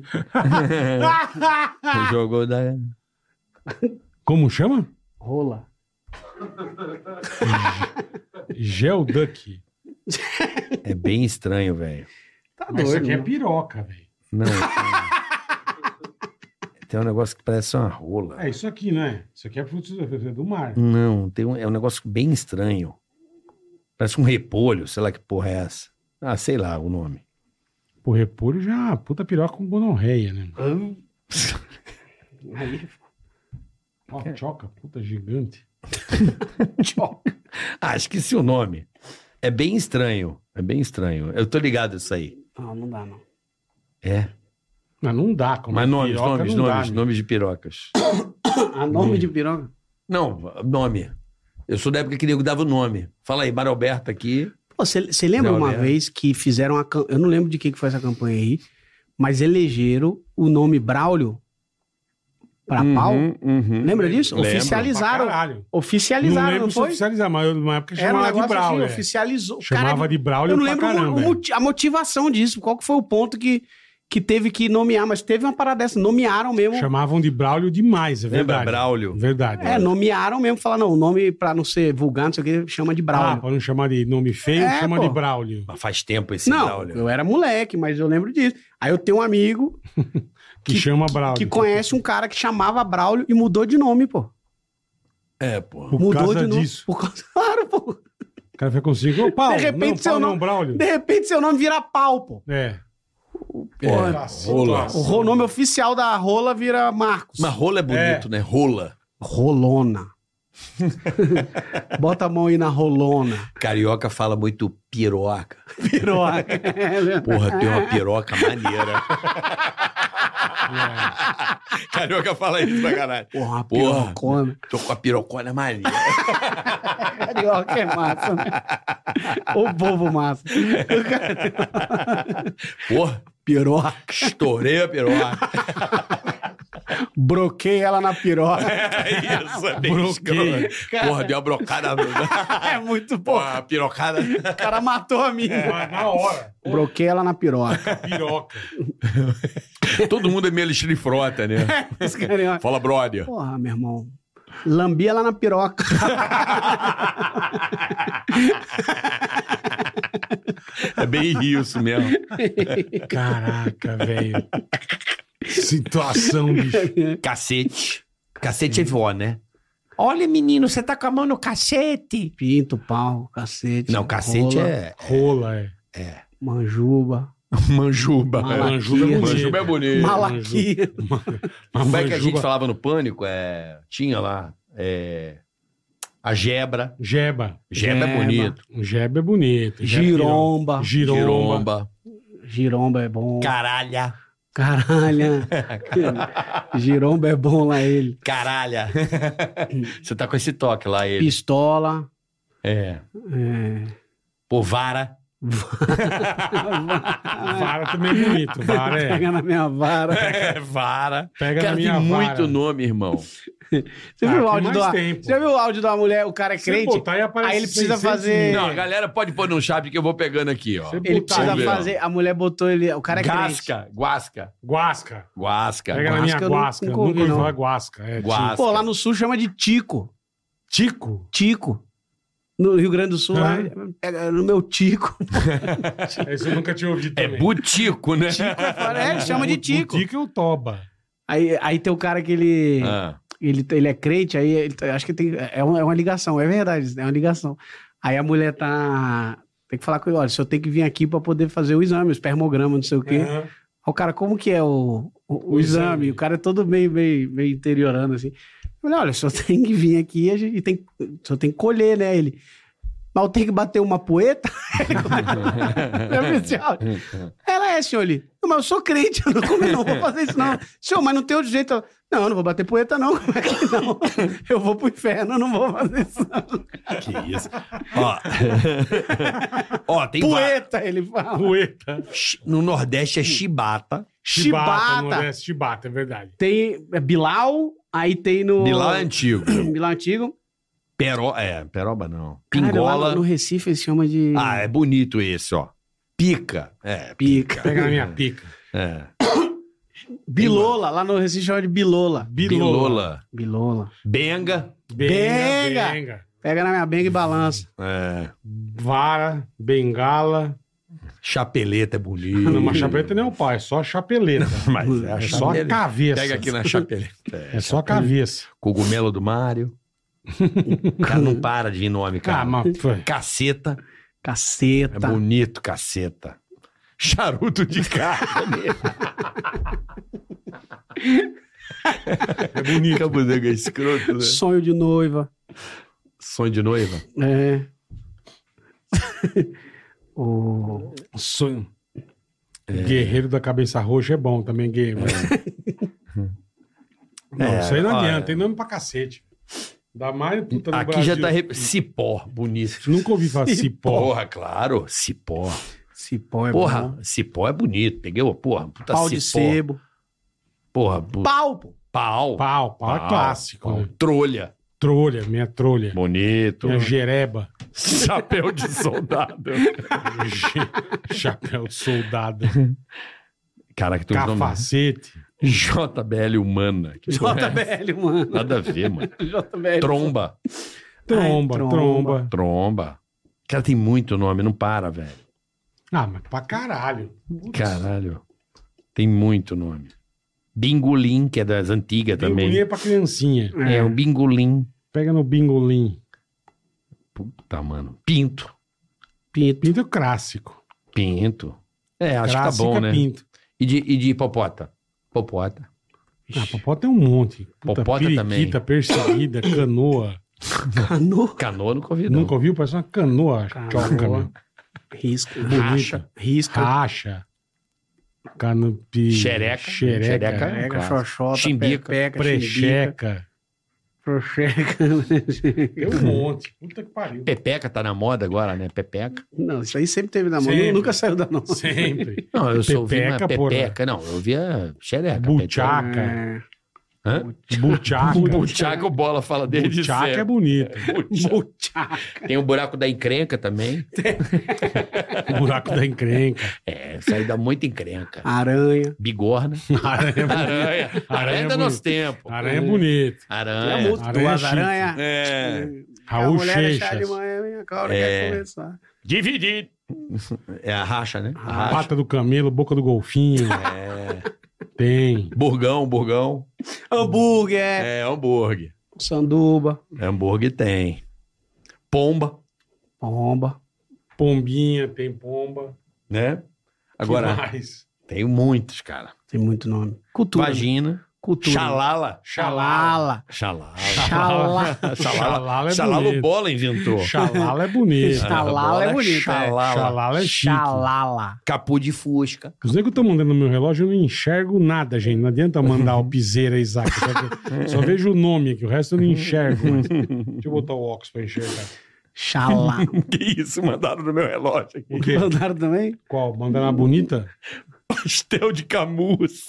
Jogou da... Como chama? Rola. Geoduck. É bem estranho, velho. Tá Mas isso doido. aqui é né? piroca, velho. Não. Tem um negócio que parece uma rola. É isso aqui, né? Isso aqui é fruto do mar. Não, é um negócio bem estranho. Parece um repolho, sei lá que porra é essa. Ah, sei lá o nome. Pô, repolho já é uma puta piroca com gonorreia, né? Aí, Ó, choca, puta gigante. choca. Ah, esqueci o nome. É bem estranho. É bem estranho. Eu tô ligado nisso aí. Não dá, não. É. Mas não dá. Como Mas é nomes, piroca, nomes, não dá, nomes, né? nomes de pirocas. A nome de piroca? Não, nome. Eu sou da época que nego dava o nome. Fala aí, Mário Alberto aqui. Você lembra Não, uma né? vez que fizeram a... Eu não lembro de que foi essa campanha aí, mas elegeram o nome Braulio pra pau? Lembra disso? Lembro. Pra Oficializaram. caralho. Oficializaram, não lembro se foi? oficializar, mas eu, numa época Era um chamava de negócio assim, Braulio. é. oficializou. Chamava Cara, de Braulio eu não pra lembro caramba. a motivação disso. Qual que foi o ponto que teve que nomear? Mas teve uma parada dessa. Nomearam mesmo. Chamavam de Braulio demais, é Lembra verdade. Braulio? Verdade. Nomearam mesmo. Falaram, não, o nome pra não ser vulgar, não sei o que, chama de Ah, Braulio. pra não chamar de nome feio, É, chama pô. de Braulio. Mas faz tempo esse Não, Braulio. eu era moleque, mas eu lembro disso. Aí eu tenho um amigo Que chama Braulio. que conhece um cara que chamava Braulio e mudou de nome, pô. É, pô. Por Mudou causa de nome. disso. Por causa... Claro, pô. O cara foi consigo. Ô, Paulo, De repente, não, seu Paulo, nome- não, Braulio. De repente seu nome vira pau, pô. É. É, rola. O nome oficial da rola vira Marcos. Mas rola é bonito, né? Rola. Rolona. Bota a mão aí na rolona. Carioca fala muito piroca. Piroca. Porra, tem uma piroca maneira. Carioca fala isso pra caralho. Porra, uma Porra. pirocona. Tô com a pirocona maneira. Carioca é massa, né? O povo massa. Porra, Piroca. estourei a piroca. Broquei ela na piroca. É isso, é bem Broquei. escroto. Porra, deu uma brocada. É muito bom. Porra, a pirocada. O cara matou a minha. Mas na hora. Broquei ela na piroca. Piroca. Todo mundo é meio Alexandre Frota, né? Esse carioca. Fala, brother. Porra, meu irmão. Lambi ela na piroca. É bem isso mesmo. Caraca, velho. Situação, bicho. Cacete. Cacete é vó, né? Olha, menino, você tá com a mão no cacete. Pinto, pau, cacete. Não, cacete rola, é Rola, é. Manjuba. manjuba. Malaquia. Manjuba é bonito. Manjuba é bonito. Malaquia. Uma Como é que a gente manjuba- falava no Pânico? Tinha lá a gebra. Jeba. Geba é Geba. bonito. Jeba é bonito. Jeba é Giromba. Giromba. Giromba. Giromba é bom. Caralha. Caralho. Giromba é bom lá ele. Caralha. Você tá com esse toque lá, ele. Pistola. É. É... Pô, vara. Vara também é bonito. Vara é. Pega na minha vara. Vara. Pega Cara, na tem minha muito vara. nome, irmão. Você viu o tem áudio mais do... tempo. Você já viu o áudio da mulher? O cara é Você crente. botar, aparece Aí ele precisa 600 fazer- Não, a galera pode pôr no chat que eu vou pegando aqui, ó. Você Ele botar precisa aí, fazer... A mulher botou ele... O cara é crente. Guasca. Guasca. Guasca. Guasca. Pega na minha Guasca eu não- guasca. nunca Nunca ouvi, ouvi não. falar guasca. É, Guasca. Pô, lá no sul chama de Tico. Tico. Tico. No Rio Grande do Sul, lá, pega no meu Tico. Esse eu nunca tinha ouvido É também. butico, né? Ele chama de Tico. Tico é o Toba. Aí tem o cara que ele... Ah. Ele é crente, aí acho que tem, é uma ligação, é verdade, é uma ligação. Aí a mulher tem que falar com ele, olha, o senhor tem que vir aqui pra poder fazer o exame, o espermograma, não sei o quê. Aham. Aí o cara, como que é o O exame? exame. O cara é todo meio interiorando, assim. Eu falei, olha, o senhor tem que vir aqui, o senhor tem que colher, né? Ele, mas eu tenho que bater uma poeta? Ela é, senhor ali. Não, mas eu sou crente, eu não vou fazer isso, não. Senhor, mas não tem outro jeito. Não, eu não vou bater poeta, não. Como é que não? Eu vou pro inferno, eu não vou fazer isso, não. Que isso. Ó, tem Poeta, ele fala. Poeta. no Nordeste é chibata. Chibata. Chibata. No Chibata, é verdade. Tem Bilal, aí tem no... Bilal é antigo. Bilal antigo. Peroba não. Caralho, Pingola. lá no Recife eles chamam de... Ah, é bonito esse, ó. Pica. Pica. Pega na minha pica. É. Bilola, lá no Recife chama de Bilola. Bilola. Bilola. Benga. Benga. Pega na minha benga e balança. É. Vara, bengala. Chapeleta é bonito. Não, mas chapeleta não é o pau, é só a chapeleta. Mas É só a cabeça. Pega aqui na chapeleta. É só a cabeça. Cogumelo do Mário. O cara não para de ir nome, cara. Ah, mas foi. Caceta. É Caceta. bonito, caceta. Charuto de carne. É bonito. Cabudanga escroto, né? Sonho de noiva. Sonho de noiva. É. O... Sonho. Guerreiro da cabeça roxa é bom também, guerreiro. Não, isso aí não olha. adianta, tem nome pra cacete. Dá mais puta no Aqui Brasil. já tá... Cipó, bonito. Nunca ouvi falar cipó. Porra, claro. Cipó. Cipó é Porra, bom. cipó é bonito. Peguei, porra, puta Pau cipó. de sebo. Porra, Pau, pô. pau. Pau é clássico. Pau. Né? Trolha. Trolha, minha trolha. Bonito. Minha jereba. Chapéu de soldado. Chapéu de soldado. Caraca, tu nome. Capacete. JBL humana. Que porra é essa? JBL, mano. Nada a ver, mano. JBL. Tromba. Tromba, Ai, tromba. Tromba. Cara, tem muito nome, não para, velho. Ah, mas pra caralho. Caralho. Tem muito nome. Bingolim, que é das antigas Bingolim também. é pra criancinha. É, o bingolim. Pega no bingolim. Puta, mano. Pinto. Pinto. Pinto é clássico. Pinto. É, acho Clássico que tá bom, é né? pinto. E de popota? Popota. Ah, popó tem um monte. Popota periquita, perseguida, canoa. Canoa. Canoa nunca ouvi, não. Nunca ouviu? Parece uma canoa. Canoa. Choca, meu. Risca. Racha. Risca. Racha. Canopi. Xereca. Xereca. Pega, xoxota. Chimbica. Pepeca. Precheca. Procheca. Tem um monte. Puta que pariu. Pepeca tá na moda agora, né? Pepeca. Não, isso aí sempre teve na mão. Sempre. Nunca saiu da mão. Sempre. Não, eu só ouvi uma Pepeca, porra. pepeca. Não, eu ouvia xereca. Buchaca. É. Hã? Buchaca. Buchaca, o Bola fala desde Buchaca é sempre. bonito. Buchaca. Tem o buraco da encrenca também. O buraco da encrenca. É, isso aí dá muita encrenca. Aranha. Bigorna. Aranha é bonito. Aranha. Aranha é do nosso tempo. Aranha é bonito. Aranha. Duas Aranha aranhas. É. A Raul mulher é chá de Seixas. manhã, minha cara É. quer começar. Dividido. É a racha, né? A racha. Pata do camelo, boca do golfinho. É. Tem. Burgão. Hambúrguer. É, hambúrguer. Sanduba. Hambúrguer tem. Pomba, Pomba. Pombinha, tem pomba. né? Agora, Que mais? tem muitos, cara. Tem muito nome. Cultura. Vagina. Cultura. Xalala. Xalala. Xalala. Xalala. Xalala é Xalala o bonito. Bola inventou. Xalala é bonito. Xalala é bonito, é. Xalala. Xalala é chique. Xalala. Capu de fusca. Os negros estão mandando no meu relógio, eu não enxergo nada, gente. Não adianta mandar o Piseira Isaac. Só vejo o nome aqui, o resto eu não enxergo. Mas... Deixa eu botar o óculos pra enxergar. Xalá. Que isso? Mandaram no meu relógio aqui. O quê? Mandaram também? Qual? Mandaram uma bonita? Pastel de camuça.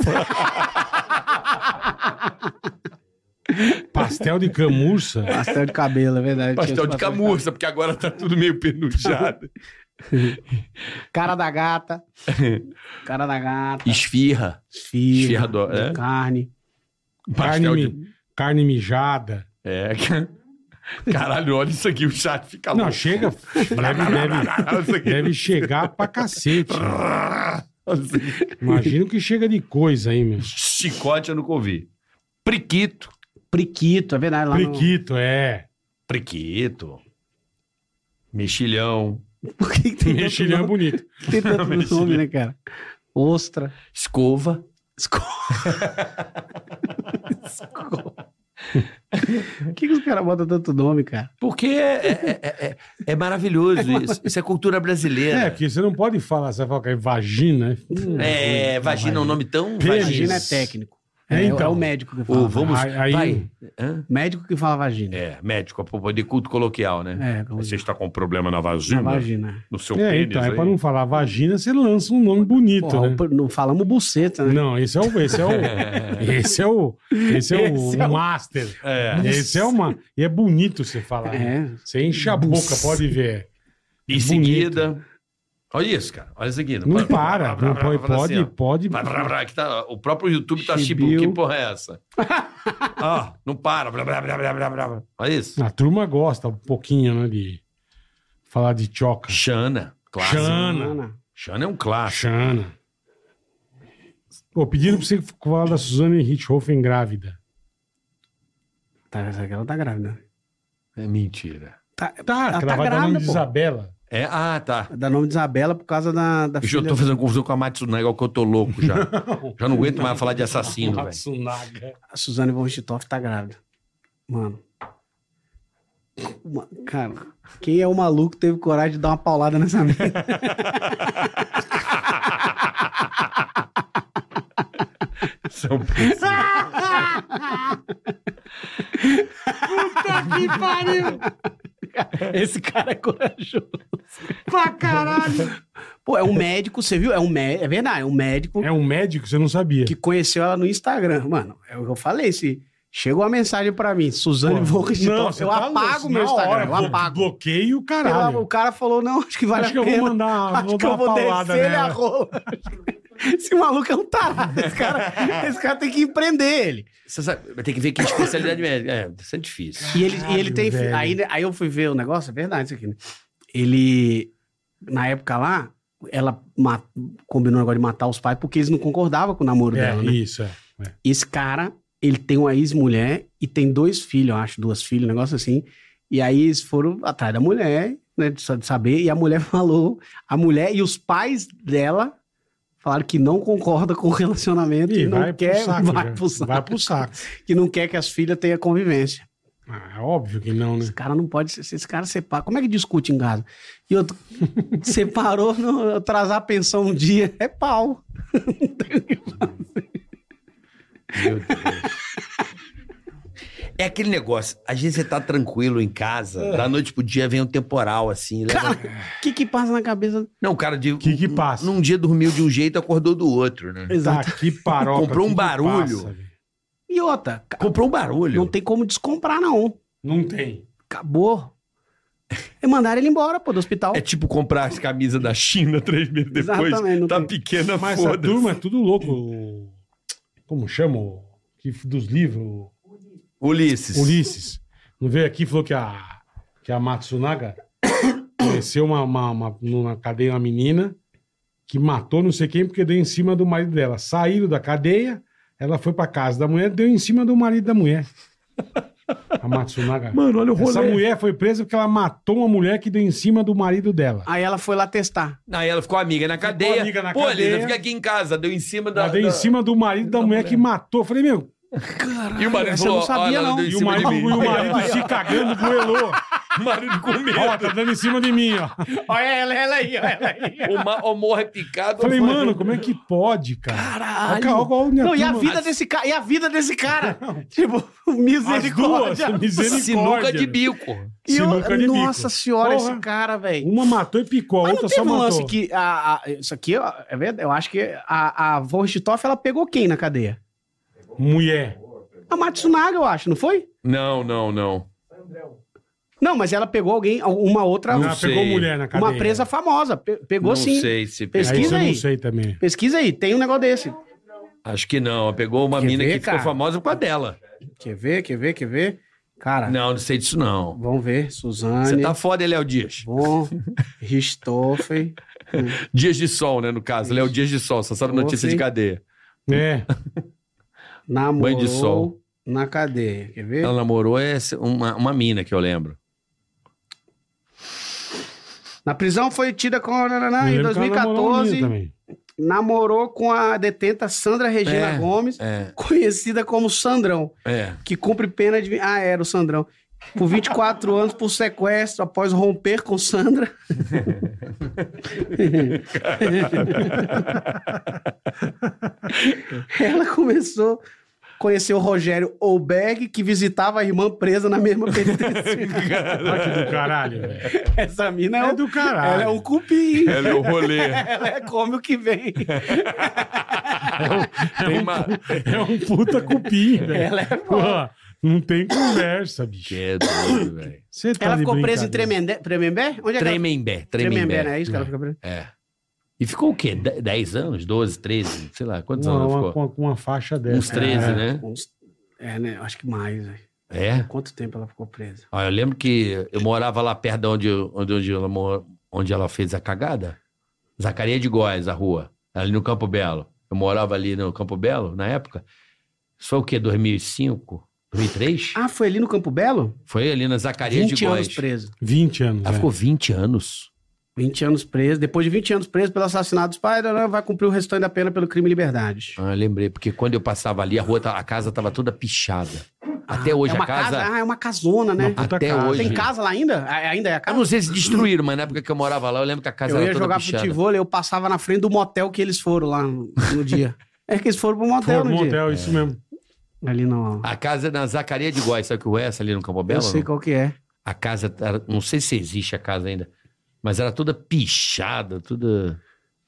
Pastel de camurça? Pastel de cabelo, é verdade. Pastel Tinha de camurça, porque agora tá tudo meio penujado. Cara da gata. Cara da gata. Esfirra. Esfirra do- é? Carne. Pastel Carne, de... carne mijada. É. Caralho, olha isso aqui, o chat fica louco. Não, chega. Deve chegar pra cacete. Imagina o que chega de coisa aí, meu. Chicote eu nunca ouvi. Priquito. Priquito, é verdade. Lá Priquito, é. Priquito. Mexilhão. No... Por que tem Mexilhão é tanto bonito. nome? Tem tanto nome, né, cara? Ostra. Escova. Por que os caras botam tanto nome, cara? Porque é maravilhoso isso. Isso é cultura brasileira. É, porque você não pode falar, você vai falar que é vagina. Vagina é um nome tão... Pênis. Vagina é técnico. É, então. É o médico que fala. Ou vamos... Aí- Vai. Hã? Médico que fala vagina. É, médico, de culto coloquial, né? É, como Você está com um problema na vagina? na vagina. No seu É, pênis então, é aí? pra não falar vagina, você lança um nome bonito, Porra, né? não falamos buceta, né? Não, esse é o master. É. Esse é uma. E é bonito você falar. né? É. Você enche a boca, pode ver. Em bonito. seguida, Olha isso, cara. Olha isso aqui. Não para. Não pode. Aqui tá, o próprio YouTube tá Chibiu. que porra é essa? Não para. Olha isso. A turma gosta um pouquinho, né, de falar de choca. Xana. Clássico. Xana. Xana é um clássico. Xana. Pô, pediram pra você falar da Suzane Richthofen grávida. Ela tá grávida. É mentira. Ela tá vai dar o nome grávida, de pô. Isabela. Tá. Dá nome de Isabela por causa da Bicho, eu filha. tô fazendo confusão com a Matsunaga, igual que eu tô louco já. Já não aguento mais falar de assassino, velho. Matsunaga. A Suzane von Richthofen tá grávida. Mano. Cara, quem é o maluco que teve coragem de dar uma paulada nessa mina? São Puta que pariu! Esse cara é corajoso. Pra caralho! Pô, é um médico, você viu? É verdade, é um médico É um médico, você não sabia. que conheceu ela no Instagram. Mano, é o que eu falei, se chega uma mensagem pra mim, Suzane Pô, von não, Richthofen, você eu tá apago louco, meu na Instagram, hora, eu apago. Bloqueio o caralho. O cara falou, não, acho que vale Acho que a eu pena. vou mandar Acho que eu uma vou paulada descer ele a nela. rola. Esse maluco é um tarado. Esse cara tem que empreender ele. Você sabe, vai ter que ver que especialidade médica. Isso é difícil. E ele tem. velho. Aí eu fui ver o negócio, é verdade isso aqui, né? Ele, na época lá, ela combinou o negócio de matar os pais porque eles não concordavam com o namoro dela, né? Isso, é. Esse cara, ele tem uma ex-mulher e tem 2 filhos, eu acho, 2 filhos, um negócio assim. E aí eles foram atrás da mulher, né, de saber, e a mulher falou, a mulher e os pais dela falaram que não concorda com o relacionamento Ih, e não vai quer, pro saco, vai já. pro saco, Vai pro saco. que não quer que as filhas tenham convivência. Ah, é óbvio que não, né? Esse cara não pode, se esse cara separa, como é que discute em casa? E outro, separou, atrasar a pensão um dia, é pau. Meu Deus. É aquele negócio, às vezes você tá tranquilo em casa, da noite pro dia vem um temporal, assim. Cara, o que passa na cabeça? Não, o cara de. Que passa? Num dia dormiu de um jeito, acordou do outro, né? Exato. Ah, que paroca. Comprou um que barulho. passa, velho? E outra, Comprou um barulho. não tem como descomprar, não. Não tem. Acabou. E mandaram ele embora, pô, do hospital. É tipo comprar as camisas da China 3 meses depois. Exatamente, não Tá tem. pequena, Mas essa foda-se. turma é tudo louco. Como chama? Dos livros? Ulisses. Não veio aqui e falou que a Matsunaga conheceu numa cadeia uma menina que matou não sei quem porque deu em cima do marido dela. Saíram da cadeia, ela foi pra casa da mulher, deu em cima do marido da mulher. A Matsunaga. Mano, olha o rolê. Essa mulher foi presa porque ela matou uma mulher que deu em cima do marido dela. Aí ela foi lá testar. Aí ela ficou amiga na cadeia. amiga na Pô, cadeia. Lisa, fica aqui em casa. Deu em cima da... Ela deu em cima do marido da mulher que matou. Eu falei, meu, E o marido Essa eu falou, não sabia, olha, ela não. deu em e o cima de marido, mim. e o marido se cagando, goelou. O marido com medo. Ó, tá dando em cima de mim, ó. Olha ela aí, olha ela aí. O morro é picado. Falei, mano, como é que pode, cara? Caralho. Olha Não, e a turma. vida desse cara? E a vida desse cara? Tipo, As misericórdia. duas, misericórdia. Sinuca de bico. E eu- sinuca de bico. Nossa senhora, Porra. esse cara, velho. Uma matou e picou, a Mas outra não só teve um matou. lance que... isso aqui, é verdade, eu acho que a von Richthofen, ela pegou quem na cadeia? Mulher. A Matsunaga, eu acho, não foi? Não. Não, mas ela pegou alguém, uma outra... Ela sei. pegou mulher na cadeia. Uma presa famosa. Pegou Não sim. sei se... É isso Pesquisa eu não aí. sei também. Pesquisa aí, tem um negócio desse. Acho que não. Ela pegou uma Quer mina ver, que cara? ficou famosa por causa dela. Quer ver? Cara, Não sei disso, não. vamos ver. Suzane, Você tá foda, Léo Dias. von Richthofen. Dias de sol, né, no caso. Léo Dias de sol, só sabe notícia de cadeia. É. Namorou Banho de sol. na cadeia. Quer ver? Ela namorou uma mina que eu lembro. Na prisão foi tida com... Eu Em lembro que ela namorou uma 2014, menina também. namorou com a detenta Sandra Regina É, Gomes, é. conhecida como Sandrão, que cumpre pena de... Ah, era o Sandrão. Por 24 anos por sequestro, após romper com Sandra. Ela começou a conhecer o Rogério Olberg, que visitava a irmã presa na mesma penitenciária. Olha que do caralho, velho. Essa mina É do caralho. Ela é um cupim. Ela é o rolê. Ela é come o que vem. Tem uma... É um puta cupim, velho. Ela é Pô, não tem conversa, bicho. Que é doido, velho. Você tá Ela de ficou presa em brincadeira. Tremembé? Onde é que ela... Tremembé. Tremembé, não é isso que ela fica presa? É. E ficou o quê? 10 anos? 12, 13? Sei lá, quantos anos ficou? Com uma faixa dessa. Uns 13, né? Né? Acho que mais, velho. É? Quanto tempo ela ficou presa? Ó, eu lembro que eu morava lá perto de onde ela fez a cagada. Zacaria de Góes, a rua. Ali no Campo Belo. Eu morava ali no Campo Belo, na época. Isso foi o quê? 2005? 2003? Ah, foi ali no Campo Belo? Foi ali na Zacaria de 20 Góes. anos preso. 20 anos. Ela ficou 20 anos. 20 anos preso. Depois de 20 anos preso pelo assassinato dos pais, ela vai cumprir o restante da pena pelo crime e liberdade. Ah, lembrei, porque quando eu passava ali, a casa tava toda pichada. Até hoje é uma a casa... é uma casona, né? Uma puta Até casa. hoje. Tem casa lá ainda? Ainda é a Eu casa? não sei se destruíram, mas na época que eu morava lá, eu lembro que a casa Eu era ia toda jogar pichada. futebol, eu passava na frente do motel que eles foram lá no dia. É que eles foram pro motel Foi no no dia. motel, isso mesmo. Ali não. A casa é na Zacaria de Góes, sabe que o essa ali no Campo Belo? Eu sei não? qual que é. A casa, não sei se existe a casa ainda, mas era toda pichada, toda...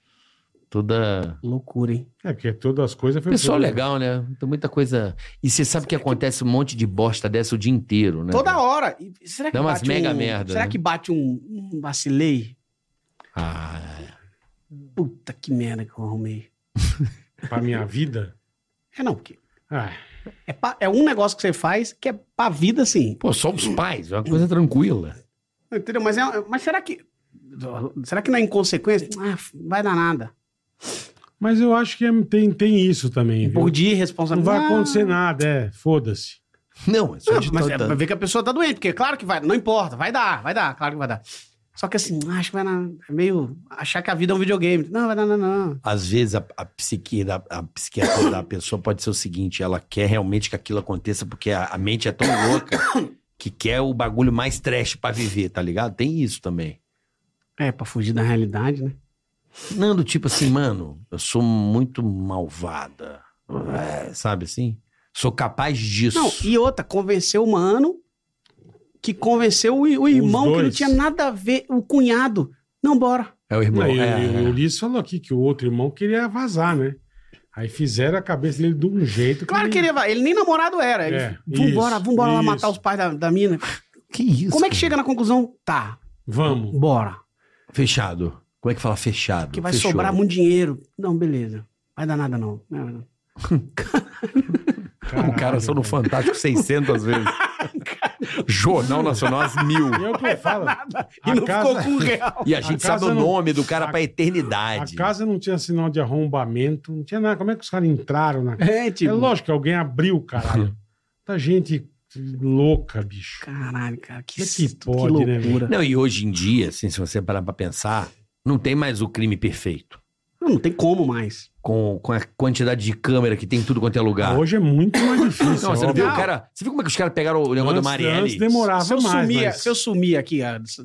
Loucura, hein? É, porque todas as coisas... foi Pessoal tudo. legal, né? Tem muita coisa... E você sabe que acontece um monte de bosta dessa o dia inteiro, né? Toda cara? hora. E será que Dá umas bate mega um... merda, Será né? que bate um vacilei? Ah, Puta que merda que eu arrumei. Pra minha vida... Não, porque Ah, é um negócio que você faz que é pra vida, assim. pô, só os pais, é uma coisa tranquila. Entendeu? Mas será que... Será que na inconsequência... vai dar nada. mas eu acho que tem isso também, Um viu? pouco de Não irresponsabilidade. vai acontecer nada, foda-se. Não, é só de Mas toda... vai ver que a pessoa tá doente, porque claro que vai, não importa, vai dar, claro que vai dar. Só que assim, acho que vai dar, é meio achar que a vida é um videogame. Não, vai dar, não. Às vezes a psiquiatra da pessoa pode ser o seguinte, ela quer realmente que aquilo aconteça porque a mente é tão louca que quer o bagulho mais trash pra viver, tá ligado? Tem isso também. É, pra fugir da realidade, né? Não, do tipo assim, mano, eu sou muito malvada. Sabe assim? Sou capaz disso. Não, e outra, convenceu o mano que convenceu o irmão que não dois. tinha nada a ver, o cunhado. Não, bora. É o irmão. Não, e o Ulisses falou aqui que o outro irmão queria vazar, né? Aí fizeram a cabeça dele de um jeito que Claro que ele nem namorado era. Ele, vambora lá isso. matar os pais da mina. Que isso? Como é que cara? chega na conclusão? Tá, Vamos. bora. Fechado. Como é que fala fechado? Que vai Fechou. sobrar muito dinheiro. Não, beleza. Vai dar nada, não. Não. O cara só no Fantástico 600 vezes. Jornal Nacional às 1000. É o que eu falo. E A não casa- ficou com um real. E a gente sabe casa o não- nome do cara a- pra eternidade. A casa não tinha sinal de arrombamento, não tinha nada. Como é que os caras entraram na casa? É, tipo... É lógico que alguém abriu, caralho. Muita gente louca, bicho. Caralho, cara. Que, Como é que pode, né, loucura. Não, e hoje em dia, assim, se você parar pra pensar, não tem mais o crime perfeito. Não tem como mais. Com a quantidade de câmera que tem em tudo quanto é lugar. Hoje é muito mais difícil. Não, você não óbvio. viu o cara. Você viu como é que os caras pegaram o negócio do Marielle? Antes demorava Se eu, mais. sumir, mas- se eu sumir aqui,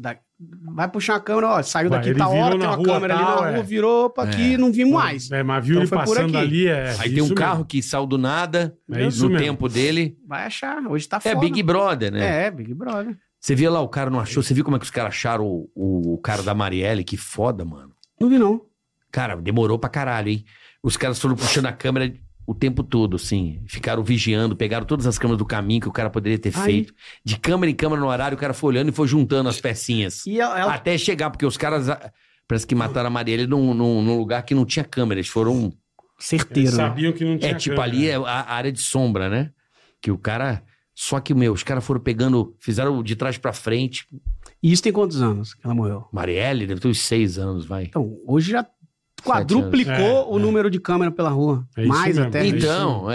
vai puxar a câmera, ó, saiu Vai, daqui ele tal virou hora, na tem uma rua câmera ali tal, na rua, é. virou pra aqui e não vimos mais. É, mas viu Então ele foi por passando aqui. ali, Aí tem um isso carro mesmo. que saiu do nada, É isso no mesmo. tempo dele. Vai achar, hoje tá É foda. Big Brother, né? É, Big Brother. Você via lá, o cara não achou. Você viu como é que os caras acharam o cara da Marielle? Que foda, mano. Não vi, não. Cara, demorou pra caralho, hein? Os caras foram puxando a câmera o tempo todo, assim. Ficaram vigiando, pegaram todas as câmeras do caminho que o cara poderia ter Aí. feito. De câmera em câmera no horário, o cara foi olhando e foi juntando as pecinhas. E ela Até chegar, porque os caras parece que mataram a Marielle num lugar que não tinha câmera. Eles foram. Eles certeiro, né? sabiam que não tinha É, tipo, câmera. ali é a área de sombra, né? Que o cara. Só que, os caras foram pegando, fizeram de trás pra frente. E isso tem quantos anos que ela morreu? Marielle deve ter uns 6 anos, vai. Então, hoje já quadruplicou o número de câmera pela rua. É isso Mais mesmo. até. Então,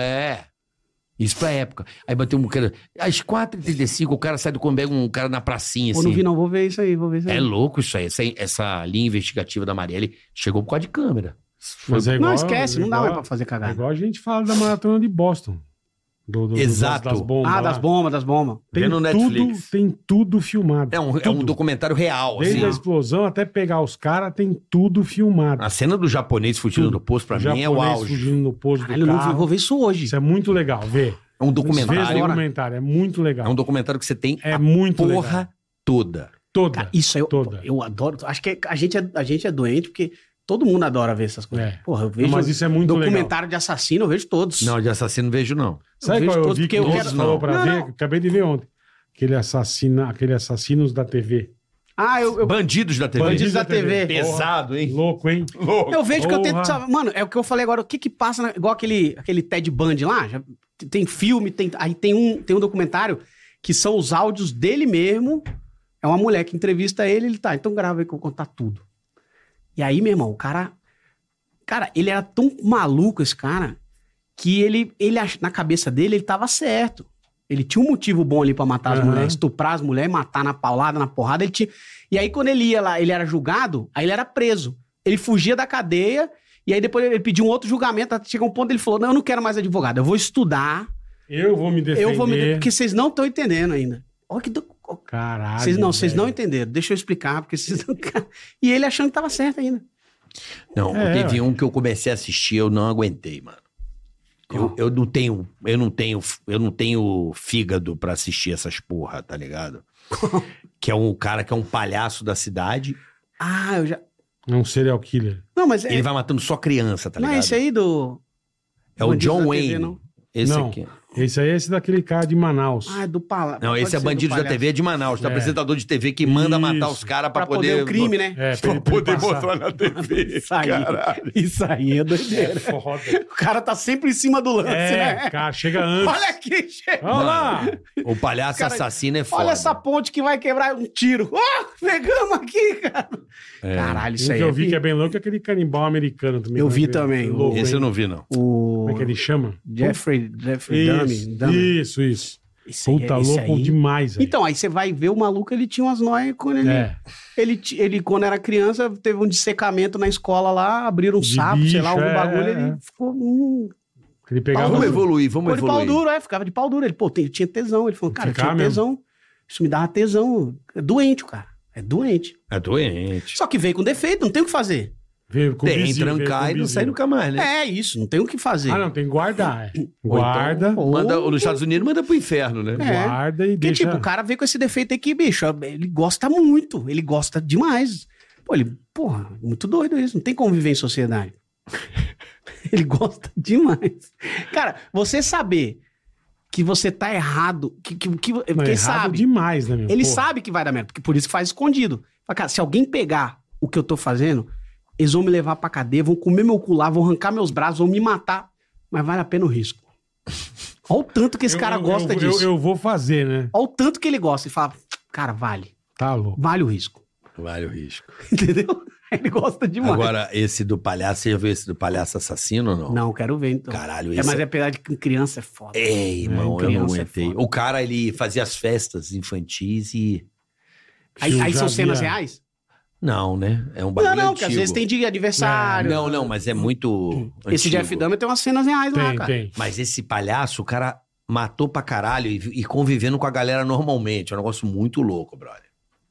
Isso pra época. Aí bateu um cara. Às 4h35, o cara sai do Combeg, um cara na pracinha, Pô, assim. não vi, não. Vou ver isso aí, É louco isso aí. Essa linha investigativa da Marielle chegou por causa de câmera. Mas é Não, igual- esquece, não dá igual- mais pra fazer É cagada. igual a gente fala da maratona de Boston. Exato. Das bombas. Ah, lá. das bombas. Tem Vê no Netflix. tem tudo filmado. É um Tudo. documentário real, Desde assim. a explosão até pegar os caras, tem tudo filmado. A cena do japonês fugindo Tudo. do posto, pra O mim, é o japonês auge. fugindo no posto do Caralho, eu não vi, carro. vou ver isso hoje. Isso é muito legal, vê. É um Vê documentário. esse documentário, é muito legal. É um documentário que você tem É a muito porra legal. toda. Toda. Cara, isso aí Toda. eu adoro. Acho que a gente é doente porque todo mundo adora ver essas coisas. É. Porra, eu vejo Mas isso é muito documentário de assassino, eu vejo todos. Não, de assassino não vejo, não. Sabe vejo qual eu todos vi porque que eu o quero- Lúcio falou não. pra Não, ver? não. Acabei de ver ontem. Aquele Assassinos da TV. Bandidos da TV. Bandidos da TV. Pesado, hein? Louco, hein? Eu vejo que eu Porra. tento. Sabe, mano, é o que eu falei agora. O que passa. Igual aquele Ted Bundy lá. Tem filme, aí tem um documentário que são os áudios dele mesmo. É uma mulher que entrevista ele tá. Então grava aí que eu vou contar tudo. E aí, meu irmão, o cara. Cara, ele era tão maluco, esse cara, que ele na cabeça dele, ele tava certo. Ele tinha um motivo bom ali pra matar as mulheres, estuprar as mulheres, matar na paulada, na porrada. Ele tinha... E aí, quando ele ia lá, ele era julgado, aí ele era preso. Ele fugia da cadeia, e aí depois ele pediu um outro julgamento. Chegou um ponto ele falou: não, eu não quero mais advogado, eu vou estudar. Eu vou me defender. Porque vocês não estão entendendo ainda. Olha que. Caralho. Vocês não entenderam. Deixa eu explicar, porque vocês não. E ele achando que tava certo ainda. Não, teve um que eu comecei a assistir, eu não aguentei, mano. Eu não tenho fígado pra assistir essas porra, tá ligado? Que é um cara que é um palhaço da cidade. Ah, eu já. É um serial killer. Não, mas Ele vai matando só criança, tá não ligado? é esse aí do. É o Bandidos John da Wayne. TV, não? Esse Não. aqui. Esse aí é esse daquele cara de Manaus. Ah, é do Palácio. Não, esse é Bandidos da TV de Manaus. Tem É. apresentador de TV que manda matar Isso. os caras Pra pra poder o crime, né? É, Pra poder passar. mostrar na TV. Isso aí. Caralho. Isso aí é doideira. É foda. O cara tá sempre em cima do lance, né? É, cara, chega antes. Olha aqui, chega. Olha lá. O palhaço Cara, assassino é foda. Olha essa ponte que vai quebrar um tiro. Pegamos aqui, cara. É. Caralho, isso Um aí que eu vi é que é bem louco é aquele canibal americano também. Eu vi Como é que também, é? o- Louco, Esse eu hein? não vi, não. o Como é que ele chama? Jeffrey Isso, Dahmer. isso. Esse Puta, esse louco aí. demais, velho. Então, aí você vai ver o maluco, ele tinha umas noias quando ele quando era criança, teve um dissecamento na escola lá, abriram um De sapo, sei lá, bicho, algum bagulho, é. ele ficou Ele pegava... Vamos evoluir, vamos ficou de pau evoluir. duro, ficava de pau duro. Ele, tinha tesão. Ele falou, cara, eu Ficava tinha tesão. Isso me dava tesão. É doente, o cara. É doente. É doente. Só que veio com defeito, não tem o que fazer. Veio com Tem, vizinho, trancar veio e com não sai vizinho. nunca mais, né? É isso, não tem o que fazer. Ah, não, tem que guardar. É. Ou então, Guarda, manda, nos Estados Unidos manda pro inferno, né? É. guarda e Porque, deixa... tipo, o cara veio com esse defeito aqui, bicho. Ele gosta muito. Ele gosta demais. Porra, muito doido isso. Não tem como viver em sociedade. Ele gosta demais. Cara, você saber que você tá errado, Não, porque errado sabe. demais, né, meu? Ele Pô. sabe que vai dar merda, porque por isso que faz escondido. Fala, cara, se alguém pegar o que eu tô fazendo, eles vão me levar pra cadeia, vão comer meu cu lá, vão arrancar meus braços, vão me matar. Mas vale a pena o risco. Olha o tanto que esse cara gosta disso. Eu vou fazer, né? Olha o tanto que ele gosta. E fala, cara, vale. Tá louco. Vale o risco. Vale o risco. Entendeu? Ele gosta demais. Agora, esse do palhaço, você já viu esse do palhaço assassino ou não? Não, quero ver então. Caralho, É, esse... mas apesar de que criança é foda. Ei, irmão, eu não criança é aguentei. foda. O cara, ele fazia as festas infantis e... Aí Eu já são cenas vi, reais? Não, né? É um bagulho Não, porque às antigo. vezes tem dia de aniversário. Não, mas é muito Esse antigo. Jeff Dahmer tem umas cenas reais lá, Tem, cara. tem. Mas esse palhaço, o cara matou pra caralho e convivendo com a galera normalmente. É um negócio muito louco, brother.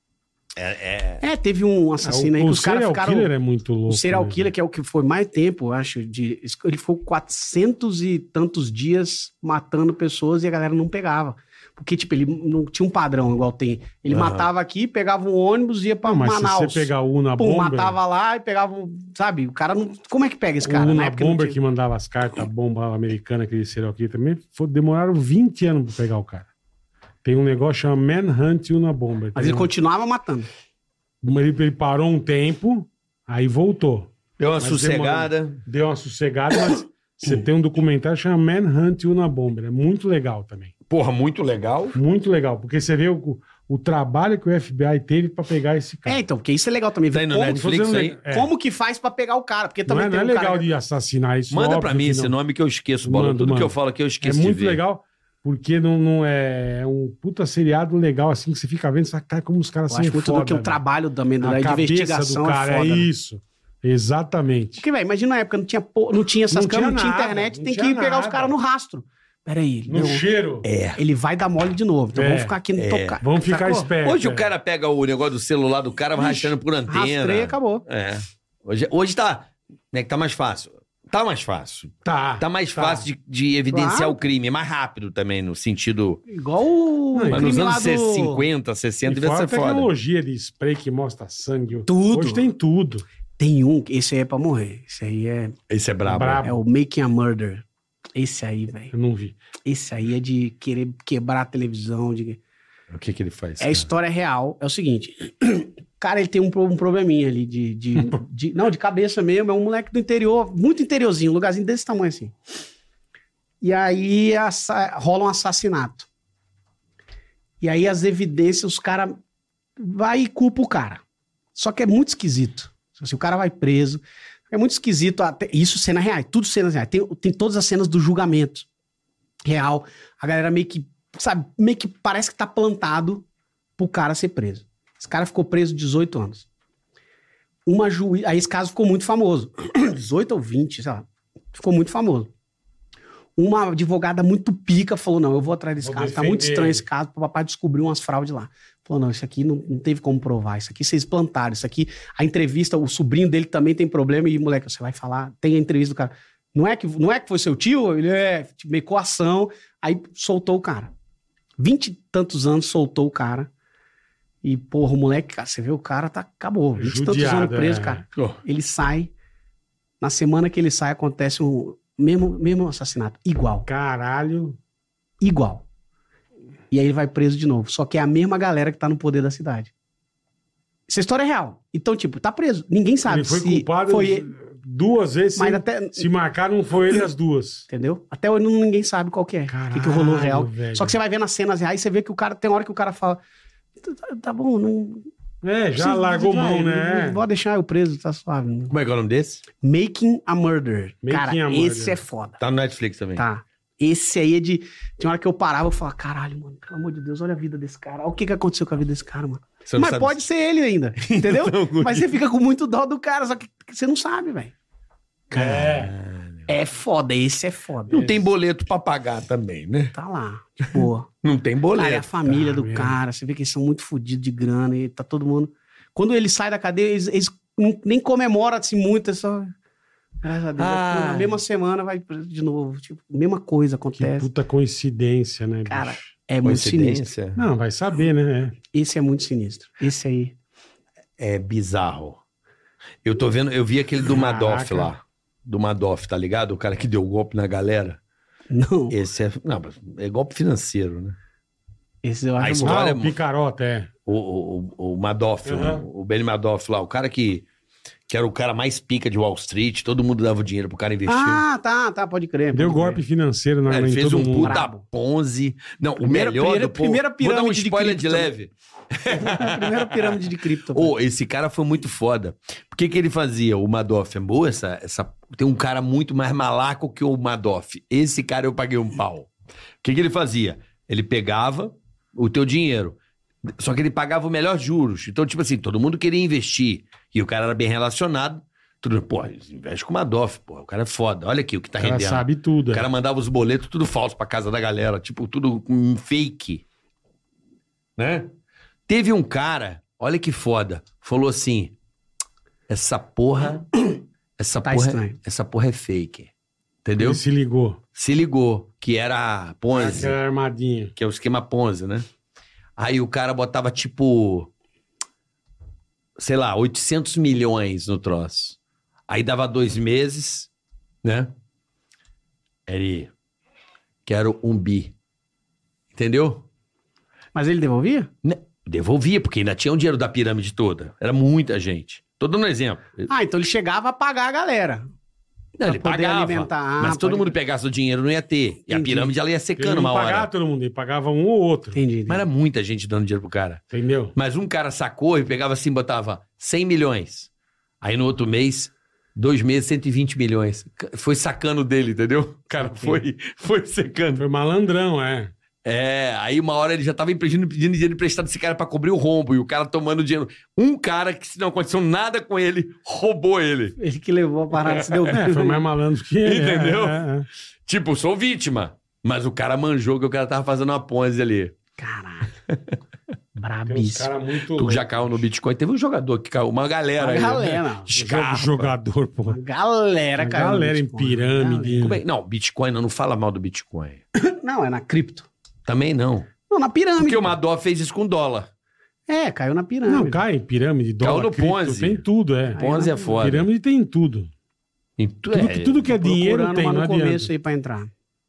Teve um assassino aí que os caras serial ficaram... killer é muito louco. O serial né? killer, que é o que foi mais tempo, eu acho, ele ficou 400 e tantos dias matando pessoas e a galera não pegava. Porque, tipo, ele não tinha um padrão igual tem. Ele Aham. matava aqui, pegava um ônibus e ia pra Não, mas Manaus. se você pegar o Una Pum, Bomber... matava lá e pegava, sabe? O cara não... Como é que pega esse O cara? Na Una época não Bomber tinha- que mandava as cartas, a bomba americana, aquele serial killer também, demoraram 20 anos pra pegar o cara. Tem um negócio chamado Manhunt Una Bomber. Mas Tem ele continuava matando. ele parou um tempo, aí voltou. Deu uma Mas sossegada. Deu uma sossegada, mas você tem um documentário chamado Manhunt Una Bomber. É muito legal também. Porra, muito legal. Muito legal, porque você vê o trabalho que o FBI teve pra pegar esse cara. Então, porque isso é legal também. Tá aí no Netflix fazendo aí? é. Como que faz pra pegar o cara? Porque Não também é, tem não é um legal cara... de assassinar isso. Manda óbvio pra mim que esse não. nome que eu esqueço, Bola. Mando, Tudo que mando. eu falo aqui eu É esqueço de muito ver. legal, porque não é um puta seriado legal assim que você fica vendo, você fala, cara, como os caras Eu são acho muito foda, do que o velho. trabalho também da A cabeça investigação do cara é é, foda. Né? isso. Exatamente. Porque, velho, imagina na época, não tinha essas Não câmeras, tinha não tinha nada, internet, não tem que tinha ir pegar os nada. caras no rastro. Peraí, No cheiro. ele vai dar mole de novo, então É, vamos ficar aqui no tocar. Vamos ficar Sacou? espertos. Hoje o cara pega o negócio do celular do cara, vai rastreando por antena. Rastreia e acabou. É. Hoje tá... Né, que tá mais fácil. Tá mais fácil. Tá mais fácil de evidenciar Claro. o crime. É mais rápido também, no sentido... Igual o Não, Mas nos crime anos lá do... 50, 60, E devia fora a ser foda. tecnologia de spray que mostra sangue. Tudo. Hoje tem tudo. Tem um, esse aí é pra morrer. Esse aí é Esse é brabo. Brabo. o Making a Murder. Esse aí, velho. Eu não vi. Esse aí é de querer quebrar a televisão. O que ele faz? É a história real. É o seguinte: Cara, ele tem um probleminha ali não, de cabeça mesmo. É um moleque do interior, muito interiorzinho, um lugarzinho desse tamanho assim. E aí rola um assassinato. E aí as evidências, os caras vai e culpa o cara. Só que é muito esquisito. Se o cara vai preso, é muito esquisito. Isso cena real, tudo cenas reais. Tem todas as cenas do julgamento real. A galera meio que, sabe, meio que parece que tá plantado pro cara ser preso. Esse cara ficou preso 18 anos. Aí esse caso ficou muito famoso. 18 ou 20, sei lá. Ficou muito famoso. Uma advogada muito pica falou, não, eu vou atrás desse caso. Tá muito estranho esse caso. O papai descobriu umas fraudes lá. Falou, não, isso aqui não teve como provar. Isso aqui vocês plantaram. Isso aqui, a entrevista, o sobrinho dele também tem problema. E, moleque, você vai falar, tem a entrevista do cara. Não é que foi seu tio? Ele meio coação. Aí soltou o cara. 20 e tantos anos soltou o cara. E, porra, o moleque, cara, você vê o cara, acabou. 20 e tantos anos preso, cara. Ele sai. Na semana que ele sai, acontece o mesmo assassinato. Igual. Caralho. Igual. E aí ele vai preso de novo. Só que é a mesma galera que tá no poder da cidade. Essa história é real. Então, tipo, tá preso. Ninguém sabe ele foi culpado duas vezes. Mas até... Se marcaram, foi ele as duas. Entendeu? Até hoje ninguém sabe qual que é. Caralho, o que rolou real. Velho. Só que você vai ver nas cenas reais, você vê que o cara... Tem hora que o cara fala... Tá bom, não... Já largou mão, né? Não vou deixar eu preso, tá suave. Né? Como é que é o nome desse? Making a Murder. Cara, a Murder. esse é foda. Tá no Netflix também. Tá. Esse aí é de... Tem hora que eu parava e falava, caralho, mano, pelo amor de Deus, olha a vida desse cara. Olha o que aconteceu com a vida desse cara, mano. Mas sabe... pode ser ele ainda, entendeu? Mas você fica com muito dó do cara, só que você não sabe, velho. É foda, esse é foda. Não tem boleto pra pagar também, né? Tá lá, de boa. Não tem boleto. Cara, é a família do cara, você vê que eles são muito fodidos de grana e tá todo mundo... Quando ele sai da cadeia, eles nem comemoram assim muito, é só... Graças a Deus. Na mesma semana vai de novo. Tipo, mesma coisa acontece. Que puta coincidência, né, bicho? Cara, é muito sinistro. Não, vai saber, né? Esse é muito sinistro. Esse aí. É bizarro. Eu tô vendo, eu vi aquele do Madoff lá. Do Madoff, tá ligado? O cara que deu golpe na galera. Não. Esse é... Não, é golpe financeiro, né? Esse eu acho A história o picarota, é. O Madoff, o Ben Madoff lá, o cara que era o cara mais pica de Wall Street, todo mundo dava o dinheiro pro cara investir. Tá, pode crer. Deu golpe financeiro na ele fez todo um mundo. puta Ponzi. Não, o melhor do primeira pirâmide. Vou dar um spoiler de leve. Primeira pirâmide de cripto. Esse cara foi muito foda. Por que ele fazia? O Madoff é boa, tem um cara muito mais malaco que o Madoff. Esse cara eu paguei um pau. O que ele fazia? Ele pegava o teu dinheiro, só que ele pagava o melhor juros. Então, tipo assim, todo mundo queria investir. E o cara era bem relacionado. Tudo, investe com o Madoff, o cara é foda. Olha aqui o que tá rendendo. O cara sabe tudo. O cara mandava os boletos tudo falso pra casa da galera. Tipo, tudo fake. Né? Teve um cara, olha que foda, falou assim, essa porra é fake. Entendeu? Ele se ligou. Se ligou, que era Ponzi. Aquela armadinha. Que é o esquema Ponzi, né? Aí o cara botava tipo, sei lá, 800 milhões no troço. Aí dava 2 meses, né? Ele, quero 1 bi. Entendeu? Mas ele devolvia? Devolvia, porque ainda tinha o dinheiro da pirâmide toda. Era muita gente. Tô dando um exemplo. Então ele chegava a pagar a galera. Não, ele pagava, mas se todo mundo pegasse o dinheiro não ia ter. E a pirâmide ela ia secando uma hora. Ele não pagava todo mundo, ele pagava um ou outro. Entendi. Mas era muita gente dando dinheiro pro cara. Entendeu? Mas um cara sacou e pegava assim, botava 100 milhões. Aí no outro mês, 2 meses, 120 milhões. Foi sacando dele, entendeu? O cara foi secando. Foi malandrão, é. Aí uma hora ele já tava pedindo dinheiro emprestado desse cara pra cobrir o rombo. E o cara tomando dinheiro. Um cara que, se não aconteceu nada com ele, roubou ele. Ele que levou a parada, se deu foi mais malandro que ele. Entendeu? Tipo, sou vítima. Mas o cara manjou que o cara tava fazendo uma Ponzi ali. Caralho. Tem uns Brabíssimo. caras muito Tu já caiu no Bitcoin. Teve um jogador que caiu. Uma galera aí. Galera. jogador, pô. Galera, cara. Galera em pirâmide. Não, Bitcoin não fala mal do Bitcoin. Não, é na cripto. Também não. Não, na pirâmide. Porque o Madoff fez isso com dólar. Caiu na pirâmide. Não, cai em pirâmide, dólar, no cripto, Ponzi. tem tudo, Ponzi é foda. Pirâmide tem tudo. Tudo que é dinheiro tem, não no adianta. começo aí pra entrar.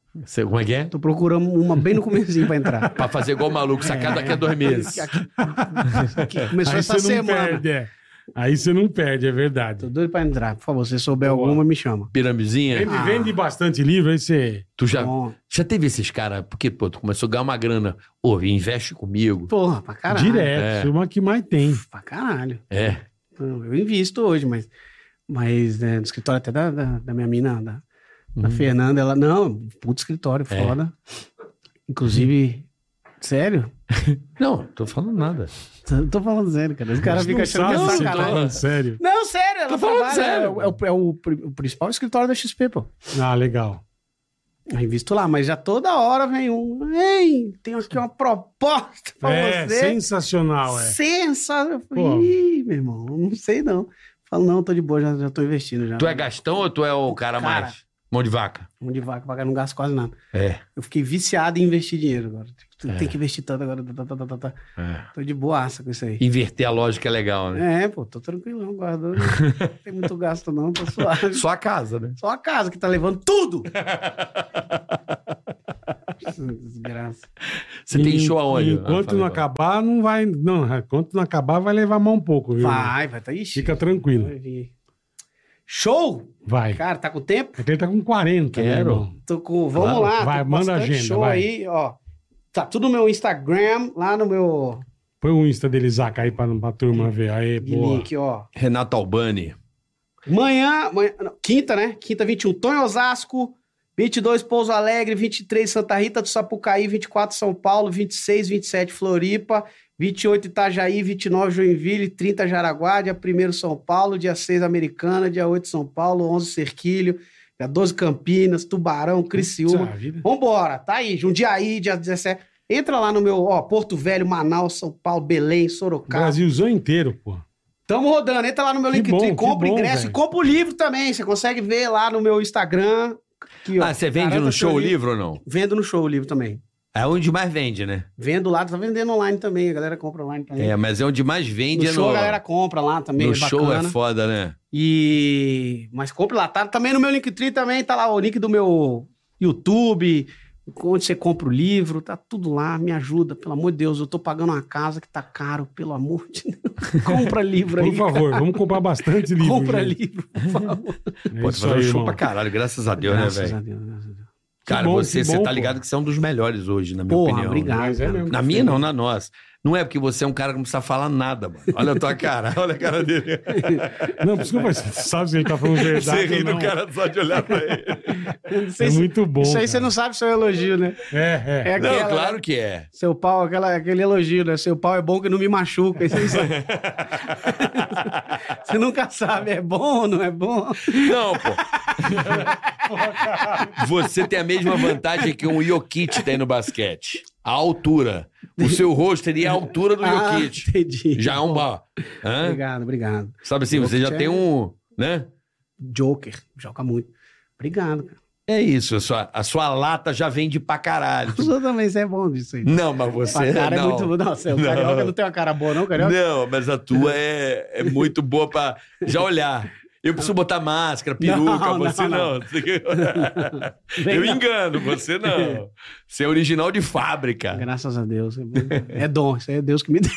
Você, como é que é? Tô procurando uma bem no comecinho pra entrar. Pra fazer igual o maluco, sacar daqui a 2 meses. Aqui começou Aí essa você não semana. perde, Aí você não perde, é verdade. Tô doido pra entrar. Por favor, se você souber Boa. alguma, me chama. Piramizinha. Vende bastante livro, aí você... Tu já Bom. teve esses caras, porque, pô, tu começou a ganhar uma grana. Ô, investe comigo. Porra, pra caralho. Direto, É. é uma que mais tem. Pra caralho. É. Eu invisto hoje, mas né, no escritório até da minha mina, da Fernanda, ela, não, puto escritório, foda. Inclusive, sério? Não, tô falando nada. Tô falando sério, cara. Os caras ficam achando que é Não sabe se tá sacanagem. falando sério. Não, sério, ela Tô falando trabalha, sério. é o principal escritório da XP, pô. Ah, legal. Eu invisto lá, mas já toda hora vem um, ei, tenho aqui uma proposta pra você. Sensacional, Sensacional. Pô. Ih, meu irmão, não sei não. Falo, não, tô de boa, já tô investindo já. Tu é Gastão ou tu é o cara Cara. mais mão de vaca? Mão de vaca, pagar não gasto quase nada. É. Eu fiquei viciado em investir dinheiro agora. Tem que investir tanto agora. Tô de boaça com isso aí. Inverter a lógica é legal, né? Pô, tô tranquilão, guardando. Não tem muito gasto não, tô suave. Só a casa, né? Só a casa que tá levando tudo. Desgraça. Você tem show aonde? Enquanto não acabar, não vai... Não, enquanto não acabar, vai levar mão um pouco, viu? Vai, tá. Ixi. Fica tranquilo. Vai vir. Show? Vai. Cara, tá com tempo? É que ele tá com 40, né, Quero. irmão? Tô com... Vamos Claro. lá. Vai, tô com manda a bastante agenda, show vai. aí, ó. Tá tudo no meu Instagram, lá no meu Põe o Insta dele, Zaca, aí pra turma ver. Aí, boa. link, ó. Renato Albani. Amanhã, não, quinta, né? Quinta, 21, Tonho Osasco. 22, Pouso Alegre. 23, Santa Rita do Sapucaí. 24, São Paulo. 26, 27, Floripa. 28, Itajaí. 29, Joinville. 30, Jaraguá. Dia 1º, São Paulo. Dia 6, Americana. Dia 8, São Paulo. 11, Cerquilho. Dia 12, Campinas. Tubarão, Criciúma. Puta vida. Vambora, tá aí. Jundiaí, dia 17. Entra lá no meu, ó, Porto Velho, Manaus, São Paulo, Belém, Sorocaba. Brasilzão inteiro, pô. Tamo rodando. Entra lá no meu Que Linktree, bom, compra que bom, ingresso velho. e compra o livro também. Você consegue ver lá no meu Instagram. Aqui, ó. Ah, você vende Garanta no seu show o livro ou não? Vendo no show o livro também. É onde mais vende, né? Vendo lá, tá vendendo online também. A galera compra online também. É, mas é onde mais vende no é show no... a galera compra lá também. No é show bacana. é foda, né? Mas compra lá. Tá também no meu Linktree também. Tá lá o link do meu YouTube. Onde você compra o livro. Tá tudo lá. Me ajuda, pelo amor de Deus. Eu tô pagando uma casa que tá caro, pelo amor de Deus. Compra livro aí. Por favor, vamos comprar bastante livro. Compra gente. livro, por favor. É Pô, tu isso faz um aí, show irmão. pra caralho, graças a Deus, Graças né, a velho? Deus, graças a Deus. Cara, bom, você que bom, tá pô. ligado que você é um dos melhores hoje, na minha Porra, opinião. obrigado. Mas é cara. mesmo. Na minha não, na nossa. Não é porque você é um cara que não precisa falar nada, mano. Olha a tua cara, olha a cara dele. Não, desculpa, você sabe se ele tá falando verdade Você ri ou do não. cara só de olhar pra ele. Eu não sei É se- muito bom, Isso aí cara. você não sabe se é um elogio, né? É. É Não, aquela, claro que é. Seu pau, aquele elogio, né? Seu pau é bom que não me machuca. Isso aí você nunca sabe, é bom ou não é bom? Não, pô. Você tem a mesma vantagem que um Jokic tem no basquete. A altura. O seu rosto teria a altura do Jokic. Entendi. Já é uma... Hã? Obrigado. Sabe assim, você já Jokic tem é- um... Né? Joker, joga muito. Obrigado, cara. É isso, a sua lata já vende pra caralho. Os outros também, isso é bom disso aí. Não, mas A você... cara não. é muito... Não, seu carioca não tem uma cara boa não, carioca? Não, mas a tua é muito boa pra já olhar. Eu preciso botar máscara, peruca, Não, você não. não. Eu engano, você não. Você é original de fábrica. Graças a Deus. É dom, isso aí é Deus que me deu.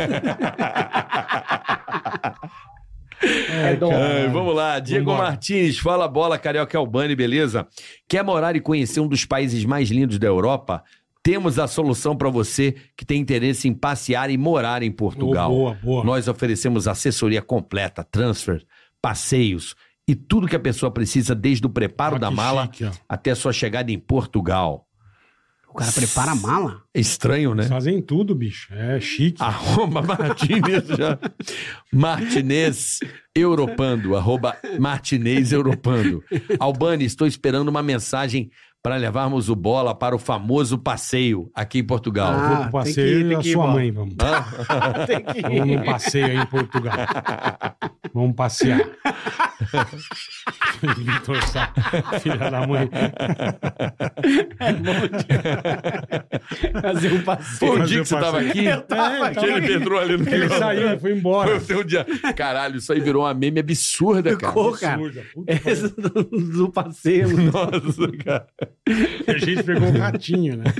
É dom. Ai, vamos lá, Diego Vambora. Martins, fala bola, Carioca Albani, beleza? Quer morar e conhecer um dos países mais lindos da Europa? Temos a solução para você que tem interesse em passear e morar em Portugal. Boa. Nós oferecemos assessoria completa, transfer, passeios e tudo que a pessoa precisa desde o preparo Ó, da que mala chique, ó. até a sua chegada em Portugal. O cara prepara a mala. É estranho, né? Fazem tudo, bicho. É chique. Arroba Martinez já. Martinez Europando. Arroba Martinez Europando. Albani, estou esperando uma mensagem para levarmos o bola para o famoso passeio aqui em Portugal. Ah, Vou pro passeio tem e a que ir, sua Bola. mãe, vamos. Tem que Vamos num passeio aí em Portugal. Vamos passear. Vitor Sá, filha da mãe. Fazer um passeio. Foi o Fazer dia o que você tava aqui? Eu tava Que ele entrou ali no Ele saiu, ele foi embora. Foi o teu dia. Caralho, isso aí virou uma meme absurda, cara. Ficou, cara. Absurda. Puta que Esse do passeio. Nossa, cara. pariu. A gente pegou o ratinho, né?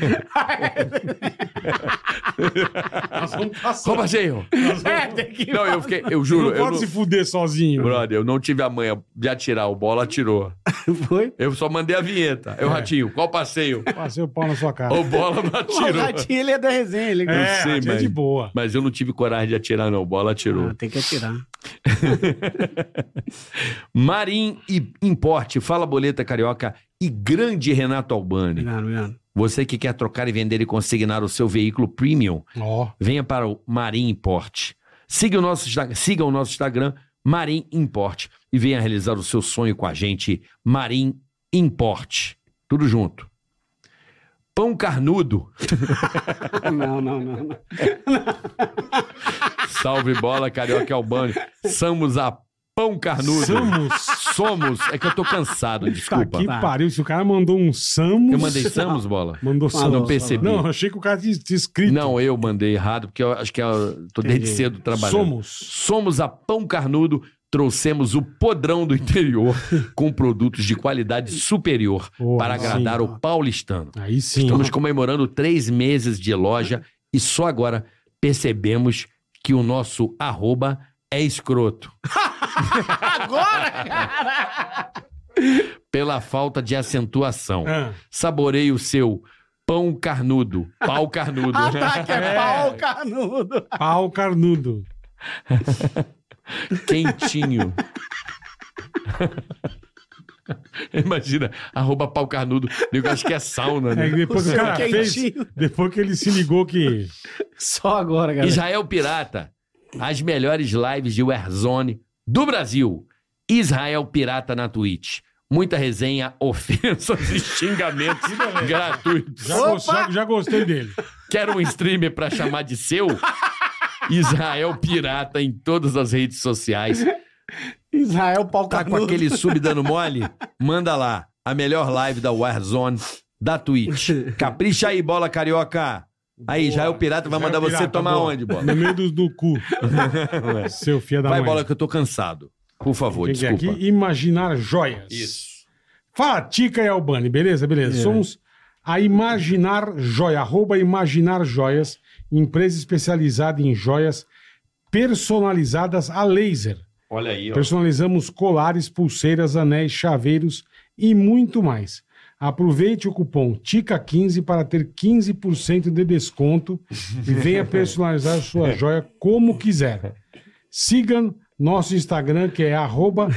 Nós vamos passar. Qual passeio? Tem que... Não, eu juro. Não Eu pode não, se fuder sozinho. brother, eu não tive a manha de atirar. O bola atirou. Foi? Eu só mandei a vinheta. Eu, Ratinho, qual passeio? Passei o pau na sua cara. O bola não O atirou. gatinho, ele é da resenha. Ele... É, sei, ratinho é mas- de boa. Mas eu não tive coragem de atirar, não. O bola atirou. Ah, tem que atirar. Marim e Importe, Fala Boleta Carioca e grande Renato Albani. Obrigado. Você que quer trocar e vender e consignar o seu veículo premium, Ó, venha para o Marim Import. Siga o nosso Instagram, Marim Import, e venha realizar o seu sonho com a gente, Marim Import. Tudo junto. Pão Carnudo. Não. Salve bola, Carioca Albani. Somos a Pão Carnudo. Somos. É que eu tô cansado, tá desculpa. que pariu. Se o cara mandou um Samus... Eu mandei Samos, bola? Mandou Samus. não percebi. Não, eu achei que o cara tinha escrito. Não, eu mandei errado, porque eu acho que eu tô desde Entendi. cedo trabalhando. Somos. Somos a Pão Carnudo, trouxemos o podrão do interior com produtos de qualidade superior Pô, para sim. agradar o paulistano. Aí sim. Estamos comemorando 3 meses de loja e só agora percebemos que o nosso arroba é escroto. Agora, cara! Pela falta de acentuação. Ah, Saboreie o seu pão carnudo. Pau carnudo. Ah, tá, que é pau carnudo. pau carnudo. Quentinho. Imagina, arroba pau carnudo. Eu acho que é sauna, É né? que depois que o cara fez, Quentinho. depois que ele se ligou que... Só agora, galera. Israel Pirata. As melhores lives de Warzone do Brasil. Israel Pirata na Twitch. Muita resenha, ofensas e xingamentos gratuitos. Já gostei dele. Quer um streamer pra chamar de seu? Israel Pirata em todas as redes sociais. Israel pau Tá carnudo. com aquele sub dando mole? Manda lá. A melhor live da Warzone da Twitch. Capricha aí, bola carioca. Aí, Israel Pirata vai mandar você tomar boa. onde, bola? No meio do cu. Seu filho da Vai, mãe. bola, que eu tô cansado. Por favor, Quem que é desculpa. aqui? Imaginar Joias. Isso. Fala, Tica e Albani, beleza? Somos a Imaginar Joia, @Imaginar Joias, empresa especializada em joias personalizadas a laser. Olha aí, ó. Personalizamos colares, pulseiras, anéis, chaveiros e muito mais. Aproveite o cupom TICA15 para ter 15% de desconto e venha personalizar sua joia como quiser. Siga nosso Instagram, que é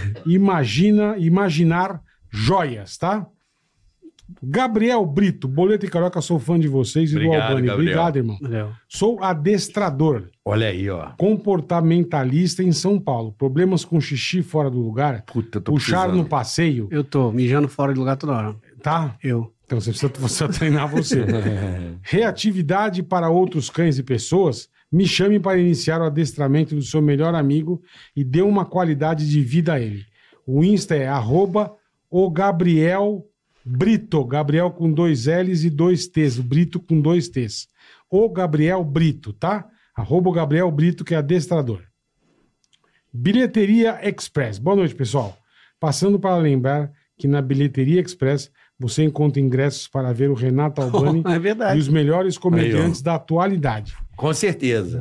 @Imaginar Joias, tá? Gabriel Brito, Boleta e Carioca, sou fã de vocês e Obrigado, do Albani. Gabriel. Obrigado, irmão. Valeu. Sou adestrador, Olha aí, ó. comportamentalista em São Paulo. Problemas com xixi fora do lugar? Puta, tô Puxar precisando. no passeio, Eu tô mijando fora de lugar toda hora. tá? Eu. Então você precisa treinar você. Reatividade para outros cães e pessoas? Me chame para iniciar o adestramento do seu melhor amigo e dê uma qualidade de vida a ele. O Insta é @o Gabriel Brito. Gabriel com 2 L's e 2 T's. O Brito com 2 T's. O Gabriel Brito, tá? @o Gabriel Brito, que é adestrador. Bilheteria Express. Boa noite, pessoal. Passando para lembrar que na Bilheteria Express você encontra ingressos para ver o Renato Albani É e verdade. os melhores comediantes da atualidade. Com certeza.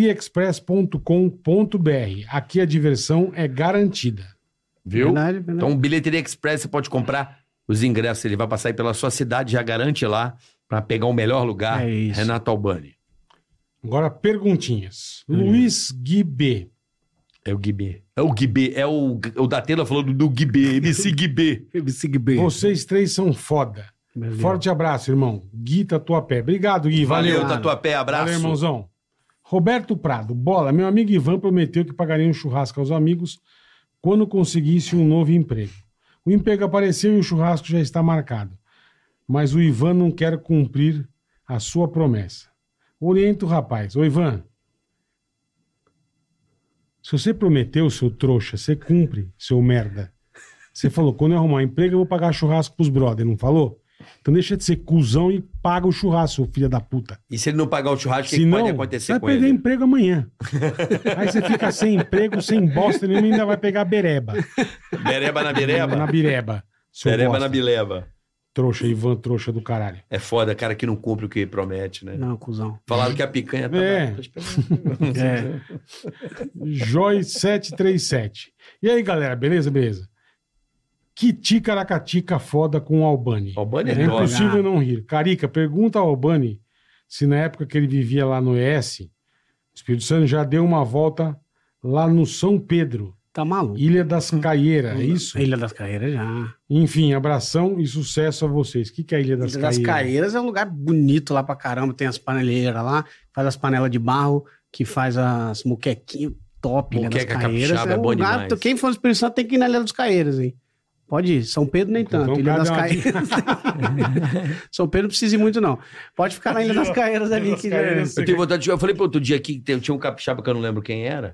Bilheteriaexpress.com.br. Aqui a diversão é garantida. Viu? Verdade. Então, Bilheteria Express, você pode comprar os ingressos. Ele vai passar aí pela sua cidade, já garante lá para pegar o melhor lugar. É isso. Renato Albani. Agora, perguntinhas. Luiz Guibê. É o Guibê. É o Guibê. É o Datena falando do Guibê. MC Guibê. Vocês três são foda. Forte abraço, irmão. Gui Tatuapé. Obrigado, Gui. Valeu. Valeu, Tatuapé. Abraço. Valeu, irmãozão. Roberto Prado. Bola, meu amigo Ivan prometeu que pagaria um churrasco aos amigos quando conseguisse um novo emprego. O emprego apareceu e o churrasco já está marcado. Mas o Ivan não quer cumprir a sua promessa. Orienta o rapaz. Ô, Ivan, se você prometeu, seu trouxa, você cumpre, seu merda. Você falou, quando eu arrumar emprego, eu vou pagar churrasco pros brother, não falou? Então deixa de ser cuzão e paga o churrasco, filha da puta. E se ele não pagar o churrasco, o que Senão, pode acontecer você vai com perder ele? emprego amanhã. Aí você fica sem emprego, sem bosta nenhuma e ainda vai pegar bereba. Bereba na bireba? Na bireba. seu Bereba bosta. na bileba. Trouxa, Ivan, trouxa do caralho. É foda, cara que não cumpre o que promete, né? Não, cuzão. Falaram que a picanha tá... É. Tô esperando. É. Joy 737. E aí, galera, beleza? Beleza. Que ticaracatica foda com o Albani. Albani é É top. impossível não rir. Carica, pergunta ao Albani se na época que ele vivia lá no ES, o Espírito Santo já deu uma volta lá no São Pedro, Tá maluco? Ilha das Caieiras, é isso? Ilha das Caieiras já. Enfim, abração e sucesso a vocês. O que é a Ilha das Ilha das Caieiras? Caieiras é um lugar bonito lá pra caramba. Tem as paneleiras lá, faz as panelas de barro, que faz as muquequinhas top. Ilha das Muqueca Caieiras. capixaba é um bom lugar, demais. quem for no Espírito Santo tem que ir na Ilha dos Caieiras, hein? Pode ir. São Pedro nem Então, tanto. Ilha cada das uma- Caieiras. São Pedro não precisa ir muito, não. Pode ficar na Ilha das Caieiras ali. Ilha das Que Caieiras, já... Eu tenho vontade de... Eu falei pro outro dia aqui que tinha um capixaba que eu não lembro quem era.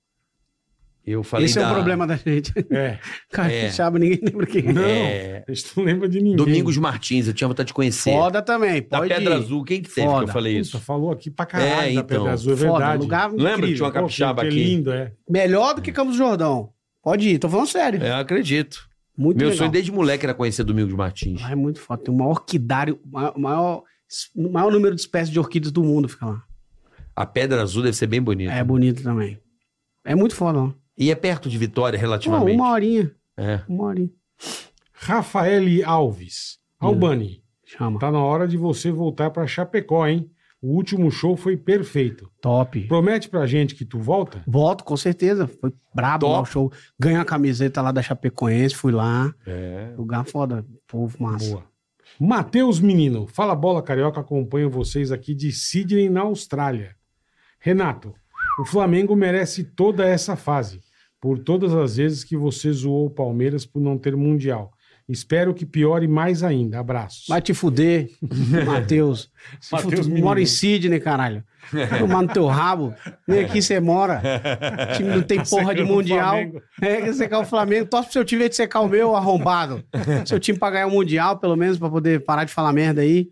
Eu falei Esse é o problema da gente. É. Capixaba, ninguém lembra quem é. Não, É. a gente não lembra de ninguém. Domingos Martins, eu tinha vontade de conhecer. Foda também. Da Pode Pedra ir. Azul, quem que teve que Foda. eu falei Puta, isso? falou aqui pra caralho É, da então. Pedra Azul, é Foda, verdade. lugar Lembra que incrível. tinha uma Pô, capixaba que aqui? lindo, é. Melhor do que Campos do Jordão. Pode ir, tô falando sério. Eu acredito. Muito Meu legal. sonho desde moleque era conhecer Domingos Martins. Lá é muito foda. Tem o maior orquidário, o maior número de espécies de orquídeas do mundo fica lá. A Pedra Azul deve ser bem bonita. É bonito também. É muito foda, ó. E é perto de Vitória, Pô, relativamente. uma horinha. É. Uma horinha. Rafael Alves. Albani, Chama. tá na hora de você voltar pra Chapecó, hein? O último show foi perfeito. Top. Promete pra gente que tu volta? Volto, com certeza. Foi brabo Top. lá o show. Ganhei a camiseta lá da Chapecoense, fui lá. É. Lugar foda. Povo massa. Boa. Matheus Menino, fala bola carioca, acompanho vocês aqui de Sydney, na Austrália. Renato, o Flamengo merece toda essa fase, por todas as vezes que você zoou o Palmeiras por não ter mundial. Espero que piore mais ainda. Abraços. Vai te fuder, Matheus. Matheus Tu Menino. mora em Sydney, caralho. Vai tomar no teu rabo. Nem aqui você mora. O time não tem porra de secando o mundial. Flamengo. É, quer secar o Flamengo. Torce pro seu time aí de secar o meu, arrombado. Seu time pra ganhar o mundial, pelo menos, pra poder parar de falar merda aí.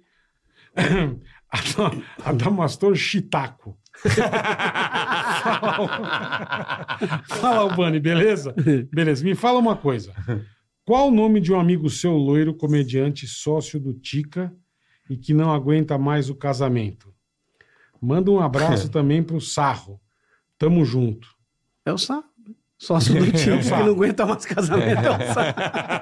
Adamastor Chitaco. Fala, Albani, beleza? Beleza, me fala uma coisa. Qual o nome de um amigo seu loiro, comediante, sócio do Tica e que não aguenta mais o casamento? Manda um abraço também pro Sarro. Tamo junto. É o Sá. Sócio do time, que Sá. não aguenta mais casamento. É o Sá.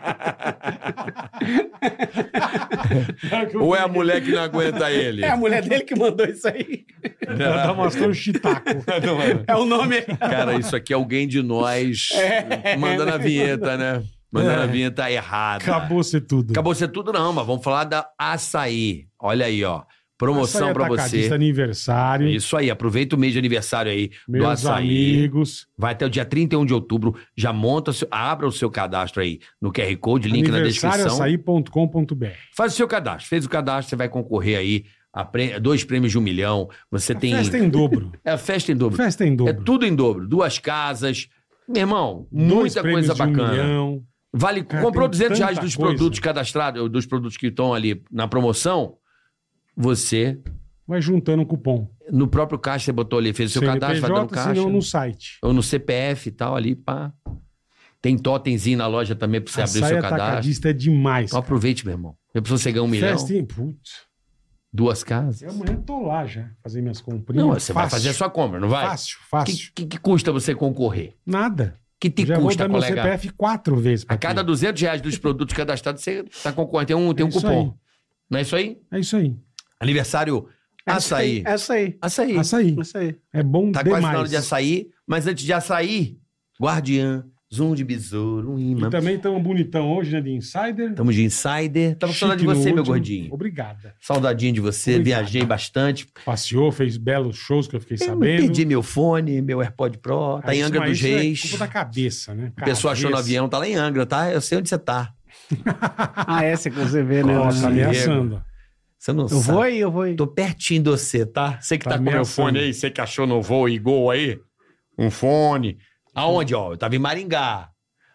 Ou é a mulher que não aguenta ele? É a mulher dele que mandou isso aí. Adamastor Chitaco. É o nome aí. Cara, isso aqui é alguém de nós mandando a vinheta, né? Mandando a vinheta errada. Acabou ser tudo. Acabou ser tudo não, mas vamos falar da Açaí. Olha aí, ó. Promoção Açaí pra Atacadista, você. aniversário. Isso aí, aproveita o mês de aniversário aí do Meus Açaí. amigos. Vai até o dia 31 de outubro. Já abra o seu cadastro aí no QR Code, link na descrição. Aniversarioaçaí.com.br. Faz o seu cadastro. Fez o cadastro, você vai concorrer aí a 2 prêmios de 1 milhão. Você tem... Festa em dobro. É festa em dobro. Festa em dobro. É tudo em dobro. 2 casas. Meu irmão, 2 muita prêmios coisa de bacana. 1 milhão. Vale, Cara, comprou tem R$200 tanta dos coisa. produtos cadastrados, dos produtos que estão ali na promoção, você, Vai juntando cupom. no próprio caixa, você botou ali, fez o seu cadastro, vai dando caixa. senão no site. Ou no CPF e tal, ali, pá. Tem totemzinho na loja também pra você abrir o Açaí seu cadastro. Atacadista é demais. Então aproveite, meu irmão. Já pensou você ganhar 1 milhão? Festa em... Putz. 2 casas? Eu amanhã tô lá já, fazer minhas comprinhas. Não, você vai fazer a sua compra, não vai? Fácil, O fácil. que custa você concorrer? Nada. Que te Já vou custa, dar meu colega? CPF 4 vezes. pra A cada quem? R$200 dos produtos cadastrados, você tá concorrendo. Tem um isso cupom. aí. Não é isso aí? É isso aí. Aniversário Açaí. Essa aí. Açaí. Açaí. Essa aí. É bom Tá demais. quase na hora de açaí, mas antes de açaí, guardiã, zoom de besouro, um imã. E também estamos bonitão hoje, né? De Insider. Tamo de insider. Tava falando de Chique no você, meu último. gordinho. Obrigada. Saudadinho de você, Obrigado. viajei bastante. Passeou, fez belos shows que eu fiquei Eu sabendo. perdi meu fone, meu AirPod Pro, tá Ah, em isso- Angra mas dos isso é Reis. culpa da cabeça, né? A pessoa achou no avião, tá lá em Angra, tá? Eu sei onde você tá. Ah, essa que você vê, né? Nossa, tá Diego. ameaçando. Você não Eu sabe. vou aí, eu vou aí. Tô pertinho de você, tá? Você que Tá tá, com meu ameaçando. fone aí, você que achou no voo e gol aí, um fone. Aonde, ó? Eu tava em Maringá.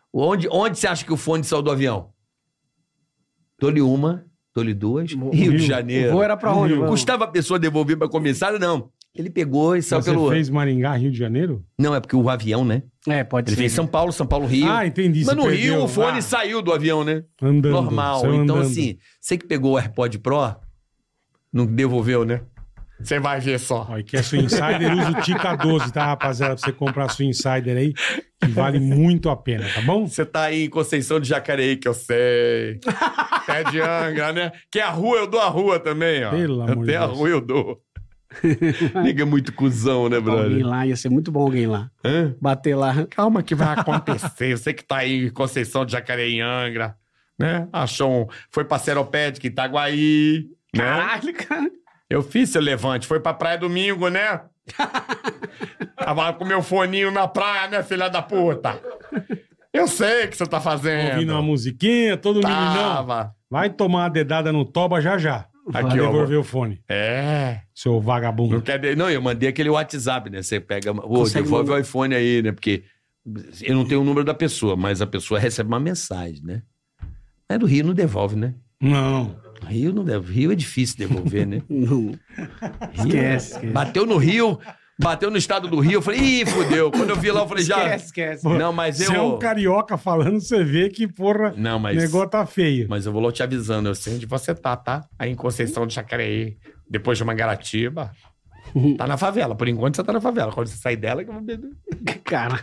Onde você acha que o fone saiu do avião? Dou-lhe uma, dou-lhe duas. Rio de Janeiro. O voo era pra onde? Rio. Custava a pessoa devolver pra comissário? Não. Ele pegou e saiu Você pelo... fez Maringá, Rio de Janeiro? Não, é porque o avião, né? Pode Ele ser. fez São Paulo, Rio. Ah, entendi. Mas você no perdeu. Rio o fone Ah, saiu do avião, né? andando. Normal. saiu Então, andando. assim, você que pegou o AirPod Pro, não devolveu, né? Você vai ver só. Ó, e que é sua Insider, usa o Tica 12, tá, rapaziada? Pra você comprar a sua Insider aí, que vale muito a pena, tá bom? Você tá aí em Conceição de Jacareí, que eu sei. É de Angra, né? Que é a rua, eu dou a rua também, ó. Pelo amor de Até a Deus. rua eu dou. Liga muito cuzão, né, Alguém brother? lá, ia ser muito bom alguém lá. Hã? Bater lá. Calma que vai acontecer. Você que tá aí em Conceição de Jacareí, em Angra, né? Foi pra Seropédica, Itaguaí, né? Caralho, cara. Eu fiz seu levante. Foi pra praia domingo, né? Tava com meu foninho na praia, né, filha da puta? Eu sei o que você tá fazendo. Ouvindo uma musiquinha, todo meninão. Tava. Vai tomar uma dedada no toba já já. Vai Aqui, ó. devolver o fone, É. seu vagabundo. Não quer... Não, eu mandei aquele WhatsApp, né? Você pega... Ô, Consegue devolve mandar. o iPhone aí, né? Porque eu não tenho o número da pessoa, mas a pessoa recebe uma mensagem, né? Mas do Rio não devolve, né? Não. Rio não deve. Rio é difícil devolver, né? Não. Esquece. Bateu no Rio, bateu no estado do Rio, eu falei, ih, fudeu. Quando eu vi lá, eu falei, já. Esquece. Não, mas Se é um carioca falando, você vê que, porra, Não, o mas. negócio tá feio. Mas eu vou lá te avisando, eu sei onde você tá, tá? Aí em Conceição de Jacareí, depois de Mangaratiba. Tá na favela. Por enquanto você tá na favela. Quando você sair dela, que eu vou beber. Cara.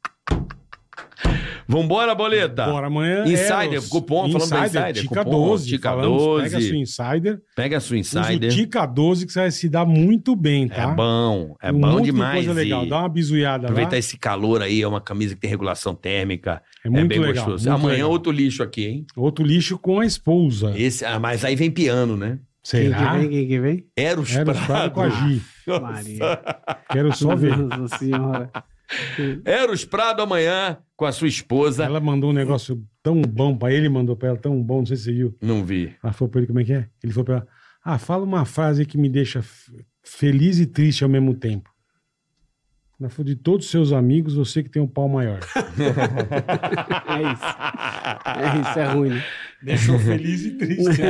Vambora, boleta. Bora, amanhã Insider, é os- cupom, falando da Insider, Tica cupom, 12. Tica falamos, 12. Pega a sua Insider. Pega a sua Usa o Insider. Tica 12 que você vai se dar muito bem, tá? É bom Um monte demais. de coisa legal. E Dá uma bizuiada aproveitar lá. esse calor aí, é uma camisa que tem regulação térmica. É muito bem legal. gostoso. muito Amanhã legal. outro lixo aqui, hein? Outro lixo com a esposa. Mas aí vem piano, né? Será? Quem que vem? Eros Era Prado. Prado com a Gi. Maria. Quero só ver. Nossa senhora. Eros Prado amanhã com a sua esposa. Ela mandou um negócio tão bom pra ele, mandou pra ela tão bom, não sei se você viu. Não vi. Ela falou pra ele como é que é? Ele falou pra ela, fala uma frase que me deixa feliz e triste ao mesmo tempo. Ela falou, de todos os seus amigos, você que tem um pau maior. É isso, é ruim, né? Deixou feliz e triste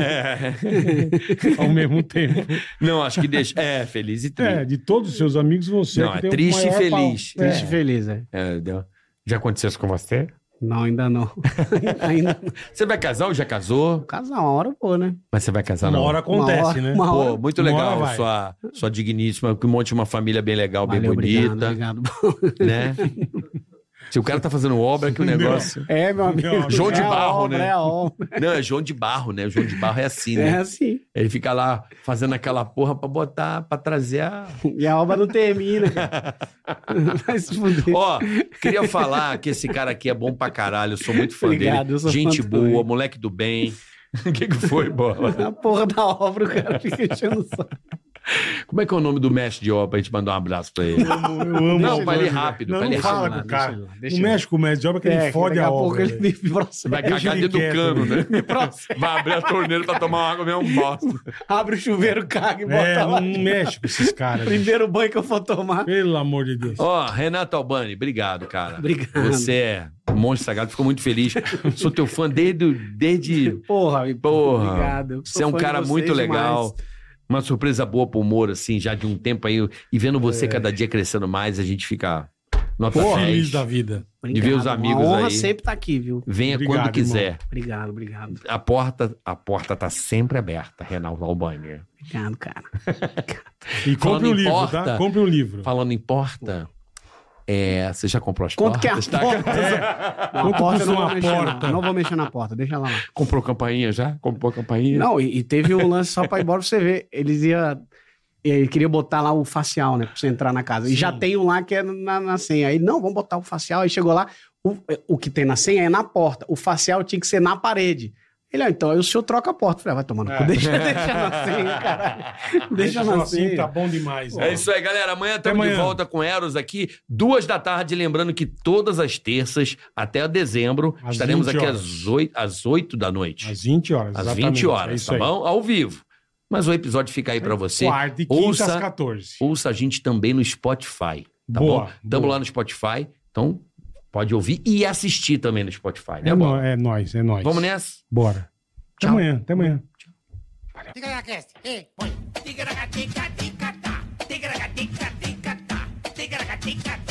ao mesmo tempo. Não, acho que deixa. É, feliz e triste. De todos os seus amigos, você Não, que é tem triste o maior e feliz. pau. Triste e feliz, é. Deu. Já aconteceu isso com você? Não, ainda não. Ainda não. Você vai casar ou já casou? Casar uma hora, pô, né? Mas você vai casar Uma não? hora acontece, Uma hora- né? uma hora. Pô, muito Uma legal, hora vai. sua digníssima, que monte uma família bem legal, Valeu, bem bonita, obrigado. né? Se o cara tá fazendo obra, que o negócio... É, meu amigo. Não, João de É a Barro, obra, né? É a obra. Não, é João de Barro, né? O João de Barro é assim, É né? assim. Ele fica lá fazendo aquela porra pra botar, pra trazer a... E a obra não termina, cara. Vai se fuder. Ó, queria falar que esse cara aqui é bom pra caralho, eu sou muito fã Obrigado, dele. eu sou Gente fã boa, também. moleque do bem. O que foi, Bola? A porra da obra, o cara fica enchendo o saco. Como é que é o nome do mestre de obra pra gente mandar um abraço pra ele? Eu amo Não, esse pra ele doido, rápido, Não, pra não ele fala rápido. com o cara. Deixa ele lá, deixa Não ele lá. mexe com o mestre de obra que ele fode daqui a pouco obra. ele velho. me processa. Vai Deixa cagar ele dentro do quieto, cano, né? né? Processa. Vai abrir a torneira pra tomar água, mesmo um bosta. Abre o chuveiro, caga e bota É, lá. não mexe com esses caras. bicho. Primeiro banho que eu for tomar. Pelo amor de Deus. Ó, Renato Albani, obrigado, cara. Obrigado. Você é um monstro sagrado, fico muito feliz. Sou teu fã desde... Porra, Porra. obrigado. Eu Você é um sou fã cara de muito vocês legal. demais. Uma surpresa boa pro humor, assim, já de um tempo aí. E vendo você cada dia crescendo mais, a gente fica nota Porra, 10. feliz da vida. De ver os Obrigado. amigos Uma honra aí. sempre tá aqui, viu? Venha Obrigado, quando quiser. Obrigado, obrigado. A porta tá sempre aberta, Reinaldo Albani. Obrigado, cara. E Falando compre um em livro, porta, tá? Compre um livro. Falando em porta, você já comprou as Quanto que é a portas? Tá? porta? Não, a Quanto porta eu custa não vou uma mexer, porta? não. Não vou mexer na porta, deixa ela lá. Comprou campainha já? Comprou campainha? Não, e teve um lance só pra ir embora pra você ver. Ele queria botar lá o facial, né? Pra você entrar na casa. E já tem um lá que é na senha. Aí, não, vamos botar o facial. Aí chegou lá, o que tem na senha é na porta. O facial tinha que ser na parede. Ele, então, aí o senhor troca a porta. Eu falei, vai tomar no cu. Deixa na senha, caralho. Deixa na assim, senha. tá bom demais. É isso aí, galera. Amanhã estamos de amanhã. volta com Eros aqui, 2h. Lembrando que todas as terças, até dezembro, Às estaremos 20 aqui horas. às 8 da noite. Às 20 horas, Às exatamente. 20 horas, É isso tá aí. bom? Ao vivo. Mas o episódio fica aí pra você. Quarta e quinta Ouça- às 14. Ouça a gente também no Spotify, tá Boa, bom? Tamo boa. lá no Spotify, então pode ouvir e assistir também no Spotify, né, É Bola? nóis. Vamos nessa? Bora. Tchau. Até amanhã. Ticaracast, põe. Ticaracatica, ticatá. Ticaracatica, ticatá. Ticaracatica,